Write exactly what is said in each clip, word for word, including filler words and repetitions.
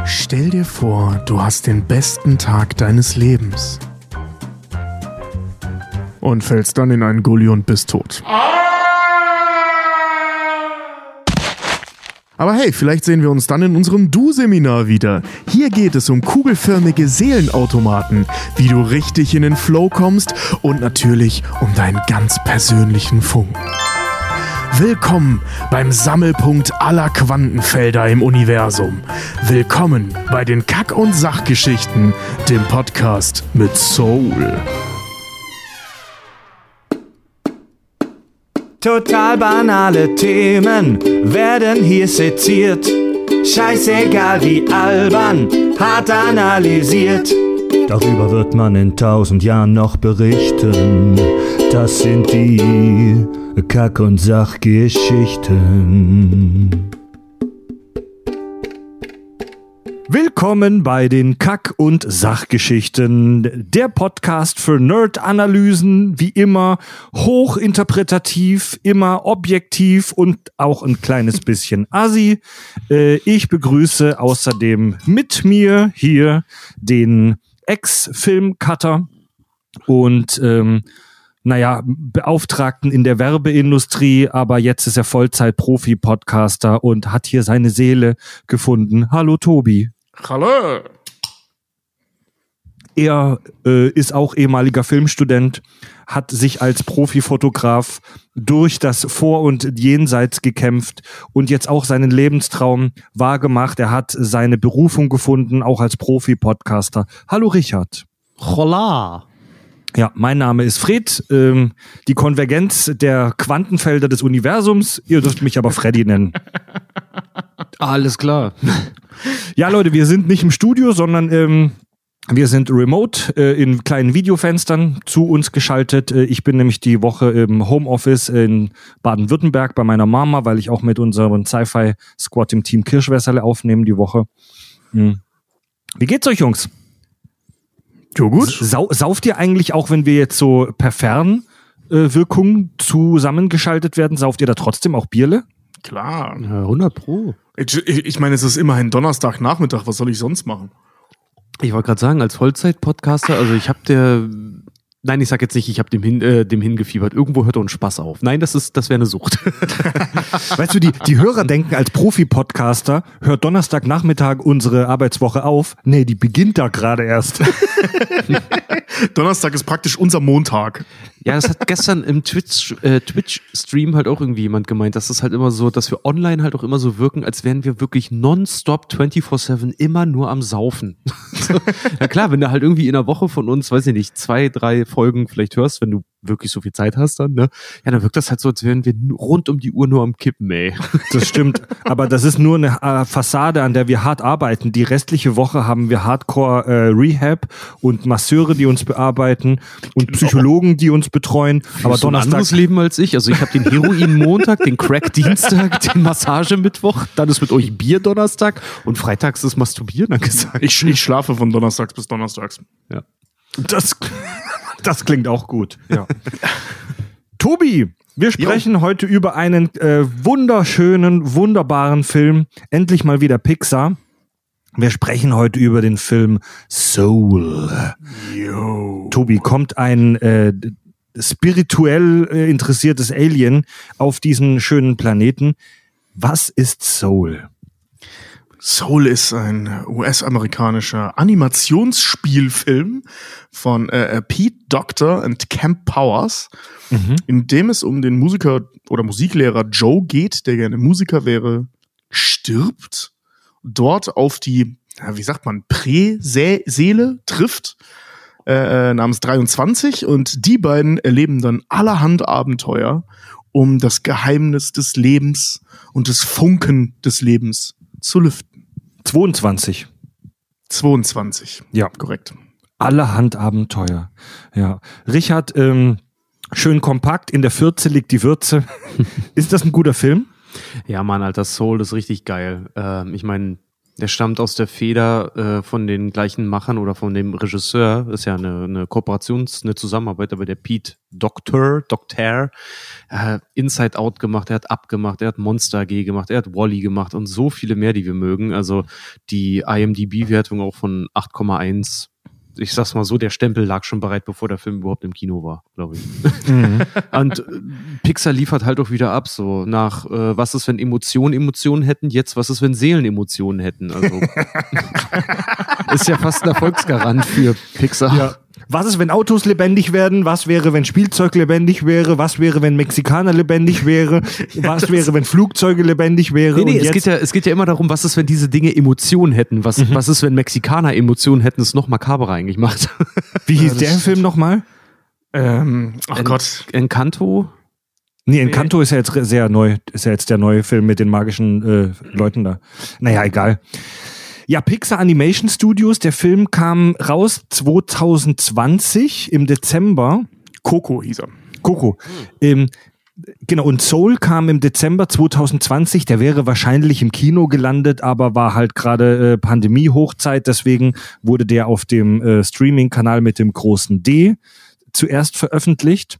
Stell dir vor, du hast den besten Tag deines Lebens. Und fällst dann in einen Gully und bist tot. Aber hey, vielleicht sehen wir uns dann in unserem Du-Seminar wieder. Hier geht es um kugelförmige Seelenautomaten, wie du richtig in den Flow kommst und natürlich um deinen ganz persönlichen Funken. Willkommen beim Sammelpunkt aller Quantenfelder im Universum. Willkommen bei den Kack- und Sachgeschichten, dem Podcast mit Soul. Total banale Themen werden hier seziert. Scheißegal wie albern, hart analysiert. Darüber wird man in tausend Jahren noch berichten. Das sind die Kack- und Sachgeschichten. Willkommen bei den Kack- und Sachgeschichten, der Podcast für Nerd-Analysen, wie immer hochinterpretativ, immer objektiv und auch ein kleines bisschen assi. Äh, ich begrüße außerdem mit mir hier den Ex-Film-Cutter und ähm, naja, Beauftragten in der Werbeindustrie, aber jetzt ist er Vollzeit-Profi-Podcaster und hat hier seine Seele gefunden. Hallo Tobi. Hallo. Er äh, ist auch ehemaliger Filmstudent, hat sich als Profifotograf durch das Vor- und Jenseits gekämpft und jetzt auch seinen Lebenstraum wahrgemacht. Er hat seine Berufung gefunden, auch als Profi-Podcaster. Hallo Richard. Hola. Ja, mein Name ist Fred. Ähm, die Konvergenz der Quantenfelder des Universums. Ihr dürft mich aber Freddy nennen. Alles klar. Ja, Leute, wir sind nicht im Studio, sondern ähm, wir sind remote äh, in kleinen Videofenstern zu uns geschaltet. Äh, ich bin nämlich die Woche im Homeoffice in Baden-Württemberg bei meiner Mama, weil ich auch mit unserem Sci-Fi-Squad im Team Kirschwässerle aufnehme die Woche. Hm. Wie geht's euch, Jungs? Jo, gut. Sau- sauft ihr eigentlich auch, wenn wir jetzt so per Fernwirkung äh, zusammengeschaltet werden, sauft ihr da trotzdem auch Bierle? Klar. Ja, hundert Pro. Ich, ich meine, es ist immerhin Donnerstagnachmittag. Was soll ich sonst machen? Ich wollte gerade sagen, als Vollzeit-Podcaster, also ich habe der, nein, ich sag jetzt nicht, ich habe dem, hin, äh, dem hingefiebert. Irgendwo hört uns Spaß auf. Nein, das ist, das wäre eine Sucht. Weißt du, die, die Hörer denken, als Profi-Podcaster hört Donnerstagnachmittag unsere Arbeitswoche auf. Nee, die beginnt da gerade erst. Donnerstag ist praktisch unser Montag. Ja, das hat gestern im Twitch, äh, Twitch-Stream halt auch irgendwie jemand gemeint, dass das halt immer so, dass wir online halt auch immer so wirken, als wären wir wirklich nonstop vierundzwanzig sieben immer nur am Saufen. Ja klar, wenn du halt irgendwie in der Woche von uns, weiß ich nicht, zwei, drei Folgen vielleicht hörst, wenn du wirklich so viel Zeit hast dann, ne? Ja, dann wirkt das halt so, als wären wir rund um die Uhr nur am Kippen, ey. Das stimmt, aber das ist nur eine äh, Fassade, an der wir hart arbeiten. Die restliche Woche haben wir Hardcore äh, Rehab und Masseure, die uns bearbeiten und genau. Psychologen, die uns betreuen. Führst aber du ein Donnerstag anderes Leben als ich. Also ich habe den Heroin-Montag, den Crack-Dienstag, den Massage-Mittwoch, dann ist mit euch Bier-Donnerstag und freitags ist Masturbieren angesagt. Ich, ich schlafe von Donnerstags bis Donnerstags. Ja. Das, das klingt auch gut. Ja. Tobi, wir sprechen jo. heute über einen äh, wunderschönen, wunderbaren Film. Endlich mal wieder Pixar. Wir sprechen heute über den Film Soul. Yo. Tobi, kommt ein äh, spirituell äh, interessiertes Alien auf diesen schönen Planeten. Was ist Soul? Soul ist ein U S-amerikanischer Animationsspielfilm von äh, Pete Docter und Camp Powers, mhm. in dem es um den Musiker oder Musiklehrer Joe geht, der gerne Musiker wäre, stirbt, dort auf die, ja, wie sagt man, Prä-Seele trifft, äh, namens dreiundzwanzig, und die beiden erleben dann allerhand Abenteuer, um das Geheimnis des Lebens und das Funken des Lebens zu lüften. zweiundzwanzig. zweiundzwanzig. Ja. Korrekt. Allerhand Abenteuer. Ja. Richard, ähm, schön kompakt, in der Fürze liegt die Würze. Ist das ein guter Film? Ja, Mann, Alter, Soul ist richtig geil. Ähm, ich meine, Der stammt aus der Feder äh, von den gleichen Machern oder von dem Regisseur. Das ist ja eine, eine Kooperations-, eine Zusammenarbeit, aber der Pete Docter, Docter, er hat Inside Out gemacht, er hat Up gemacht, er hat Monster A G gemacht, er hat Wall-E gemacht und so viele mehr, die wir mögen. Also die I M D B-Wertung auch von acht Komma eins. Ich sag's mal so, der Stempel lag schon bereit, bevor der Film überhaupt im Kino war, glaube ich. Mhm. Und äh, Pixar liefert halt auch wieder ab, so nach, äh, was ist, wenn Emotionen Emotionen hätten, jetzt, was ist, wenn Seelen Emotionen hätten. Also ist ja fast ein Erfolgsgarant für Pixar. Ja. Was ist, wenn Autos lebendig werden? Was wäre, wenn Spielzeug lebendig wäre? Was wäre, wenn Mexikaner lebendig wäre? Was wäre, wenn Flugzeuge lebendig wären? Nee, nee, es geht, ja, es geht ja immer darum, was ist, wenn diese Dinge Emotionen hätten? Was, mhm. was ist, wenn Mexikaner Emotionen hätten? Es noch makaberer eigentlich macht. Wie hieß ja, der Film nochmal? Ähm, ach en, Gott. Encanto? Nee, Encanto ist ja jetzt sehr neu. Ist ja jetzt der neue Film mit den magischen äh, Leuten da. Naja, egal. Ja, Pixar Animation Studios, der Film kam raus zwanzig zwanzig im Dezember. Coco hieß er. Coco. Ähm, genau, und Soul kam im Dezember zwanzig zwanzig, der wäre wahrscheinlich im Kino gelandet, aber war halt gerade äh, Pandemie-Hochzeit, deswegen wurde der auf dem äh, Streaming-Kanal mit dem großen D zuerst veröffentlicht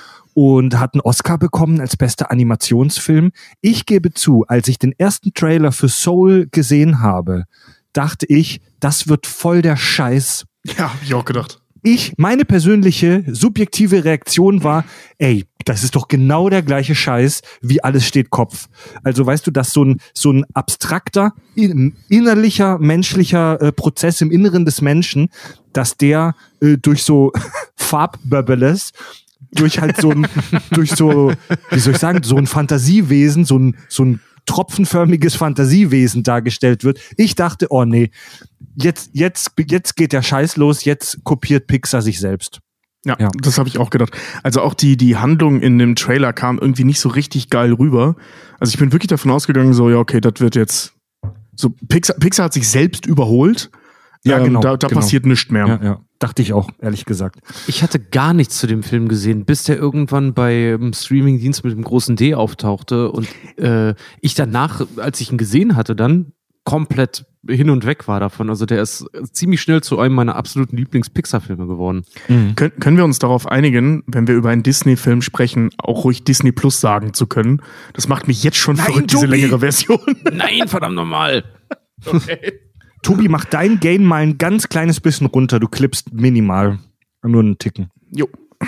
und hat einen Oscar bekommen als bester Animationsfilm. Ich gebe zu, als ich den ersten Trailer für Soul gesehen habe, dachte ich, das wird voll der Scheiß. Ja, hab ich auch gedacht. Ich, meine persönliche, subjektive Reaktion war, ey, das ist doch genau der gleiche Scheiß, wie Alles steht Kopf. Also weißt du, dass so ein, so ein abstrakter, innerlicher, menschlicher äh, Prozess im Inneren des Menschen, dass der äh, durch so Farbbubbles durch halt so ein, durch so, wie soll ich sagen, so ein Fantasiewesen, so ein, so ein tropfenförmiges Fantasiewesen dargestellt wird. Ich dachte, oh nee, jetzt, jetzt, jetzt geht der Scheiß los, jetzt kopiert Pixar sich selbst. Ja, ja. Das habe ich auch gedacht. Also auch die, die Handlung in dem Trailer kam irgendwie nicht so richtig geil rüber. Also ich bin wirklich davon ausgegangen, so, ja, okay, das wird jetzt, so, Pixar, Pixar hat sich selbst überholt. Ja, ähm, genau. Da, da genau. passiert nichts mehr. Ja, ja. Dachte ich auch, ehrlich gesagt. Ich hatte gar nichts zu dem Film gesehen, bis der irgendwann beim Streamingdienst mit dem großen D auftauchte und äh, ich danach, als ich ihn gesehen hatte, dann komplett hin und weg war davon. Also der ist ziemlich schnell zu einem meiner absoluten Lieblings-Pixar-Filme geworden. Mhm. Kön- können wir uns darauf einigen, wenn wir über einen Disney-Film sprechen, auch ruhig Disney Plus sagen zu können? Das macht mich jetzt schon Nein, verrückt, diese längere Version. Nein, verdammt nochmal. Okay. Tobi, mach dein Gain mal ein ganz kleines bisschen runter. Du klippst minimal. Nur einen Ticken. Jo.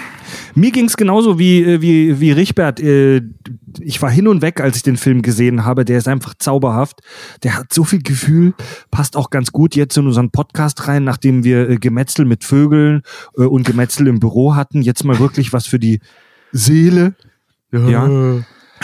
Mir ging's genauso wie, wie, wie Richbert. Ich war hin und weg, als ich den Film gesehen habe. Der ist einfach zauberhaft. Der hat so viel Gefühl. Passt auch ganz gut jetzt in unseren Podcast rein, nachdem wir Gemetzel mit Vögeln und Gemetzel im Büro hatten. Jetzt mal wirklich was für die Seele. Ja. ja.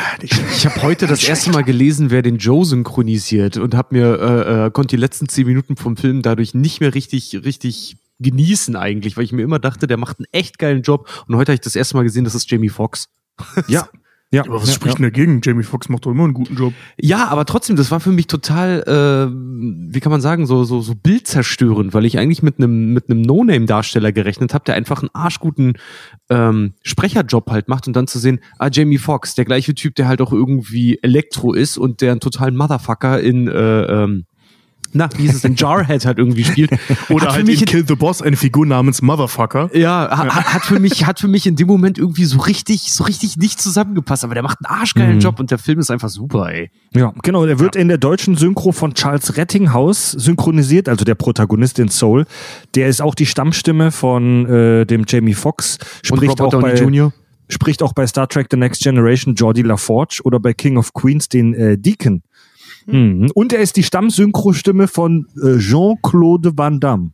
Ich habe heute das erste Mal gelesen, wer den Joe synchronisiert und habe mir äh, äh, konnte die letzten zehn Minuten vom Film dadurch nicht mehr richtig richtig genießen eigentlich, weil ich mir immer dachte, der macht einen echt geilen Job. Und heute habe ich das erste Mal gesehen, das ist Jamie Foxx. Ja. Ja, aber was ja, spricht ja. denn dagegen? Jamie Foxx macht doch immer einen guten Job. Ja, aber trotzdem, das war für mich total, äh, wie kann man sagen, so so so bildzerstörend, weil ich eigentlich mit einem mit einem No-Name-Darsteller gerechnet habe, der einfach einen arschguten ähm, Sprecherjob halt macht und dann zu sehen, ah, Jamie Foxx, der gleiche Typ, der halt auch irgendwie Elektro ist und der einen totalen Motherfucker in äh, ähm, na, wie ist es denn, Jarhead halt irgendwie spielt. Oder hat halt in Kill the Boss eine Figur namens Motherfucker. Ja, ha, hat für mich, hat für mich in dem Moment irgendwie so richtig, so richtig nicht zusammengepasst, aber der macht einen arschgeilen mhm. Job und der Film ist einfach super, ey. Ja, genau, der wird ja. in der deutschen Synchro von Charles Rettinghaus synchronisiert, also der Protagonist in Soul. Der ist auch die Stammstimme von äh, dem Jamie Foxx. Spricht auch bei Junior Spricht auch bei Star Trek The Next Generation Geordi LaForge oder bei King of Queens den äh, Deacon. Mhm. Und er ist die Stammsynchro-Stimme von äh, Jean-Claude Van Damme.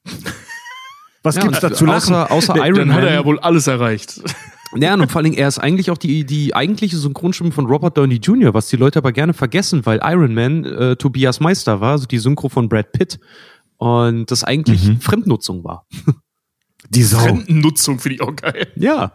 Was ja, gibt's da zu lachen? Außer, außer Iron Dann Man. hat er ja wohl alles erreicht. Ja, und vor allen Dingen, er ist eigentlich auch die, die eigentliche Synchronstimme von Robert Downey Junior, was die Leute aber gerne vergessen, weil Iron Man äh, Tobias Meister war, also die Synchro von Brad Pitt. Und das eigentlich mhm. Fremdnutzung war. Die Sau. Fremdnutzung finde ich auch geil. Ja.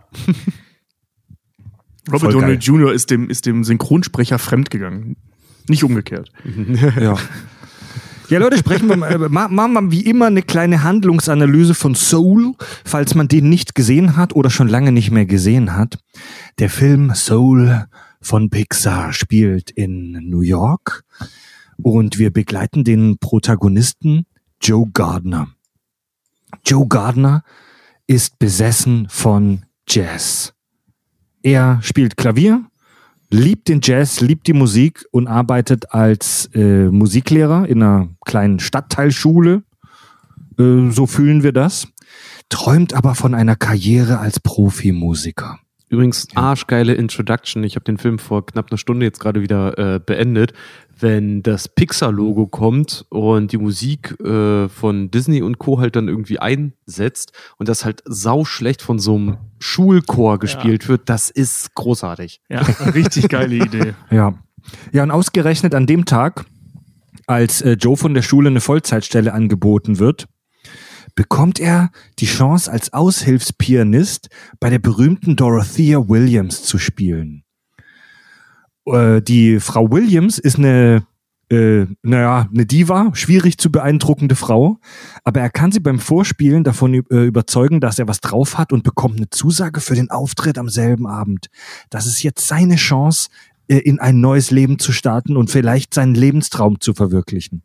Robert Downey Junior ist dem, ist dem Synchronsprecher fremdgegangen. Nicht umgekehrt. Ja. Ja, Leute, sprechen wir mal, machen wir wie immer eine kleine Handlungsanalyse von Soul, falls man den nicht gesehen hat oder schon lange nicht mehr gesehen hat. Der Film Soul von Pixar spielt in New York Und wir begleiten den Protagonisten Joe Gardner. Joe Gardner ist besessen von Jazz. Er spielt Klavier, liebt den Jazz, liebt die Musik und arbeitet als äh, Musiklehrer in einer kleinen Stadtteilschule. Äh, so fühlen wir das. Träumt aber von einer Karriere als Profimusiker. Übrigens, arschgeile Introduction. Ich habe den Film vor knapp einer Stunde jetzt gerade wieder äh, beendet. Wenn das Pixar-Logo kommt und die Musik äh, von Disney und Co. halt dann irgendwie einsetzt und das halt sauschlecht von so einem Schulchor gespielt ja. wird, das ist großartig. Ja, richtig geile Idee. Ja. Ja, und ausgerechnet an dem Tag, als äh, Joe von der Schule eine Vollzeitstelle angeboten wird, bekommt er die Chance, als Aushilfspianist bei der berühmten Dorothea Williams zu spielen. Äh, die Frau Williams ist eine, äh, naja, eine Diva, schwierig zu beeindruckende Frau, aber er kann sie beim Vorspielen davon äh, überzeugen, dass er was drauf hat und bekommt eine Zusage für den Auftritt am selben Abend. Das ist jetzt seine Chance, äh, in ein neues Leben zu starten und vielleicht seinen Lebenstraum zu verwirklichen.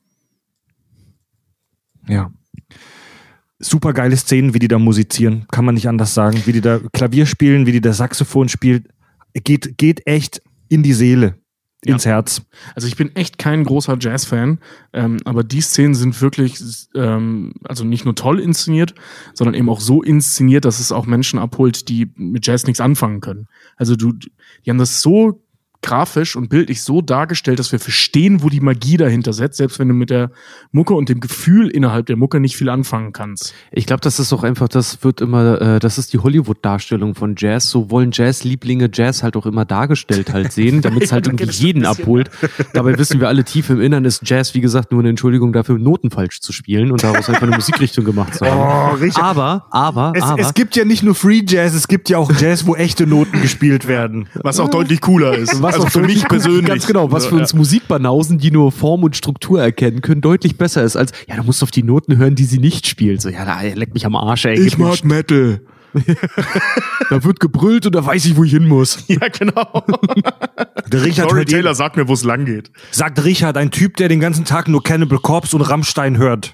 Ja. Super geile Szenen, wie die da musizieren, kann man nicht anders sagen. Wie die da Klavier spielen, wie die da Saxophon spielt, geht, geht echt in die Seele, ins ja. Herz. Also ich bin echt kein großer Jazz-Fan, ähm, aber die Szenen sind wirklich, ähm, also nicht nur toll inszeniert, sondern eben auch so inszeniert, dass es auch Menschen abholt, die mit Jazz nichts anfangen können. Also du, die haben das so grafisch und bildlich so dargestellt, dass wir verstehen, wo die Magie dahinter sitzt, selbst wenn du mit der Mucke und dem Gefühl innerhalb der Mucke nicht viel anfangen kannst. Ich glaube, das ist auch einfach, das wird immer, äh, das ist die Hollywood-Darstellung von Jazz. So wollen Jazz-Lieblinge Jazz halt auch immer dargestellt halt sehen, damit es halt irgendwie jeden abholt. Dabei wissen wir alle, tief im Innern ist Jazz, wie gesagt, nur eine Entschuldigung dafür, Noten falsch zu spielen und daraus einfach eine Musikrichtung gemacht zu haben. Oh, Richard. Aber, aber, es, aber. Es gibt ja nicht nur Free Jazz, es gibt ja auch Jazz, wo echte Noten gespielt werden. Was auch deutlich cooler ist. Was also auch für mich persönlich. Ganz genau, was für uns ja. Musikbanausen, die nur Form und Struktur erkennen können, deutlich besser ist als, ja, du musst auf die Noten hören, die sie nicht spielt. So, ja, da leck mich am Arsch, ey. Ich mag Metal. Da wird gebrüllt und da weiß ich, wo ich hin muss. Ja, genau. Der Richard Corey Taylor sagt mir, wo es lang geht. Sagt Richard, ein Typ, der den ganzen Tag nur Cannibal Corpse und Rammstein hört.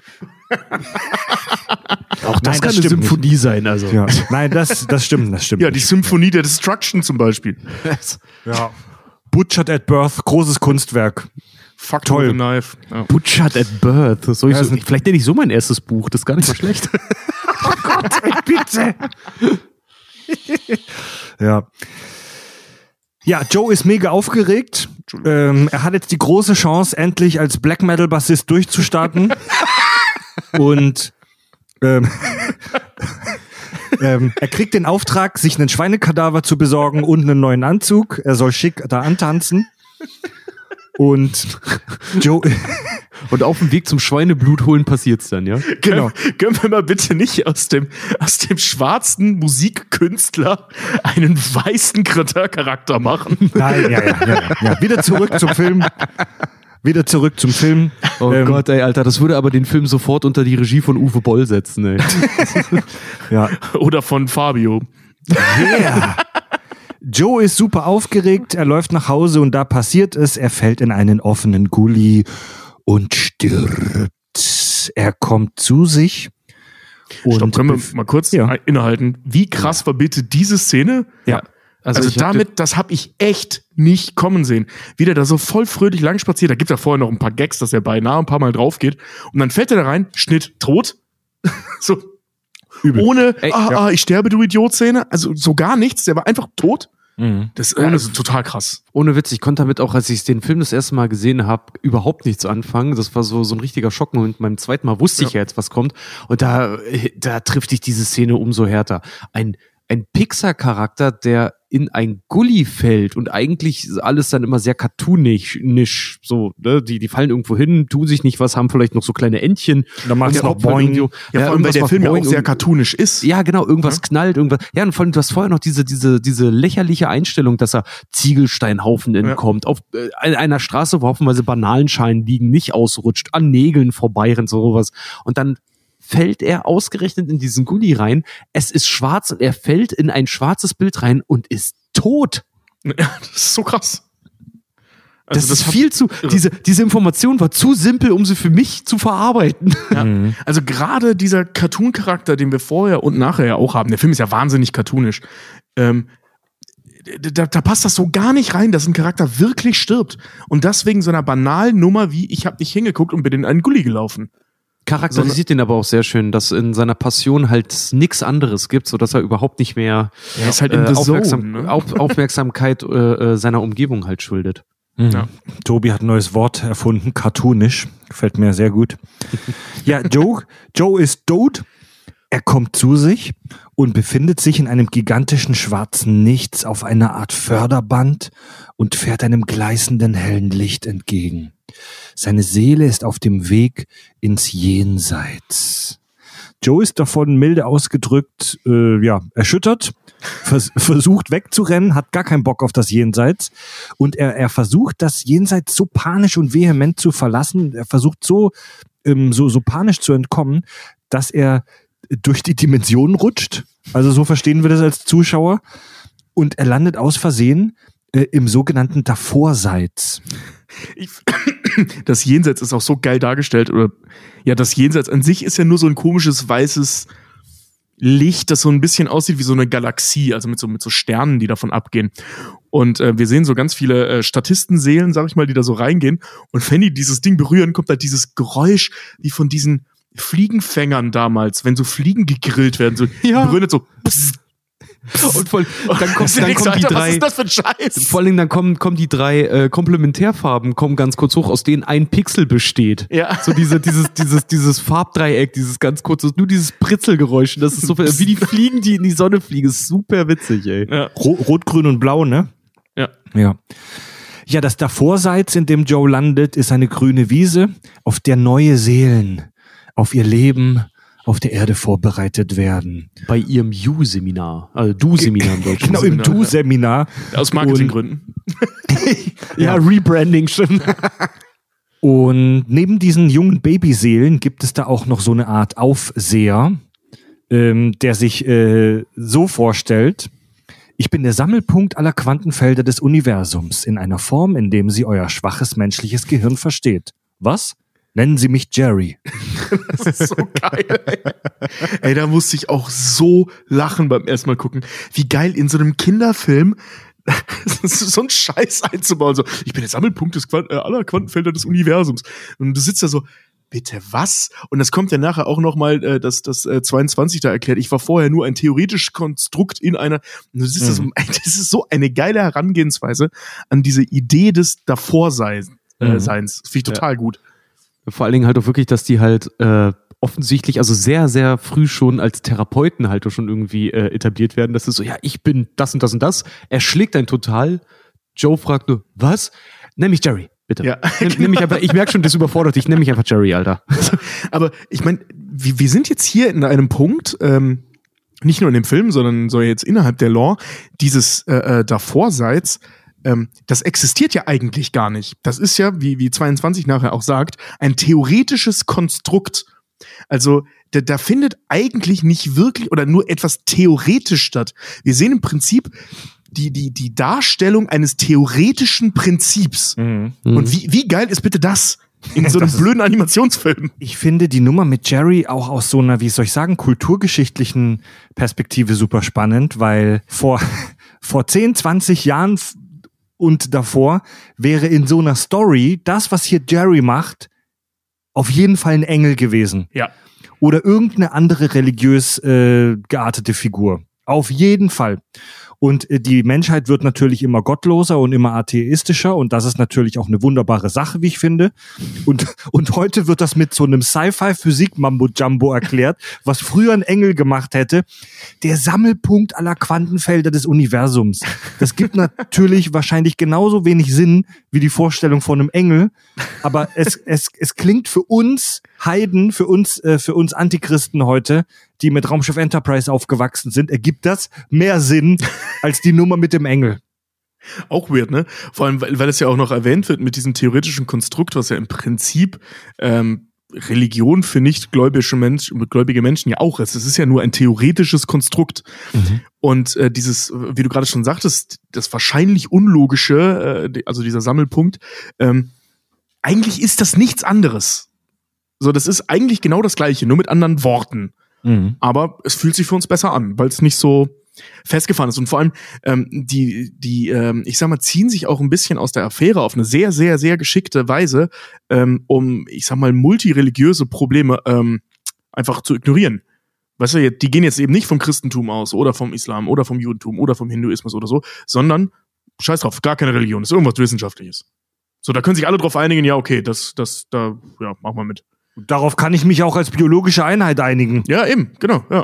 Auch das Nein, kann das eine Symphonie nicht. sein, also. Ja. Nein, das, das stimmt, das stimmt. Ja, die Symphonie der Destruction zum Beispiel. Ja. Butchered at Birth, großes Kunstwerk. Fuck toll. Knife. Ja. Butchered at Birth. Soll ich ja, so, vielleicht nenne ich so mein erstes Buch, das ist gar nicht so schlecht. Oh Gott, ey, bitte. Ja. Ja, Joe ist mega aufgeregt. Ähm, er hat jetzt die große Chance, endlich als Black Metal Bassist durchzustarten. Und ähm, ähm, er kriegt den Auftrag, sich einen Schweinekadaver zu besorgen und einen neuen Anzug. Er soll schick da antanzen. Und Joe und auf dem Weg zum Schweineblut holen passiert's dann, ja? Genau. Können, können wir mal bitte nicht aus dem aus dem schwarzen Musikkünstler einen weißen Kretin-Charakter machen? Nein, ja, ja, ja, ja. Wieder zurück zum Film. Wieder zurück zum Film. Oh ähm, Gott, ey, Alter, das würde aber den Film sofort unter die Regie von Uwe Boll setzen, ey. Ja. Oder von Fabio. Yeah. Joe ist super aufgeregt, er läuft nach Hause und da passiert es, er fällt in einen offenen Gully und stirbt. Er kommt zu sich. Und Stopp, können wir mal kurz ja. innehalten. Wie krass war bitte diese Szene? Ja. Also, also damit, das habe ich echt nicht kommen sehen. Wie der da so voll fröhlich lang spaziert, da gibt er vorher noch ein paar Gags, dass er beinahe ein paar Mal drauf geht und dann fällt er da rein, Schnitt, tot. So. Übel. Ohne, Ey, ah, ja. ah, ich sterbe, du Idiot-Szene. Also so gar nichts, der war einfach tot. Mhm. Das, äh, das ist total krass. Ohne Witz, ich konnte damit auch, als ich den Film das erste Mal gesehen habe, überhaupt nichts anfangen. Das war so so ein richtiger Schockmoment. Beim zweiten Mal wusste ich ja jetzt, was kommt. Und da, da trifft dich diese Szene umso härter. Ein ein Pixar-Charakter, der in ein Gully fällt und eigentlich alles dann immer sehr cartoonisch, so, ne, die, die fallen irgendwo hin, tun sich nicht was, haben vielleicht noch so kleine Entchen. Da macht es noch Boing. Ja, ja, vor allem, weil der Film ja auch sehr cartoonisch ist. Ja, genau, irgendwas ja. knallt, irgendwas. Ja, und vor allem, du hast vorher noch diese, diese, diese lächerliche Einstellung, dass er Ziegelsteinhaufen entkommt, ja. auf äh, einer Straße, wo hoffenweise Bananenschalen liegen, nicht ausrutscht, an Nägeln vorbeirennt, sowas. Und dann fällt er ausgerechnet in diesen Gully rein. Es ist schwarz und er fällt in ein schwarzes Bild rein und ist tot. Ja, das ist so krass. Also das, das ist viel zu, diese, diese Information war zu simpel, um sie für mich zu verarbeiten. Ja. Mhm. Also gerade dieser Cartoon-Charakter, den wir vorher und nachher ja auch haben, der Film ist ja wahnsinnig cartoonisch, ähm, da, da passt das so gar nicht rein, dass ein Charakter wirklich stirbt. Und das wegen so einer banalen Nummer wie, ich hab nicht hingeguckt und bin in einen Gully gelaufen. Charakterisiert den aber auch sehr schön, dass in seiner Passion halt nichts anderes gibt, sodass er überhaupt nicht mehr er ist halt in äh, the Aufmerksam- zone, ne? Auf, Aufmerksamkeit äh, seiner Umgebung halt schuldet. Mhm. Ja. Tobi hat ein neues Wort erfunden, cartoonisch. Gefällt mir sehr gut. Ja, Joe, Joe ist tot. Er kommt zu sich und befindet sich in einem gigantischen schwarzen Nichts auf einer Art Förderband und fährt einem gleißenden hellen Licht entgegen. Seine Seele ist auf dem Weg ins Jenseits. Joe ist davon milde ausgedrückt, äh, ja, erschüttert, vers- versucht wegzurennen, hat gar keinen Bock auf das Jenseits und er, er versucht, das Jenseits so panisch und vehement zu verlassen, er versucht so, ähm, so, so panisch zu entkommen, dass er durch die Dimensionen rutscht, also so verstehen wir das als Zuschauer, und er landet aus Versehen äh, im sogenannten Davorseits. Ich, das Jenseits ist auch so geil dargestellt, oder ja, das Jenseits an sich ist ja nur so ein komisches weißes Licht, das so ein bisschen aussieht wie so eine Galaxie, also mit so mit so Sternen, die davon abgehen. Und äh, wir sehen so ganz viele äh, Statistenseelen, sag ich mal, die da so reingehen. Und wenn die dieses Ding berühren, kommt halt dieses Geräusch wie von diesen Fliegenfängern damals, wenn so Fliegen gegrillt werden, so ja. die berühren so pssst. Und voll, dann, kommt, dann kommen die Alter, drei. Was ist das für ein Scheiß? Vor allen Dingen dann kommen, kommen die drei äh, Komplementärfarben, kommen ganz kurz hoch, aus denen ein Pixel besteht. Ja. So diese, dieses, dieses, dieses Farbdreieck, dieses ganz kurze, nur dieses Pritzelgeräusch. Das ist so wie die Fliegen, die in die Sonne fliegen. Ist super witzig, ey. Ja. Rot, Rot, Grün und Blau, ne? Ja. Ja. Ja, das Davorseits, in dem Joe landet, ist eine grüne Wiese, auf der neue Seelen auf ihr Leben auf der Erde vorbereitet werden. Bei ihrem You-Seminar, also Du-Seminar im Deutschen. Genau, im Du-Seminar. Aus Marketinggründen. Ja, Rebranding schon. Und neben diesen jungen Babyseelen gibt es da auch noch so eine Art Aufseher, ähm, der sich äh, so vorstellt: Ich bin der Sammelpunkt aller Quantenfelder des Universums in einer Form, in dem sie euer schwaches menschliches Gehirn versteht. Was? Nennen Sie mich Jerry. Das ist so geil, ey. Ey, da musste ich auch so lachen beim ersten Mal gucken. Wie geil in so einem Kinderfilm so ein Scheiß einzubauen. So, ich bin der Sammelpunkt des Quant- äh, aller Quantenfelder des Universums. Und du sitzt da so, bitte was? Und das kommt ja nachher auch nochmal, äh, dass das äh, zweiundzwanzig da erklärt. Ich war vorher nur ein theoretisches Konstrukt in einer, und du sitzt mhm. da so, das ist so eine geile Herangehensweise an diese Idee des Davorseins. Äh, mhm. Seins. Finde ich total ja. gut. Vor allen Dingen halt auch wirklich, dass die halt äh, offensichtlich, also sehr, sehr früh schon als Therapeuten halt auch schon irgendwie äh, etabliert werden. Das ist so, ja, ich bin das und das und das. Er schlägt einen total. Joe fragt nur, was? Nenn mich Jerry, bitte. Ja, genau. Nenn mich einfach, ich merke schon, das überfordert dich. Nenn mich einfach Jerry, Alter. Aber ich meine, wir, wir sind jetzt hier in einem Punkt, ähm, nicht nur in dem Film, sondern so jetzt innerhalb der Lore, dieses äh, Davorseits, Ähm, das existiert ja eigentlich gar nicht. Das ist ja, wie, wie zweiundzwanzig nachher auch sagt, ein theoretisches Konstrukt. Also da, da findet eigentlich nicht wirklich oder nur etwas theoretisch statt. Wir sehen im Prinzip die, die, die Darstellung eines theoretischen Prinzips. Mhm. Und wie, wie geil ist bitte das? In so einem blöden Animationsfilm. Ich finde die Nummer mit Jerry auch aus so einer, wie soll ich sagen, kulturgeschichtlichen Perspektive super spannend, weil vor, vor zehn, zwanzig Jahren und davor wäre in so einer Story das, was hier Jerry macht, auf jeden Fall ein Engel gewesen. Ja. Oder irgendeine andere religiös äh, geartete Figur. Auf jeden Fall. Und äh, die Menschheit wird natürlich immer gottloser und immer atheistischer und das ist natürlich auch eine wunderbare Sache, wie ich finde. Und, und heute wird das mit so einem Sci-Fi-Physik-Mambo-Jumbo erklärt, was früher ein Engel gemacht hätte. Der Sammelpunkt aller Quantenfelder des Universums. Das gibt natürlich wahrscheinlich genauso wenig Sinn wie die Vorstellung von einem Engel, aber es, es, es klingt für uns Heiden, für uns, äh, für uns Antichristen heute, die mit Raumschiff Enterprise aufgewachsen sind, ergibt das mehr Sinn als die Nummer mit dem Engel. Auch weird, ne? Vor allem, weil, weil es ja auch noch erwähnt wird mit diesem theoretischen Konstrukt, was ja im Prinzip ähm, Religion für nicht gläubige Menschen, gläubige Menschen ja auch ist. Es ist ja nur ein theoretisches Konstrukt. Mhm. Und äh, dieses, wie du gerade schon sagtest, das wahrscheinlich Unlogische, äh, also dieser Sammelpunkt, ähm, eigentlich ist das nichts anderes. So, das ist eigentlich genau das Gleiche, nur mit anderen Worten. Mhm. Aber es fühlt sich für uns besser an, weil es nicht so festgefahren ist. Und vor allem, ähm, die, die, ähm, ich sag mal, ziehen sich auch ein bisschen aus der Affäre auf eine sehr, sehr, sehr geschickte Weise, ähm, um, ich sag mal, multireligiöse Probleme ähm, einfach zu ignorieren. Weißt du, die gehen jetzt eben nicht vom Christentum aus oder vom Islam oder vom Judentum oder vom Hinduismus oder so, sondern, scheiß drauf, gar keine Religion, das ist irgendwas Wissenschaftliches. So, da können sich alle drauf einigen, ja, okay, das, das, da, ja, mach mal mit. Darauf kann ich mich auch als biologische Einheit einigen. Ja, eben, genau, ja.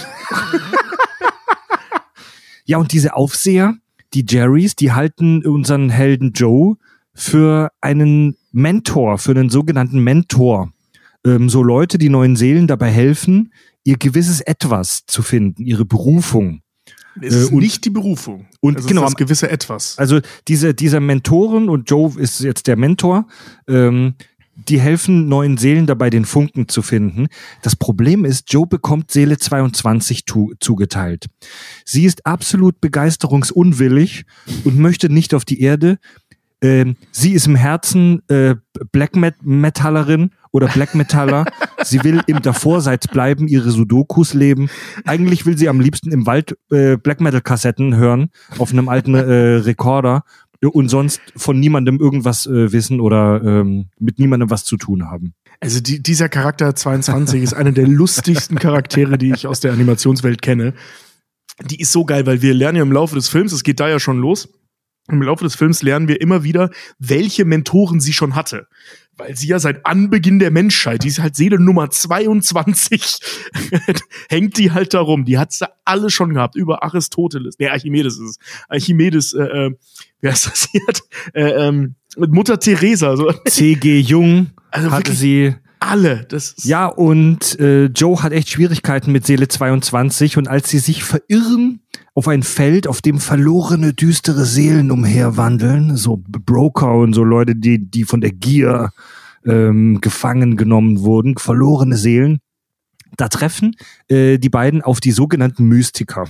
Ja, und diese Aufseher, die Jerrys, die halten unseren Helden Joe für einen Mentor, für einen sogenannten Mentor. Ähm, so Leute, die neuen Seelen dabei helfen, ihr gewisses Etwas zu finden, ihre Berufung. Es ist äh, und, nicht die Berufung. Und es genau, ist das gewisse Etwas. Also diese, dieser Mentoren, und Joe ist jetzt der Mentor, ähm, die helfen neuen Seelen dabei, den Funken zu finden. Das Problem ist, Joe bekommt Seele zweiundzwanzig tu- zugeteilt. Sie ist absolut begeisterungsunwillig und möchte nicht auf die Erde. Ähm, sie ist im Herzen äh, Black Met- Metallerin oder Black Metaller. Sie will im Davorseits bleiben, ihre Sudokus leben. Eigentlich will sie am liebsten im Wald äh, Black Metal Kassetten hören, auf einem alten äh, Rekorder. Und sonst von niemandem irgendwas äh, wissen oder ähm, mit niemandem was zu tun haben. Also die, dieser Charakter zweiundzwanzig ist einer der lustigsten Charaktere, die ich aus der Animationswelt kenne. Die ist so geil, weil wir lernen ja im Laufe des Films, es geht da ja schon los, im Laufe des Films lernen wir immer wieder, welche Mentoren sie schon hatte. Weil sie ja seit Anbeginn der Menschheit, die ist halt Seele Nummer zweiundzwanzig, hängt die halt da rum. Die hat sie alle schon gehabt, über Aristoteles. Nee, Archimedes ist es. Archimedes, äh, äh, wer ist das hier? Äh, ähm, mit Mutter Teresa. So. C G Jung also hatte sie... Alle. Das ist ja, und äh, Joe hat echt Schwierigkeiten mit Seele zweiundzwanzig und als sie sich verirren auf ein Feld, auf dem verlorene, düstere Seelen umherwandeln, so Broker und so Leute, die die von der Gier ähm, gefangen genommen wurden, verlorene Seelen, da treffen äh, die beiden auf die sogenannten Mystiker.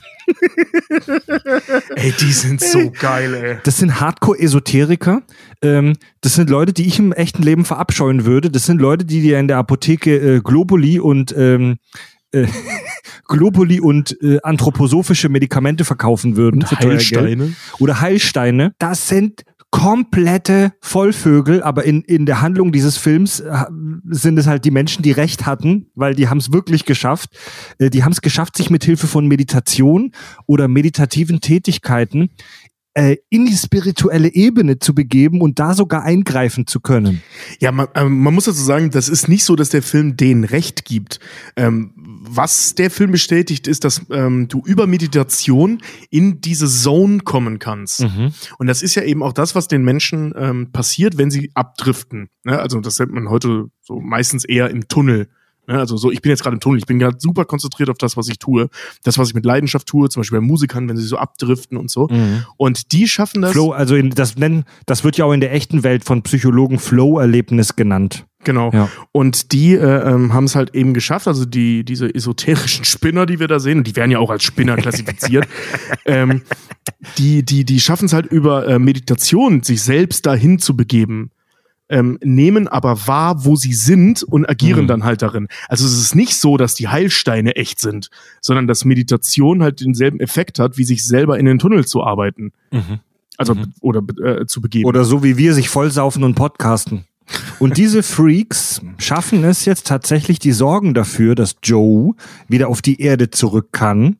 Ey, die sind so geil, ey. Das sind Hardcore-Esoteriker. Ähm, das sind Leute, die ich im echten Leben verabscheuen würde. Das sind Leute, die dir in der Apotheke äh, Globuli und ähm, äh, Globuli und äh, anthroposophische Medikamente verkaufen würden. Und Heilsteine. Oder Heilsteine. Das sind komplette Vollvögel, aber in in der Handlung dieses Films äh, sind es halt die Menschen, die Recht hatten, weil die haben es wirklich geschafft. Äh, die haben es geschafft, sich mit Hilfe von Meditation oder meditativen Tätigkeiten äh, in die spirituelle Ebene zu begeben und da sogar eingreifen zu können. Ja, man, äh, man muss dazu sagen, das ist nicht so, dass der Film denen Recht gibt. Ähm, was der Film bestätigt, ist, dass ähm, du über Meditation in diese Zone kommen kannst. Mhm. Und das ist ja eben auch das, was den Menschen ähm, passiert, wenn sie abdriften. Ne? Also das nennt man heute so meistens eher im Tunnel. Ne? Also so, ich bin jetzt gerade im Tunnel, ich bin gerade super konzentriert auf das, was ich tue. Das, was ich mit Leidenschaft tue, zum Beispiel bei Musikern, wenn sie so abdriften und so. Mhm. Und die schaffen das. Flow, also in, das nennen, das wird ja auch in der echten Welt von Psychologen Flow-Erlebnis genannt. Genau. Ja. Und die äh, ähm, haben es halt eben geschafft, also die diese esoterischen Spinner, die wir da sehen, und die werden ja auch als Spinner klassifiziert, ähm, die die die schaffen es halt über äh, Meditation, sich selbst dahin zu begeben, ähm, nehmen aber wahr, wo sie sind und agieren mhm. dann halt darin. Also es ist nicht so, dass die Heilsteine echt sind, sondern dass Meditation halt denselben Effekt hat, wie sich selber in den Tunnel zu arbeiten. Mhm. Also mhm. oder äh, zu begeben. Oder so wie wir sich vollsaufen und podcasten. Und diese Freaks schaffen es jetzt tatsächlich, die sorgen dafür, dass Joe wieder auf die Erde zurück kann.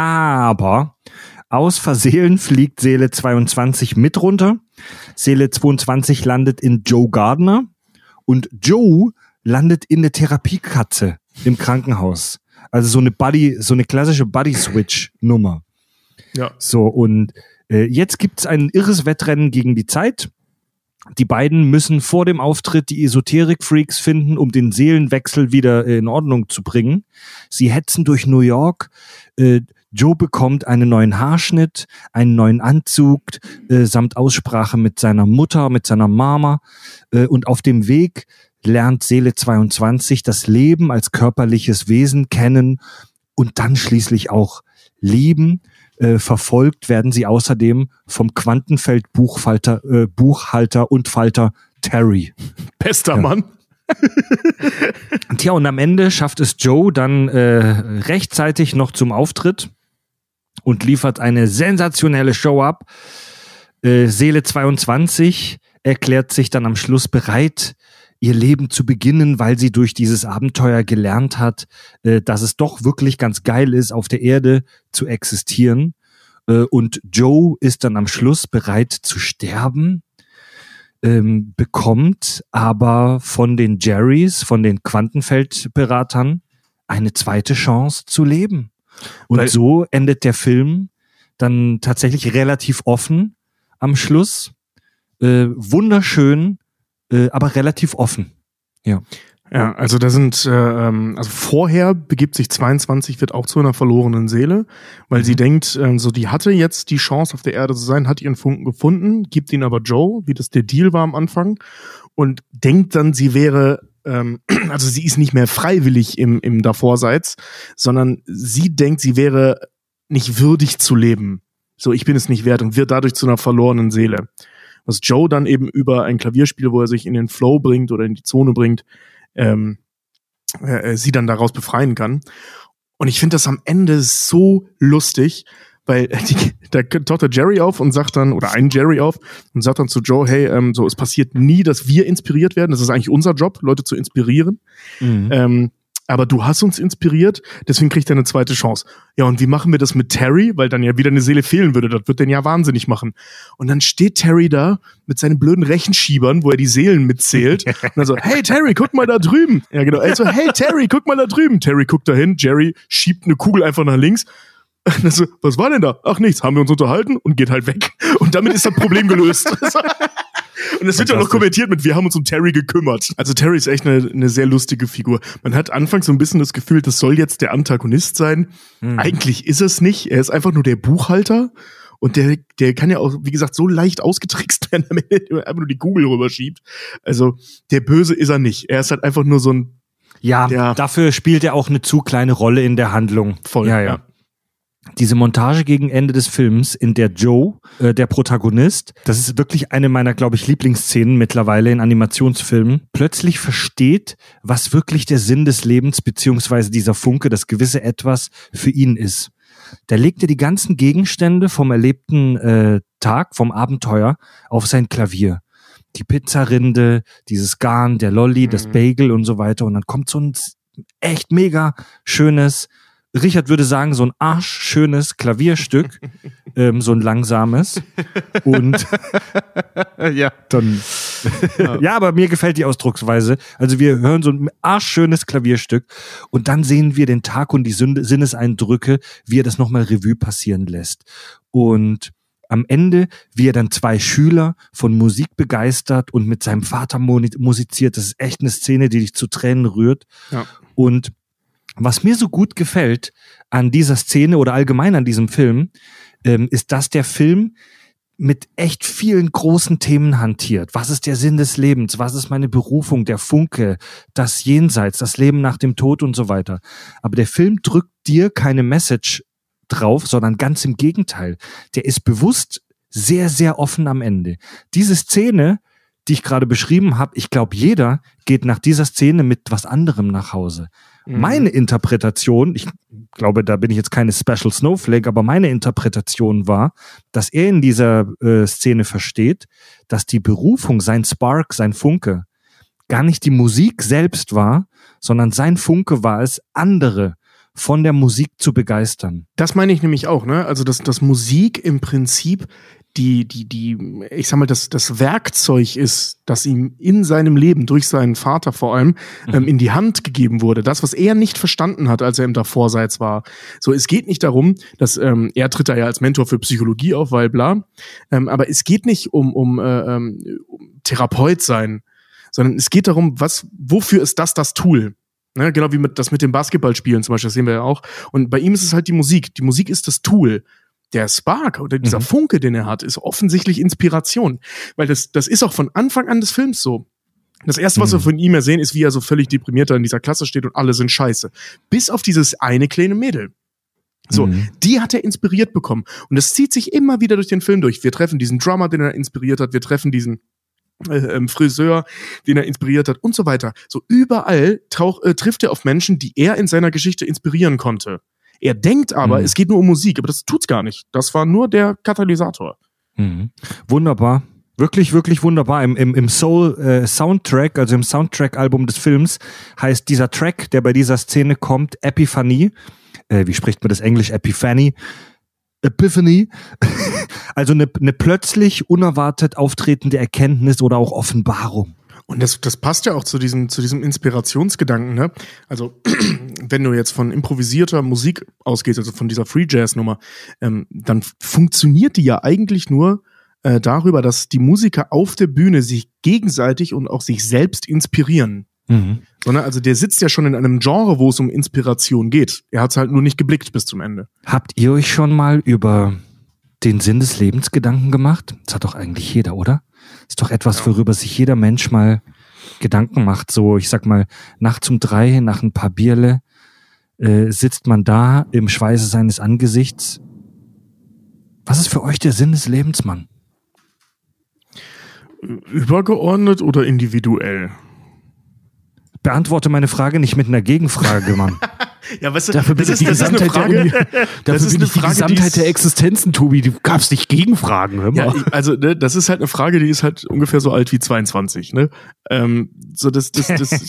Aber aus Versehen fliegt Seele zweiundzwanzig mit runter. Seele zweiundzwanzig landet in Joe Gardner. Und Joe landet in der Therapiekatze im Krankenhaus. Also so eine Buddy, so eine klassische Buddy-Switch-Nummer. Ja. So, und äh, jetzt gibt's ein irres Wettrennen gegen die Zeit. Die beiden müssen vor dem Auftritt die Esoterik-Freaks finden, um den Seelenwechsel wieder in Ordnung zu bringen. Sie hetzen durch New York. Äh, Joe bekommt einen neuen Haarschnitt, einen neuen Anzug, äh, samt Aussprache mit seiner Mutter, mit seiner Mama. Äh, und auf dem Weg lernt Seele zweiundzwanzig das Leben als körperliches Wesen kennen und dann schließlich auch lieben. Äh, verfolgt werden sie außerdem vom Quantenfeld-Buchhalter äh, Buchhalter und Falter Terry. Bester Ja. Mann. Tja, und am Ende schafft es Joe dann äh, rechtzeitig noch zum Auftritt und liefert eine sensationelle Show ab. Äh, Seele zweiundzwanzig erklärt sich dann am Schluss bereit, ihr Leben zu beginnen, weil sie durch dieses Abenteuer gelernt hat, äh, dass es doch wirklich ganz geil ist, auf der Erde zu existieren. Äh, und Joe ist dann am Schluss bereit zu sterben, ähm, bekommt aber von den Jerrys, von den Quantenfeldberatern, eine zweite Chance zu leben. Und Weil- so endet der Film dann tatsächlich relativ offen am Schluss. Äh, wunderschön, äh, aber relativ offen. Ja. Ja, also da sind, äh, also vorher begibt sich zweiundzwanzig, wird auch zu einer verlorenen Seele, weil sie denkt, äh, so die hatte jetzt die Chance auf der Erde zu sein, hat ihren Funken gefunden, gibt ihn aber Joe, wie das der Deal war am Anfang, und denkt dann, sie wäre, ähm, also sie ist nicht mehr freiwillig im, im Davorseits, sondern sie denkt, sie wäre nicht würdig zu leben. So, ich bin es nicht wert, und wird dadurch zu einer verlorenen Seele. Was Joe dann eben über ein Klavierspiel, wo er sich in den Flow bringt oder in die Zone bringt, ähm, äh, sie dann daraus befreien kann. Und ich finde das am Ende so lustig, weil die, da taucht der Jerry auf und sagt dann, oder ein Jerry auf und sagt dann zu Joe, hey, ähm, so, es passiert nie, dass wir inspiriert werden. Das ist eigentlich unser Job, Leute zu inspirieren. Mhm. Ähm, aber du hast uns inspiriert, deswegen kriegt er eine zweite Chance. Ja, und wie machen wir das mit Terry? Weil dann ja wieder eine Seele fehlen würde. Das wird den ja wahnsinnig machen. Und dann steht Terry da mit seinen blöden Rechenschiebern, wo er die Seelen mitzählt. Und dann so, hey Terry, guck mal da drüben. Ja, genau. Also, hey Terry, guck mal da drüben. Terry guckt da hin, Jerry schiebt eine Kugel einfach nach links. Und dann so, was war denn da? Ach nichts, haben wir uns unterhalten und geht halt weg. Und damit ist das Problem gelöst. Und es wird ja noch kommentiert mit, wir haben uns um Terry gekümmert. Also Terry ist echt eine, eine sehr lustige Figur. Man hat anfangs so ein bisschen das Gefühl, das soll jetzt der Antagonist sein. Mhm. Eigentlich ist es nicht. Er ist einfach nur der Buchhalter. Und der, der kann ja auch, wie gesagt, so leicht ausgetrickst werden, damit er einfach nur die Kugel rüberschiebt. Also der Böse ist er nicht. Er ist halt einfach nur so ein... Ja, der, dafür spielt er auch eine zu kleine Rolle in der Handlung. Voll, ja, ja. ja. Diese Montage gegen Ende des Films, in der Joe, äh, der Protagonist, das ist wirklich eine meiner, glaube ich, Lieblingsszenen mittlerweile in Animationsfilmen, plötzlich versteht, was wirklich der Sinn des Lebens beziehungsweise dieser Funke, das gewisse Etwas für ihn ist. Da legt er die ganzen Gegenstände vom erlebten äh, Tag, vom Abenteuer, auf sein Klavier. Die Pizzarinde, dieses Garn, der Lolli, mhm. das Bagel und so weiter. Und dann kommt so ein echt mega schönes, Richard würde sagen, so ein arschschönes Klavierstück, ähm, so ein langsames. Und ja, dann ja. ja, aber mir gefällt die Ausdrucksweise. Also wir hören so ein arschschönes Klavierstück und dann sehen wir den Tag und die Sinneseindrücke, wie er das nochmal Revue passieren lässt. Und am Ende, wie er dann zwei Schüler von Musik begeistert und mit seinem Vater musiziert. Das ist echt eine Szene, die dich zu Tränen rührt. Ja. Und was mir so gut gefällt an dieser Szene oder allgemein an diesem Film, ähm, ist, dass der Film mit echt vielen großen Themen hantiert. Was ist der Sinn des Lebens? Was ist meine Berufung? Der Funke, das Jenseits, das Leben nach dem Tod und so weiter. Aber der Film drückt dir keine Message drauf, sondern ganz im Gegenteil. Der ist bewusst sehr, sehr offen am Ende. Diese Szene, die ich gerade beschrieben habe, ich glaube, jeder geht nach dieser Szene mit was anderem nach Hause. Mhm. Meine Interpretation, ich glaube, da bin ich jetzt keine Special Snowflake, aber meine Interpretation war, dass er in dieser äh, Szene versteht, dass die Berufung, sein Spark, sein Funke, gar nicht die Musik selbst war, sondern sein Funke war es, andere von der Musik zu begeistern. Das meine ich nämlich auch, ne? Also, dass, dass Musik im Prinzip die, die, die, ich sag mal, das, das Werkzeug ist, das ihm in seinem Leben, durch seinen Vater vor allem, mhm. ähm, in die Hand gegeben wurde. Das, was er nicht verstanden hat, als er im Davorseits war. So, es geht nicht darum, dass, ähm, er tritt da ja als Mentor für Psychologie auf, weil bla, ähm, aber es geht nicht um, um, äh, um Therapeut sein, sondern es geht darum, was, wofür ist das das Tool? Ne, genau wie mit, das mit dem Basketballspielen zum Beispiel, das sehen wir ja auch. Und bei ihm ist es halt die Musik. Die Musik ist das Tool. Der Spark oder dieser mhm. Funke, den er hat, ist offensichtlich Inspiration. Weil das, das ist auch von Anfang an des Films so. Das erste, was Mhm. wir von ihm ja sehen, ist, wie er so völlig deprimiert da in dieser Klasse steht und alle sind scheiße. Bis auf dieses eine kleine Mädel. So, Mhm. die hat er inspiriert bekommen. Und das zieht sich immer wieder durch den Film durch. Wir treffen diesen Drummer, den er inspiriert hat. Wir treffen diesen äh, ähm, Friseur, den er inspiriert hat und so weiter. So überall tauch, äh, trifft er auf Menschen, die er in seiner Geschichte inspirieren konnte. Er denkt aber, Mhm. es geht nur um Musik, aber das tut's gar nicht. Das war nur der Katalysator. Mhm. Wunderbar. Wirklich, wirklich wunderbar. Im, im, im Soul äh, Soundtrack, also im Soundtrack-Album des Films, heißt dieser Track, der bei dieser Szene kommt, Epiphanie. Äh, wie spricht man das Englisch? Epiphany. Epiphany. Also eine, eine plötzlich unerwartet auftretende Erkenntnis oder auch Offenbarung. Und das, das passt ja auch zu diesem, zu diesem Inspirationsgedanken, ne? Also, wenn du jetzt von improvisierter Musik ausgehst, also von dieser Free Jazz Nummer, ähm, dann funktioniert die ja eigentlich nur äh, darüber, dass die Musiker auf der Bühne sich gegenseitig und auch sich selbst inspirieren. Mhm. Sondern, also der sitzt ja schon in einem Genre, wo es um Inspiration geht. Er hat es halt nur nicht geblickt bis zum Ende. Habt ihr euch schon mal über den Sinn des Lebens Gedanken gemacht? Das hat doch eigentlich jeder, oder? Das ist doch etwas, Ja. worüber sich jeder Mensch mal Gedanken macht. So, ich sag mal, nachts um drei, nach ein paar Bierle, äh, sitzt man da im Schweiße seines Angesichts. Was ist für euch der Sinn des Lebens, Mann? Übergeordnet oder individuell? Beantworte meine Frage nicht mit einer Gegenfrage, Mann. Ja, weißt du, Dafür bin das ich ist, die das ist eine Gesamtheit der Frage. Uni- Das Dafür ist bin eine ich die Frage, die Gesamtheit ist- der Existenzen, Tobi. Du darfst nicht gegenfragen, hör mal. Ja, ich- also ne, das ist halt eine Frage, die ist halt ungefähr so alt wie zweiundzwanzig. Ne? Ähm, so das, das, das.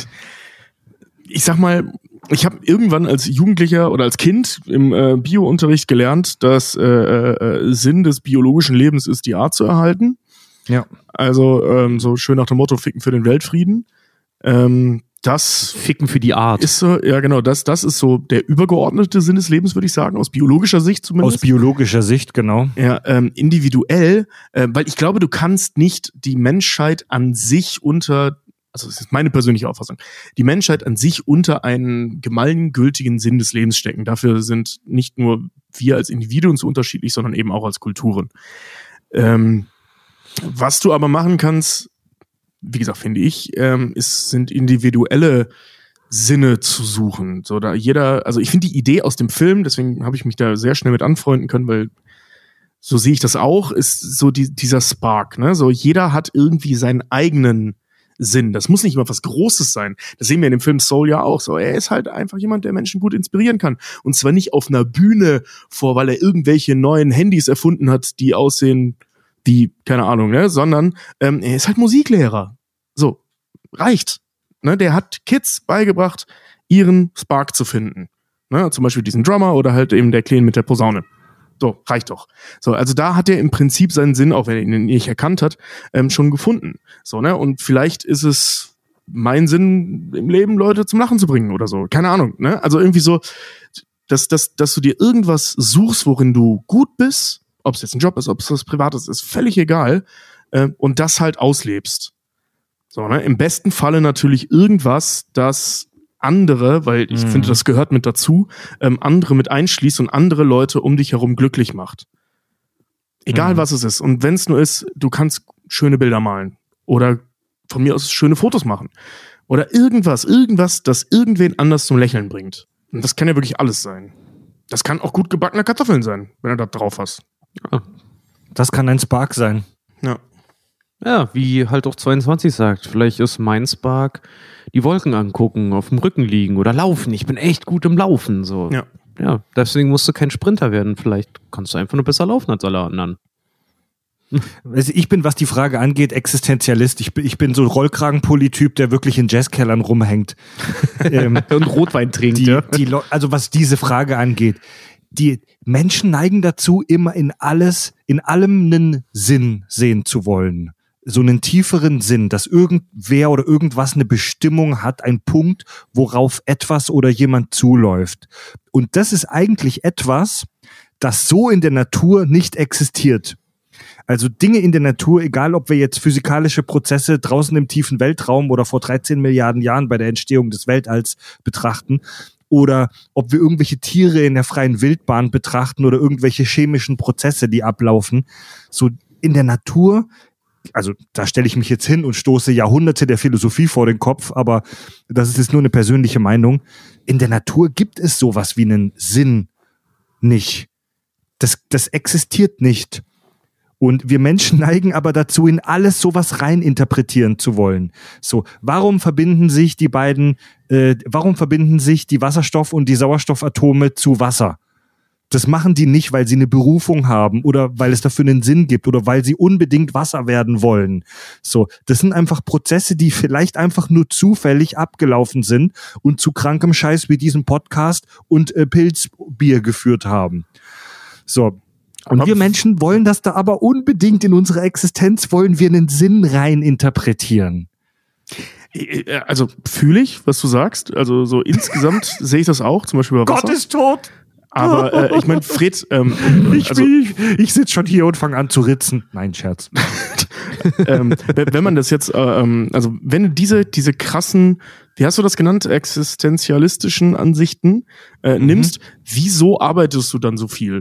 Ich sag mal, ich habe irgendwann als Jugendlicher oder als Kind im äh, Bio-Unterricht gelernt, dass äh, äh, Sinn des biologischen Lebens ist, die Art zu erhalten. Ja. Also ähm, so schön nach dem Motto Ficken für den Weltfrieden. Ähm, das Ficken für die Art. ist so, ja genau, das, das ist so der übergeordnete Sinn des Lebens, würde ich sagen, aus biologischer Sicht zumindest. Aus biologischer Sicht, genau. Ja, ähm, individuell, äh, weil ich glaube, du kannst nicht die Menschheit an sich unter, also das ist meine persönliche Auffassung, die Menschheit an sich unter einen gemeingültigen Sinn des Lebens stecken. Dafür sind nicht nur wir als Individuen so unterschiedlich, sondern eben auch als Kulturen. Ähm, was du aber machen kannst, wie gesagt, finde ich, ähm, ist, sind individuelle Sinne zu suchen. So, da jeder, also ich finde die Idee aus dem Film, deswegen habe ich mich da sehr schnell mit anfreunden können, weil so sehe ich das auch, ist so die, dieser Spark, ne? So jeder hat irgendwie seinen eigenen Sinn. Das muss nicht immer was Großes sein. Das sehen wir in dem Film Soul ja auch so. Er ist halt einfach jemand, der Menschen gut inspirieren kann. Und zwar nicht auf einer Bühne vor, weil er irgendwelche neuen Handys erfunden hat, die aussehen wie, keine Ahnung, ne? Sondern ähm, er ist halt Musiklehrer. So, reicht. Ne? Der hat Kids beigebracht, ihren Spark zu finden. Ne? Zum Beispiel diesen Drummer oder halt eben der Kleine mit der Posaune. So, reicht doch. So, also da hat er im Prinzip seinen Sinn, auch wenn er ihn nicht erkannt hat, ähm, schon gefunden. So, ne? Und vielleicht ist es mein Sinn im Leben, Leute zum Lachen zu bringen oder so. Keine Ahnung, ne? Also irgendwie so, dass, dass, dass du dir irgendwas suchst, worin du gut bist, ob es jetzt ein Job ist, ob es was Privates ist, völlig egal, äh, und das halt auslebst. So, ne? Im besten Falle natürlich irgendwas, das andere, weil ich Mhm. finde, das gehört mit dazu, ähm, andere mit einschließt und andere Leute um dich herum glücklich macht. Egal Mhm. was es ist. Und wenn es nur ist, du kannst schöne Bilder malen oder von mir aus schöne Fotos machen oder irgendwas, irgendwas, das irgendwen anders zum Lächeln bringt. Und das kann ja wirklich alles sein. Das kann auch gut gebackene Kartoffeln sein, wenn du da drauf hast. Das kann ein Spark sein. Ja. Ja, wie halt auch zweiundzwanzig sagt. Vielleicht ist mein Spark die Wolken angucken, auf dem Rücken liegen oder laufen. Ich bin echt gut im Laufen. So. Ja. Ja, deswegen musst du kein Sprinter werden. Vielleicht kannst du einfach nur besser laufen als alle anderen. Also ich bin, was die Frage angeht, Existenzialist. Ich bin, ich bin so ein Rollkragenpulli-Typ, der wirklich in Jazzkellern rumhängt. ähm, Und Rotwein trinkt, die, ja. die, Leu- also was diese Frage angeht, die Menschen neigen dazu, immer in alles, in allem einen Sinn sehen zu wollen. So einen tieferen Sinn, dass irgendwer oder irgendwas eine Bestimmung hat, ein Punkt, worauf etwas oder jemand zuläuft. Und das ist eigentlich etwas, das so in der Natur nicht existiert. Also Dinge in der Natur, egal ob wir jetzt physikalische Prozesse draußen im tiefen Weltraum oder vor dreizehn Milliarden Jahren bei der Entstehung des Weltalls betrachten, oder ob wir irgendwelche Tiere in der freien Wildbahn betrachten oder irgendwelche chemischen Prozesse, die ablaufen. So in der Natur also da stelle ich mich jetzt hin und stoße Jahrhunderte der Philosophie vor den Kopf, aber das ist jetzt nur eine persönliche Meinung. In der Natur gibt es sowas wie einen Sinn nicht. Das, das existiert nicht. Und wir Menschen neigen aber dazu, in alles sowas rein interpretieren zu wollen. So, warum verbinden sich die beiden, äh, warum verbinden sich die Wasserstoff- und die Sauerstoffatome zu Wasser? Das machen die nicht, weil sie eine Berufung haben oder weil es dafür einen Sinn gibt oder weil sie unbedingt Wasser werden wollen. So, das sind einfach Prozesse, die vielleicht einfach nur zufällig abgelaufen sind und zu krankem Scheiß wie diesem Podcast und äh, Pilzbier geführt haben. So. Und wir Menschen wollen das da aber unbedingt in unserer Existenz, wollen wir einen Sinn rein interpretieren. Also fühle ich, was du sagst. Also so insgesamt sehe ich das auch, zum Beispiel bei Wasser. Gott ist tot! Aber äh, ich meine, Fred, ähm, ich, also, ich, ich sitze schon hier und fange an zu ritzen. Nein, Scherz. ähm, wenn man das jetzt, äh, ähm, also wenn du diese, diese krassen, wie hast du das genannt, existenzialistischen Ansichten äh, mhm. nimmst, wieso arbeitest du dann so viel?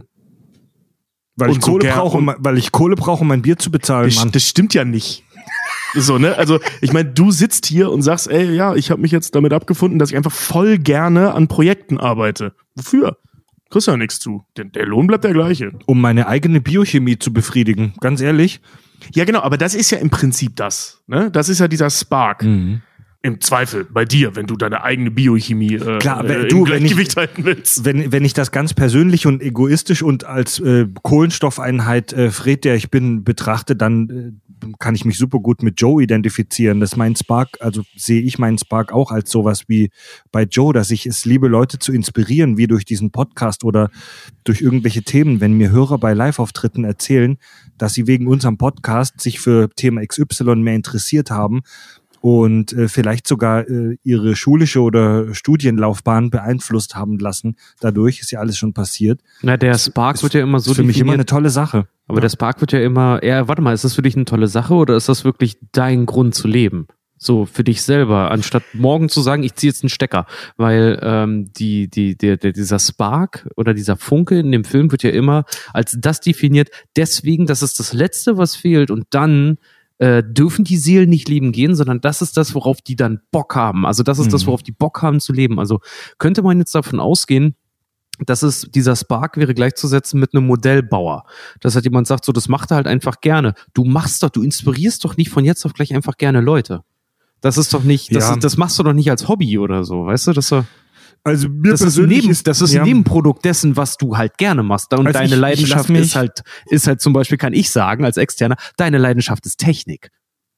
Weil ich, Kohle so brauche, um, weil ich Kohle brauche, um mein Bier zu bezahlen, das, Mann. Das stimmt ja nicht. So, ne? Also, ich meine, du sitzt hier und sagst, ey, ja, ich habe mich jetzt damit abgefunden, dass ich einfach voll gerne an Projekten arbeite. Wofür? Kriegst ja nichts zu. Denn der Lohn bleibt der gleiche. Um meine eigene Biochemie zu befriedigen, ganz ehrlich. Ja, genau, aber das ist ja im Prinzip das. Ne? Das ist ja dieser Spark. Mhm. Im Zweifel bei dir, wenn du deine eigene Biochemie äh, Klar, äh, du, im Gleichgewicht ich, halten willst. Wenn, wenn ich das ganz persönlich und egoistisch und als äh, Kohlenstoffeinheit äh, Fred, der ich bin, betrachte, dann äh, kann ich mich super gut mit Joe identifizieren. Das ist mein Spark, also sehe ich meinen Spark auch als sowas wie bei Joe, dass ich es liebe, Leute zu inspirieren, wie durch diesen Podcast oder durch irgendwelche Themen, wenn mir Hörer bei Live-Auftritten erzählen, dass sie wegen unserem Podcast sich für Thema X Y mehr interessiert haben und äh, vielleicht sogar äh, ihre schulische oder Studienlaufbahn beeinflusst haben lassen. Dadurch ist ja alles schon passiert. Na, der Spark das wird ja immer so für mich immer eine tolle Sache. Aber ja. Der Spark wird ja immer, eher, warte mal, ist das für dich eine tolle Sache oder ist das wirklich dein Grund zu leben? So, für dich selber, anstatt morgen zu sagen, ich ziehe jetzt einen Stecker. Weil ähm, die, die, der, der, dieser Spark oder dieser Funke in dem Film wird ja immer als das definiert, deswegen, das ist das Letzte, was fehlt und dann Äh, dürfen die Seelen nicht leben gehen, sondern das ist das, worauf die dann Bock haben. Also das ist mhm. das, worauf die Bock haben zu leben. Also könnte man jetzt davon ausgehen, dass es dieser Spark wäre gleichzusetzen mit einem Modellbauer. Dass halt jemand sagt, so das macht er halt einfach gerne. Du machst doch, du inspirierst doch nicht von jetzt auf gleich einfach gerne Leute. Das ist doch nicht, das, ja. ist, das machst du doch nicht als Hobby oder so, weißt du, dass du Also mir das ist, neben, ist das ist ja. ein Nebenprodukt dessen, was du halt gerne machst. Und also deine ich, Leidenschaft ich ist halt, ist halt zum Beispiel, kann ich sagen, als Externer, deine Leidenschaft ist Technik.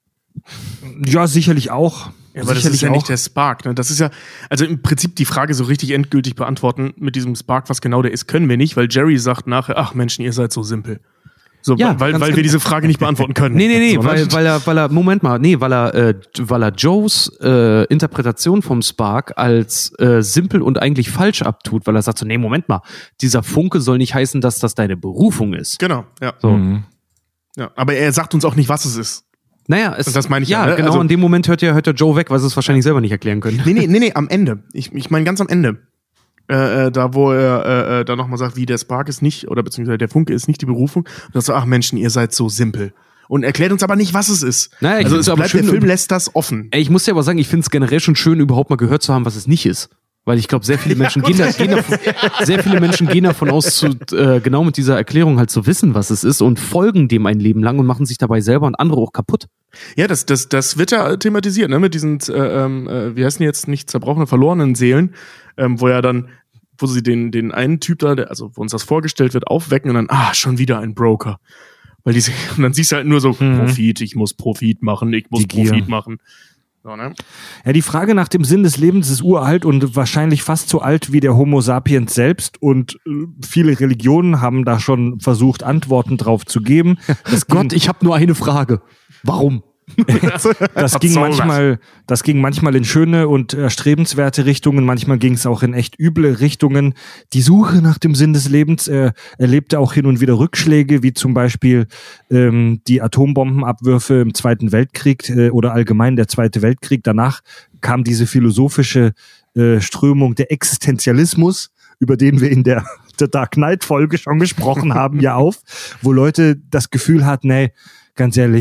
Ja, sicherlich auch. Ja, aber das ist ja auch nicht der Spark. Ne? Das ist ja, also im Prinzip die Frage so richtig endgültig beantworten mit diesem Spark, was genau der ist, können wir nicht, weil Jerry sagt nachher, ach Menschen, ihr seid so simpel. So, ja, weil, weil wir diese Frage nicht beantworten können. Nee, nee, nee, so, weil, weil er, weil er, Moment mal, nee, weil er, äh, weil er Joes äh, Interpretation vom Spark als äh, simpel und eigentlich falsch abtut, weil er sagt so, nee, Moment mal, dieser Funke soll nicht heißen, dass das deine Berufung ist. Genau, ja. So. Mhm. Ja, aber er sagt uns auch nicht, was es ist. Naja, es, und das meine ich ja, ja, ne? genau, also, in dem Moment hört ja, hört ja Joe weg, weil sie es wahrscheinlich selber nicht erklären können. Nee, nee, nee, nee, am Ende. Ich, ich meine ganz am Ende. Äh, äh, da wo er äh, da nochmal sagt, wie der Spark ist nicht, oder beziehungsweise der Funke ist nicht die Berufung. Und dann so, ach Menschen, ihr seid so simpel. Und erklärt uns aber nicht, was es ist. Naja, also es aber bleibt, schön, der Film lässt das offen. Ey, ich muss dir aber sagen, ich finde es generell schon schön, überhaupt mal gehört zu haben, was es nicht ist. Weil ich glaube, sehr viele Menschen ja, gehen, da, gehen davon, sehr viele Menschen gehen davon aus, zu, äh, genau mit dieser Erklärung halt zu wissen, was es ist und folgen dem ein Leben lang und machen sich dabei selber und andere auch kaputt. Ja, das, das, das wird ja thematisiert, ne, mit diesen, äh, äh, wie heißen die jetzt, nicht zerbrochene, verlorenen Seelen, ähm, wo ja dann, wo sie den, den einen Typ da, der, also wo uns das vorgestellt wird, aufwecken und dann, ah, schon wieder ein Broker. Weil diese, und dann siehst du halt nur so, mhm. Profit, ich muss Profit machen, ich muss die Profit Gier. machen. So, ne? Ja, die Frage nach dem Sinn des Lebens ist uralt und wahrscheinlich fast so alt wie der Homo sapiens selbst und äh, viele Religionen haben da schon versucht, Antworten drauf zu geben. Das Gott, ich habe nur eine Frage. Warum? Das ging manchmal, das ging manchmal in schöne und erstrebenswerte Richtungen, manchmal ging es auch in echt üble Richtungen. Die Suche nach dem Sinn des Lebens äh, erlebte auch hin und wieder Rückschläge, wie zum Beispiel ähm, die Atombombenabwürfe im Zweiten Weltkrieg äh, oder allgemein der Zweite Weltkrieg. Danach kam diese philosophische äh, Strömung der Existenzialismus, über den wir in der, der Dark Knight-Folge schon gesprochen haben, ja auf, wo Leute das Gefühl hatten, nee, ganz ehrlich,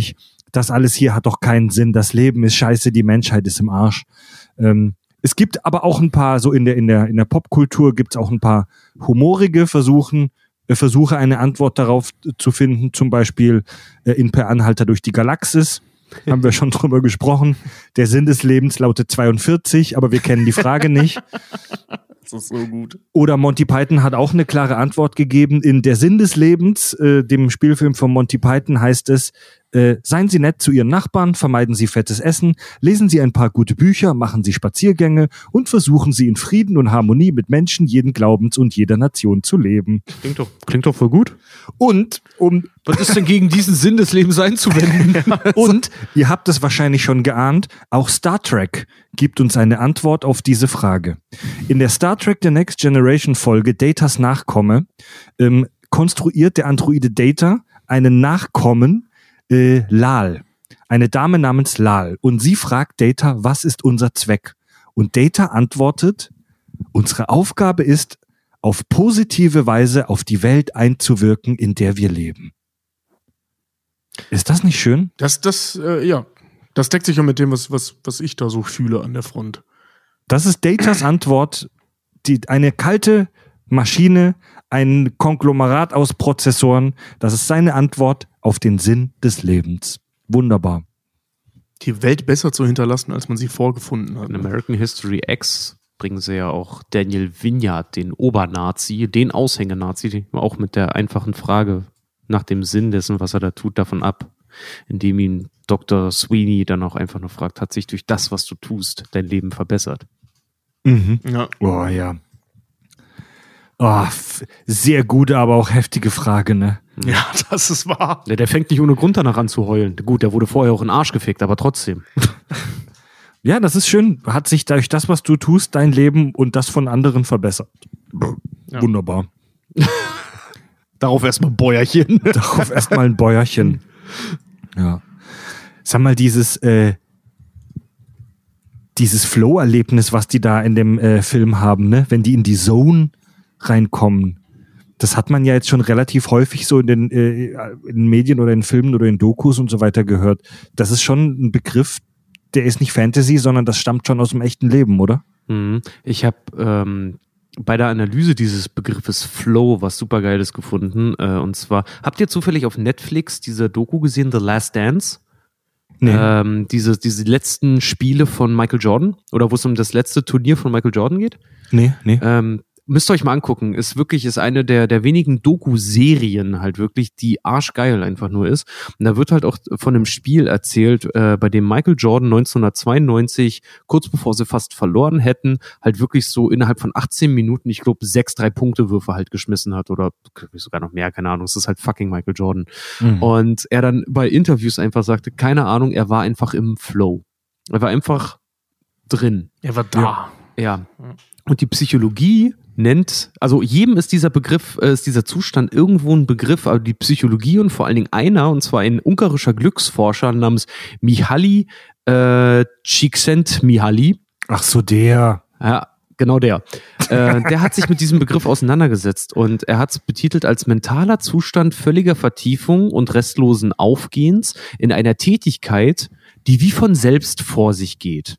das alles hier hat doch keinen Sinn, das Leben ist scheiße, die Menschheit ist im Arsch. Ähm, es gibt aber auch ein paar, so in der, in der, in der Popkultur gibt es auch ein paar humorige Versuchen, äh, Versuche, eine Antwort darauf zu finden, zum Beispiel äh, in Per Anhalter durch die Galaxis. Haben wir schon drüber gesprochen. Der Sinn des Lebens lautet zweiundvierzig, aber wir kennen die Frage nicht. Das ist so gut. Oder Monty Python hat auch eine klare Antwort gegeben. In Der Sinn des Lebens, äh, dem Spielfilm von Monty Python, heißt es, äh, seien Sie nett zu Ihren Nachbarn, vermeiden Sie fettes Essen, lesen Sie ein paar gute Bücher, machen Sie Spaziergänge und versuchen Sie in Frieden und Harmonie mit Menschen jeden Glaubens und jeder Nation zu leben. Klingt doch, klingt doch voll gut. Und um Was ist denn gegen diesen Sinn des Lebens einzuwenden? Und, ihr habt es wahrscheinlich schon geahnt, auch Star Trek gibt uns eine Antwort auf diese Frage. In der Star Trek The Next Generation Folge Datas Nachkomme ähm, konstruiert der Androide Data einen Nachkommen, äh, Lal. Eine Dame namens Lal. Und sie fragt Data, was ist unser Zweck? Und Data antwortet, unsere Aufgabe ist, auf positive Weise auf die Welt einzuwirken, in der wir leben. Ist das nicht schön? Das, das, äh, ja. Das deckt sich ja mit dem, was, was, was ich da so fühle an der Front. Das ist Datas Antwort, die, eine kalte Maschine, ein Konglomerat aus Prozessoren. Das ist seine Antwort auf den Sinn des Lebens. Wunderbar. Die Welt besser zu hinterlassen, als man sie vorgefunden hat. In American History X bringen sie ja auch Daniel Vinyard, den Obernazi, den Aushängenazi, den auch mit der einfachen Frage nach dem Sinn dessen, was er da tut, davon ab, indem ihn Doktor Sweeney dann auch einfach nur fragt, hat sich durch das, was du tust, dein Leben verbessert? Mhm. Ja. Oh ja. Oh, f- sehr gute, aber auch heftige Frage, ne? Ja, das ist wahr. Der, der fängt nicht ohne Grund danach an zu heulen. Gut, der wurde vorher auch in den Arsch gefickt, aber trotzdem. Ja, das ist schön. Hat sich durch das, was du tust, dein Leben und das von anderen verbessert. Ja. Wunderbar. Darauf erstmal ein Bäuerchen. Darauf erstmal ein Bäuerchen. Ja. Sag mal, dieses, äh, dieses Flow-Erlebnis, was die da in dem äh, Film haben, ne? Wenn die in die Zone reinkommen. Das hat man ja jetzt schon relativ häufig so in den, äh, in den Medien oder in Filmen oder in Dokus und so weiter gehört. Das ist schon ein Begriff, der ist nicht Fantasy, sondern das stammt schon aus dem echten Leben, oder? Mhm. Ich habe ähm, bei der Analyse dieses Begriffes Flow was Supergeiles gefunden. Äh, und zwar, habt ihr zufällig auf Netflix diese Doku gesehen, The Last Dance? Nee. Ähm, diese, diese letzten Spiele von Michael Jordan? Oder wo es um das letzte Turnier von Michael Jordan geht? Nee, nee. Ähm, müsst ihr euch mal angucken. Ist wirklich, ist eine der, der wenigen Doku-Serien halt wirklich, die arschgeil einfach nur ist. Und da wird halt auch von einem Spiel erzählt, äh, bei dem Michael Jordan neunzehnhundertzweiundneunzig, kurz bevor sie fast verloren hätten, halt wirklich so innerhalb von achtzehn Minuten, ich glaube, sechs Drei-Punkte-Würfe halt geschmissen hat oder sogar noch mehr, keine Ahnung. Es ist halt fucking Michael Jordan. Mhm. Und er dann bei Interviews einfach sagte, keine Ahnung, er war einfach im Flow. Er war einfach drin. Er war da. Ja. Und die Psychologie nennt, also jedem ist dieser Begriff, äh, ist dieser Zustand irgendwo ein Begriff, aber die Psychologie und vor allen Dingen einer, und zwar ein ungarischer Glücksforscher namens Mihaly äh, Csikszentmihalyi. Ach so, der. Ja, genau der. äh, der hat sich mit diesem Begriff auseinandergesetzt und er hat es betitelt als mentaler Zustand völliger Vertiefung und restlosen Aufgehens in einer Tätigkeit, die wie von selbst vor sich geht.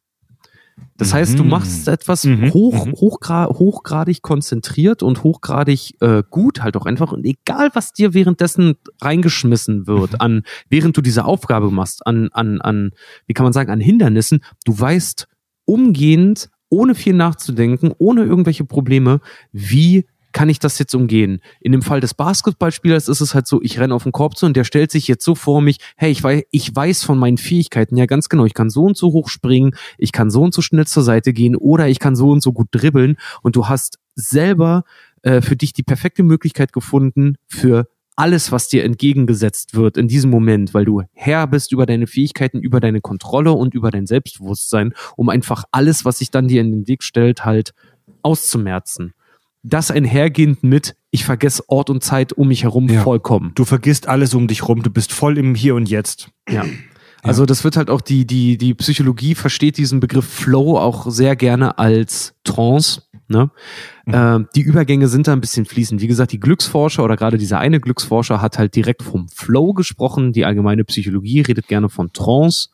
Das heißt, du machst etwas Mhm. hoch, Mhm. hochgra- hochgradig konzentriert und hochgradig äh, gut halt auch einfach. Und egal, was dir währenddessen reingeschmissen wird, an, während du diese Aufgabe machst, an, an, an, wie kann man sagen, an Hindernissen, du weißt umgehend, ohne viel nachzudenken, ohne irgendwelche Probleme, wie kann ich das jetzt umgehen? In dem Fall des Basketballspielers ist es halt so, ich renne auf den Korb zu und der stellt sich jetzt so vor mich, hey, ich weiß, ich weiß von meinen Fähigkeiten ja ganz genau, ich kann so und so hoch springen, ich kann so und so schnell zur Seite gehen oder ich kann so und so gut dribbeln und du hast selber äh, für dich die perfekte Möglichkeit gefunden für alles, was dir entgegengesetzt wird in diesem Moment, weil du Herr bist über deine Fähigkeiten, über deine Kontrolle und über dein Selbstbewusstsein, um einfach alles, was sich dann dir in den Weg stellt, halt auszumerzen. Das einhergehend mit, ich vergesse Ort und Zeit um mich herum Ja. vollkommen. Du vergisst alles um dich rum, du bist voll im Hier und Jetzt. Ja. Also das wird halt auch, die, die, die Psychologie versteht diesen Begriff Flow auch sehr gerne als Trance. Ne? Mhm. Äh, die Übergänge sind da ein bisschen fließend. Wie gesagt, die Glücksforscher oder gerade dieser eine Glücksforscher hat halt direkt vom Flow gesprochen. Die allgemeine Psychologie redet gerne von Trance.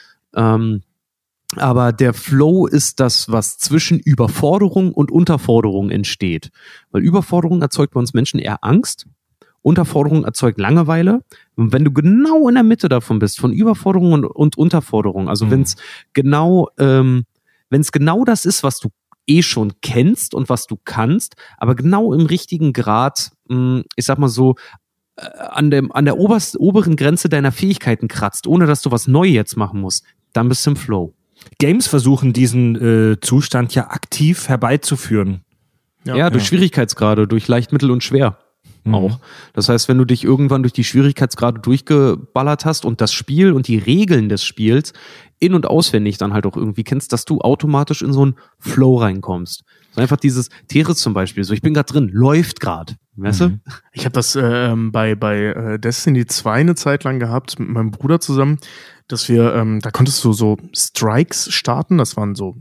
Ähm, aber der Flow ist das, was zwischen Überforderung und Unterforderung entsteht. Weil Überforderung erzeugt bei uns Menschen eher Angst. Unterforderung erzeugt Langeweile. Und wenn du genau in der Mitte davon bist, von Überforderung und, und Unterforderung, also mhm. wenn es genau, ähm, wenn es genau das ist, was du eh schon kennst und was du kannst, aber genau im richtigen Grad, mh, ich sag mal so, äh, an dem, an der oberst, oberen Grenze deiner Fähigkeiten kratzt, ohne dass du was neu jetzt machen musst, dann bist du im Flow. Games versuchen diesen äh, Zustand ja aktiv herbeizuführen. Ja, ja durch ja. Schwierigkeitsgrade, durch leicht, mittel und schwer. Auch. Das heißt, wenn du dich irgendwann durch die Schwierigkeitsgrade durchgeballert hast und das Spiel und die Regeln des Spiels in- und auswendig dann halt auch irgendwie kennst, dass du automatisch in so einen Flow reinkommst. So einfach dieses Teres zum Beispiel, so ich bin gerade drin, läuft gerade, weißt mhm. du? Ich habe das ähm, bei, bei äh, Destiny zwei eine Zeit lang gehabt mit meinem Bruder zusammen, dass wir, ähm, da konntest du so Strikes starten, das waren so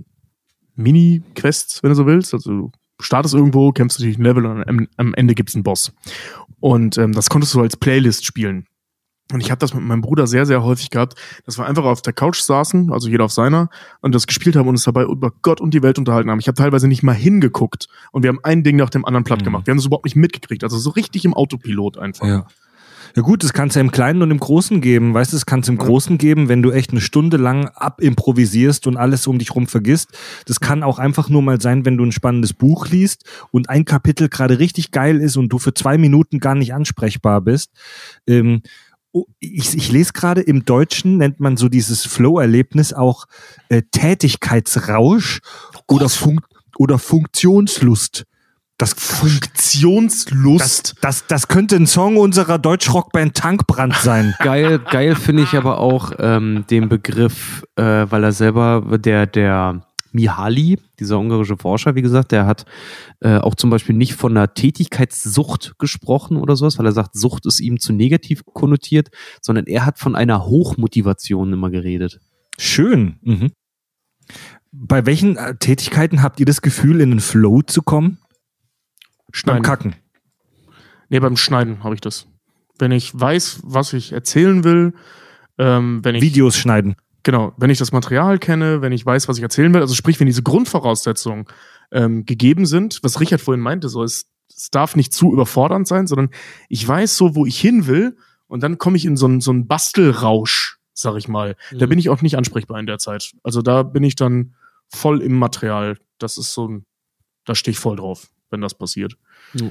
Mini-Quests, wenn du so willst, also du startest irgendwo, kämpfst du dich ein Level und am, am Ende gibt's einen Boss. Und ähm, das konntest du als Playlist spielen. Und ich habe das mit meinem Bruder sehr, sehr häufig gehabt, dass wir einfach auf der Couch saßen, also jeder auf seiner, und das gespielt haben und uns dabei über Gott und die Welt unterhalten haben. Ich habe teilweise nicht mal hingeguckt und wir haben ein Ding nach dem anderen platt gemacht. Mhm. Wir haben das überhaupt nicht mitgekriegt, also so richtig im Autopilot einfach. Ja. Ja gut, das kann es ja im Kleinen und im Großen geben. Weißt du, das kann es im Großen geben, wenn du echt eine Stunde lang abimprovisierst und alles um dich rum vergisst. Das kann auch einfach nur mal sein, wenn du ein spannendes Buch liest und ein Kapitel gerade richtig geil ist und du für zwei Minuten gar nicht ansprechbar bist. Ähm, ich, ich lese gerade, im Deutschen nennt man so dieses Flow-Erlebnis auch äh, Tätigkeitsrausch oh oder, Fun- oder Funktionslust. Das Funktionslust. Das, das, das könnte ein Song unserer Deutschrockband Tankbrand sein. Geil, geil finde ich aber auch ähm, den Begriff, äh, weil er selber, der, der Mihaly, dieser ungarische Forscher, wie gesagt, der hat äh, auch zum Beispiel nicht von einer Tätigkeitssucht gesprochen oder sowas, weil er sagt, Sucht ist ihm zu negativ konnotiert, sondern er hat von einer Hochmotivation immer geredet. Schön. Mhm. Bei welchen äh, Tätigkeiten habt ihr das Gefühl, in den Flow zu kommen? Schneiden. Beim Kacken. Nee, beim Schneiden habe ich das. Wenn ich weiß, was ich erzählen will, ähm, wenn ich... Videos schneiden. Genau, wenn ich das Material kenne, wenn ich weiß, was ich erzählen will, also sprich, wenn diese Grundvoraussetzungen ähm, gegeben sind, was Richard vorhin meinte, so es, es darf nicht zu überfordernd sein, sondern ich weiß so, wo ich hin will und dann komme ich in so einen so einen Bastelrausch, sag ich mal. Mhm. Da bin ich auch nicht ansprechbar in der Zeit. Also da bin ich dann voll im Material. Das ist so ein, da stehe ich voll drauf, wenn das passiert. Ja.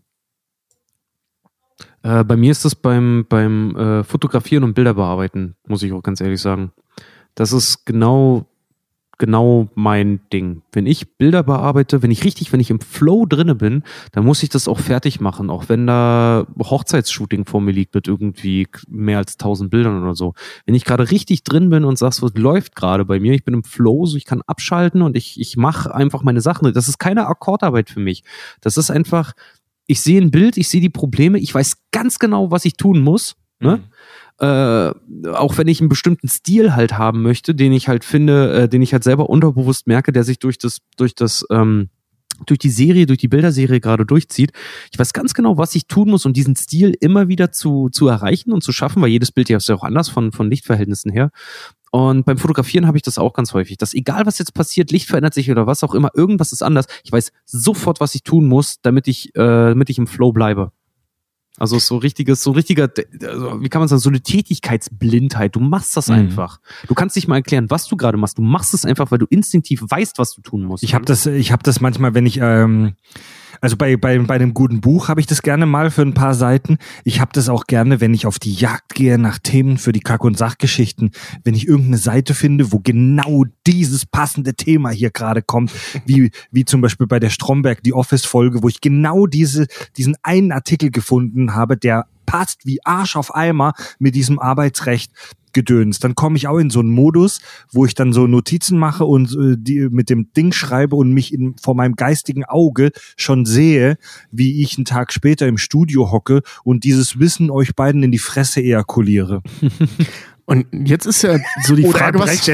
Äh, bei mir ist das beim, beim äh, Fotografieren und Bilder bearbeiten, muss ich auch ganz ehrlich sagen. Das ist genau, genau mein Ding. Wenn ich Bilder bearbeite, wenn ich richtig, wenn ich im Flow drinne bin, dann muss ich das auch fertig machen, auch wenn da Hochzeitsshooting vor mir liegt mit irgendwie mehr als tausend Bildern oder so. Wenn ich gerade richtig drin bin und sagst, was läuft gerade bei mir, ich bin im Flow, so ich kann abschalten und ich, ich mache einfach meine Sachen. Das ist keine Akkordarbeit für mich. Das ist einfach, ich sehe ein Bild, ich sehe die Probleme, ich weiß ganz genau, was ich tun muss, ne? Mhm. Äh, auch wenn ich einen bestimmten Stil halt haben möchte, den ich halt finde, äh, den ich halt selber unterbewusst merke, der sich durch das, durch das, ähm, durch die Serie, durch die Bilderserie gerade durchzieht. Ich weiß ganz genau, was ich tun muss, um diesen Stil immer wieder zu, zu erreichen und zu schaffen, weil jedes Bild ja ist ja auch anders von, von Lichtverhältnissen her. Und beim Fotografieren habe ich das auch ganz häufig, dass egal was jetzt passiert, Licht verändert sich oder was auch immer, irgendwas ist anders. Ich weiß sofort, was ich tun muss, damit ich, äh, damit ich im Flow bleibe. Also so richtiges, so richtiger, also wie kann man sagen, so eine Tätigkeitsblindheit. Du machst das mhm. einfach. Du kannst nicht mal erklären, was du gerade machst. Du machst es einfach, weil du instinktiv weißt, was du tun musst. Ich habe das, ich habe das manchmal, wenn ich ähm Also bei, bei, bei einem guten Buch habe ich das gerne mal für ein paar Seiten. Ich habe das auch gerne, wenn ich auf die Jagd gehe nach Themen für die Kack- und Sachgeschichten. Wenn ich irgendeine Seite finde, wo genau dieses passende Thema hier gerade kommt, wie, wie zum Beispiel bei der Stromberg, die Office-Folge, wo ich genau diese, diesen einen Artikel gefunden habe, der passt wie Arsch auf Eimer mit diesem Arbeitsrecht. Gedöns. Dann komme ich auch in so einen Modus, wo ich dann so Notizen mache und äh, die mit dem Ding schreibe und mich in, vor meinem geistigen Auge schon sehe, wie ich einen Tag später im Studio hocke und dieses Wissen euch beiden in die Fresse ejakuliere. Und jetzt ist ja so die Frage, was,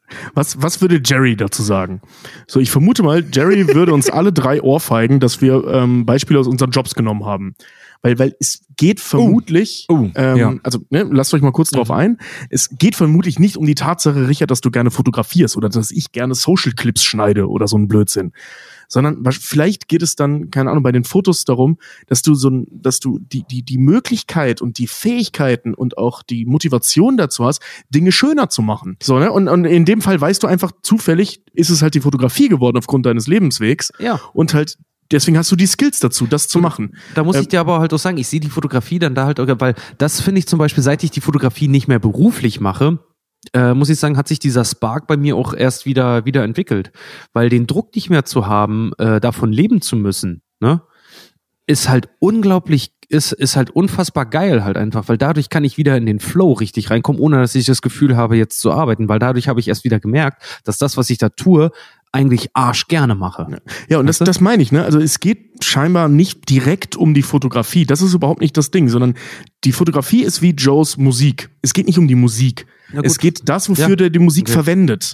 Was, was würde Jerry dazu sagen? So, ich vermute mal, Jerry würde uns alle drei ohrfeigen, dass wir ähm, Beispiele aus unseren Jobs genommen haben. Weil, weil es geht vermutlich, oh, oh, ähm, ja. also ne, lasst euch mal kurz drauf ein, es geht vermutlich nicht um die Tatsache, Richard, dass du gerne fotografierst oder dass ich gerne Social Clips schneide oder so ein Blödsinn. Sondern vielleicht geht es dann, keine Ahnung, bei den Fotos darum, dass du so, dass du die die die Möglichkeit und die Fähigkeiten und auch die Motivation dazu hast, Dinge schöner zu machen. So, ne? Und, und in dem Fall weißt du einfach zufällig, ist es halt die Fotografie geworden aufgrund deines Lebenswegs. Ja. Und halt deswegen hast du die Skills dazu, das zu machen. Da muss ähm, ich dir aber halt auch sagen, ich sehe die Fotografie dann da halt, weil das finde ich zum Beispiel, seit ich die Fotografie nicht mehr beruflich mache, Äh, muss ich sagen, hat sich dieser Spark bei mir auch erst wieder wieder entwickelt, weil den Druck nicht mehr zu haben, äh, davon leben zu müssen, ne, ist halt unglaublich, ist ist halt unfassbar geil halt einfach, weil dadurch kann ich wieder in den Flow richtig reinkommen, ohne dass ich das Gefühl habe, jetzt zu arbeiten, weil dadurch habe ich erst wieder gemerkt, dass das, was ich da tue, eigentlich arsch gerne mache. Ja, und das, das meine ich, ne? Also es geht scheinbar nicht direkt um die Fotografie. Das ist überhaupt nicht das Ding, sondern die Fotografie ist wie Joes Musik. Es geht nicht um die Musik. Es geht das, wofür ja. der die Musik okay. verwendet.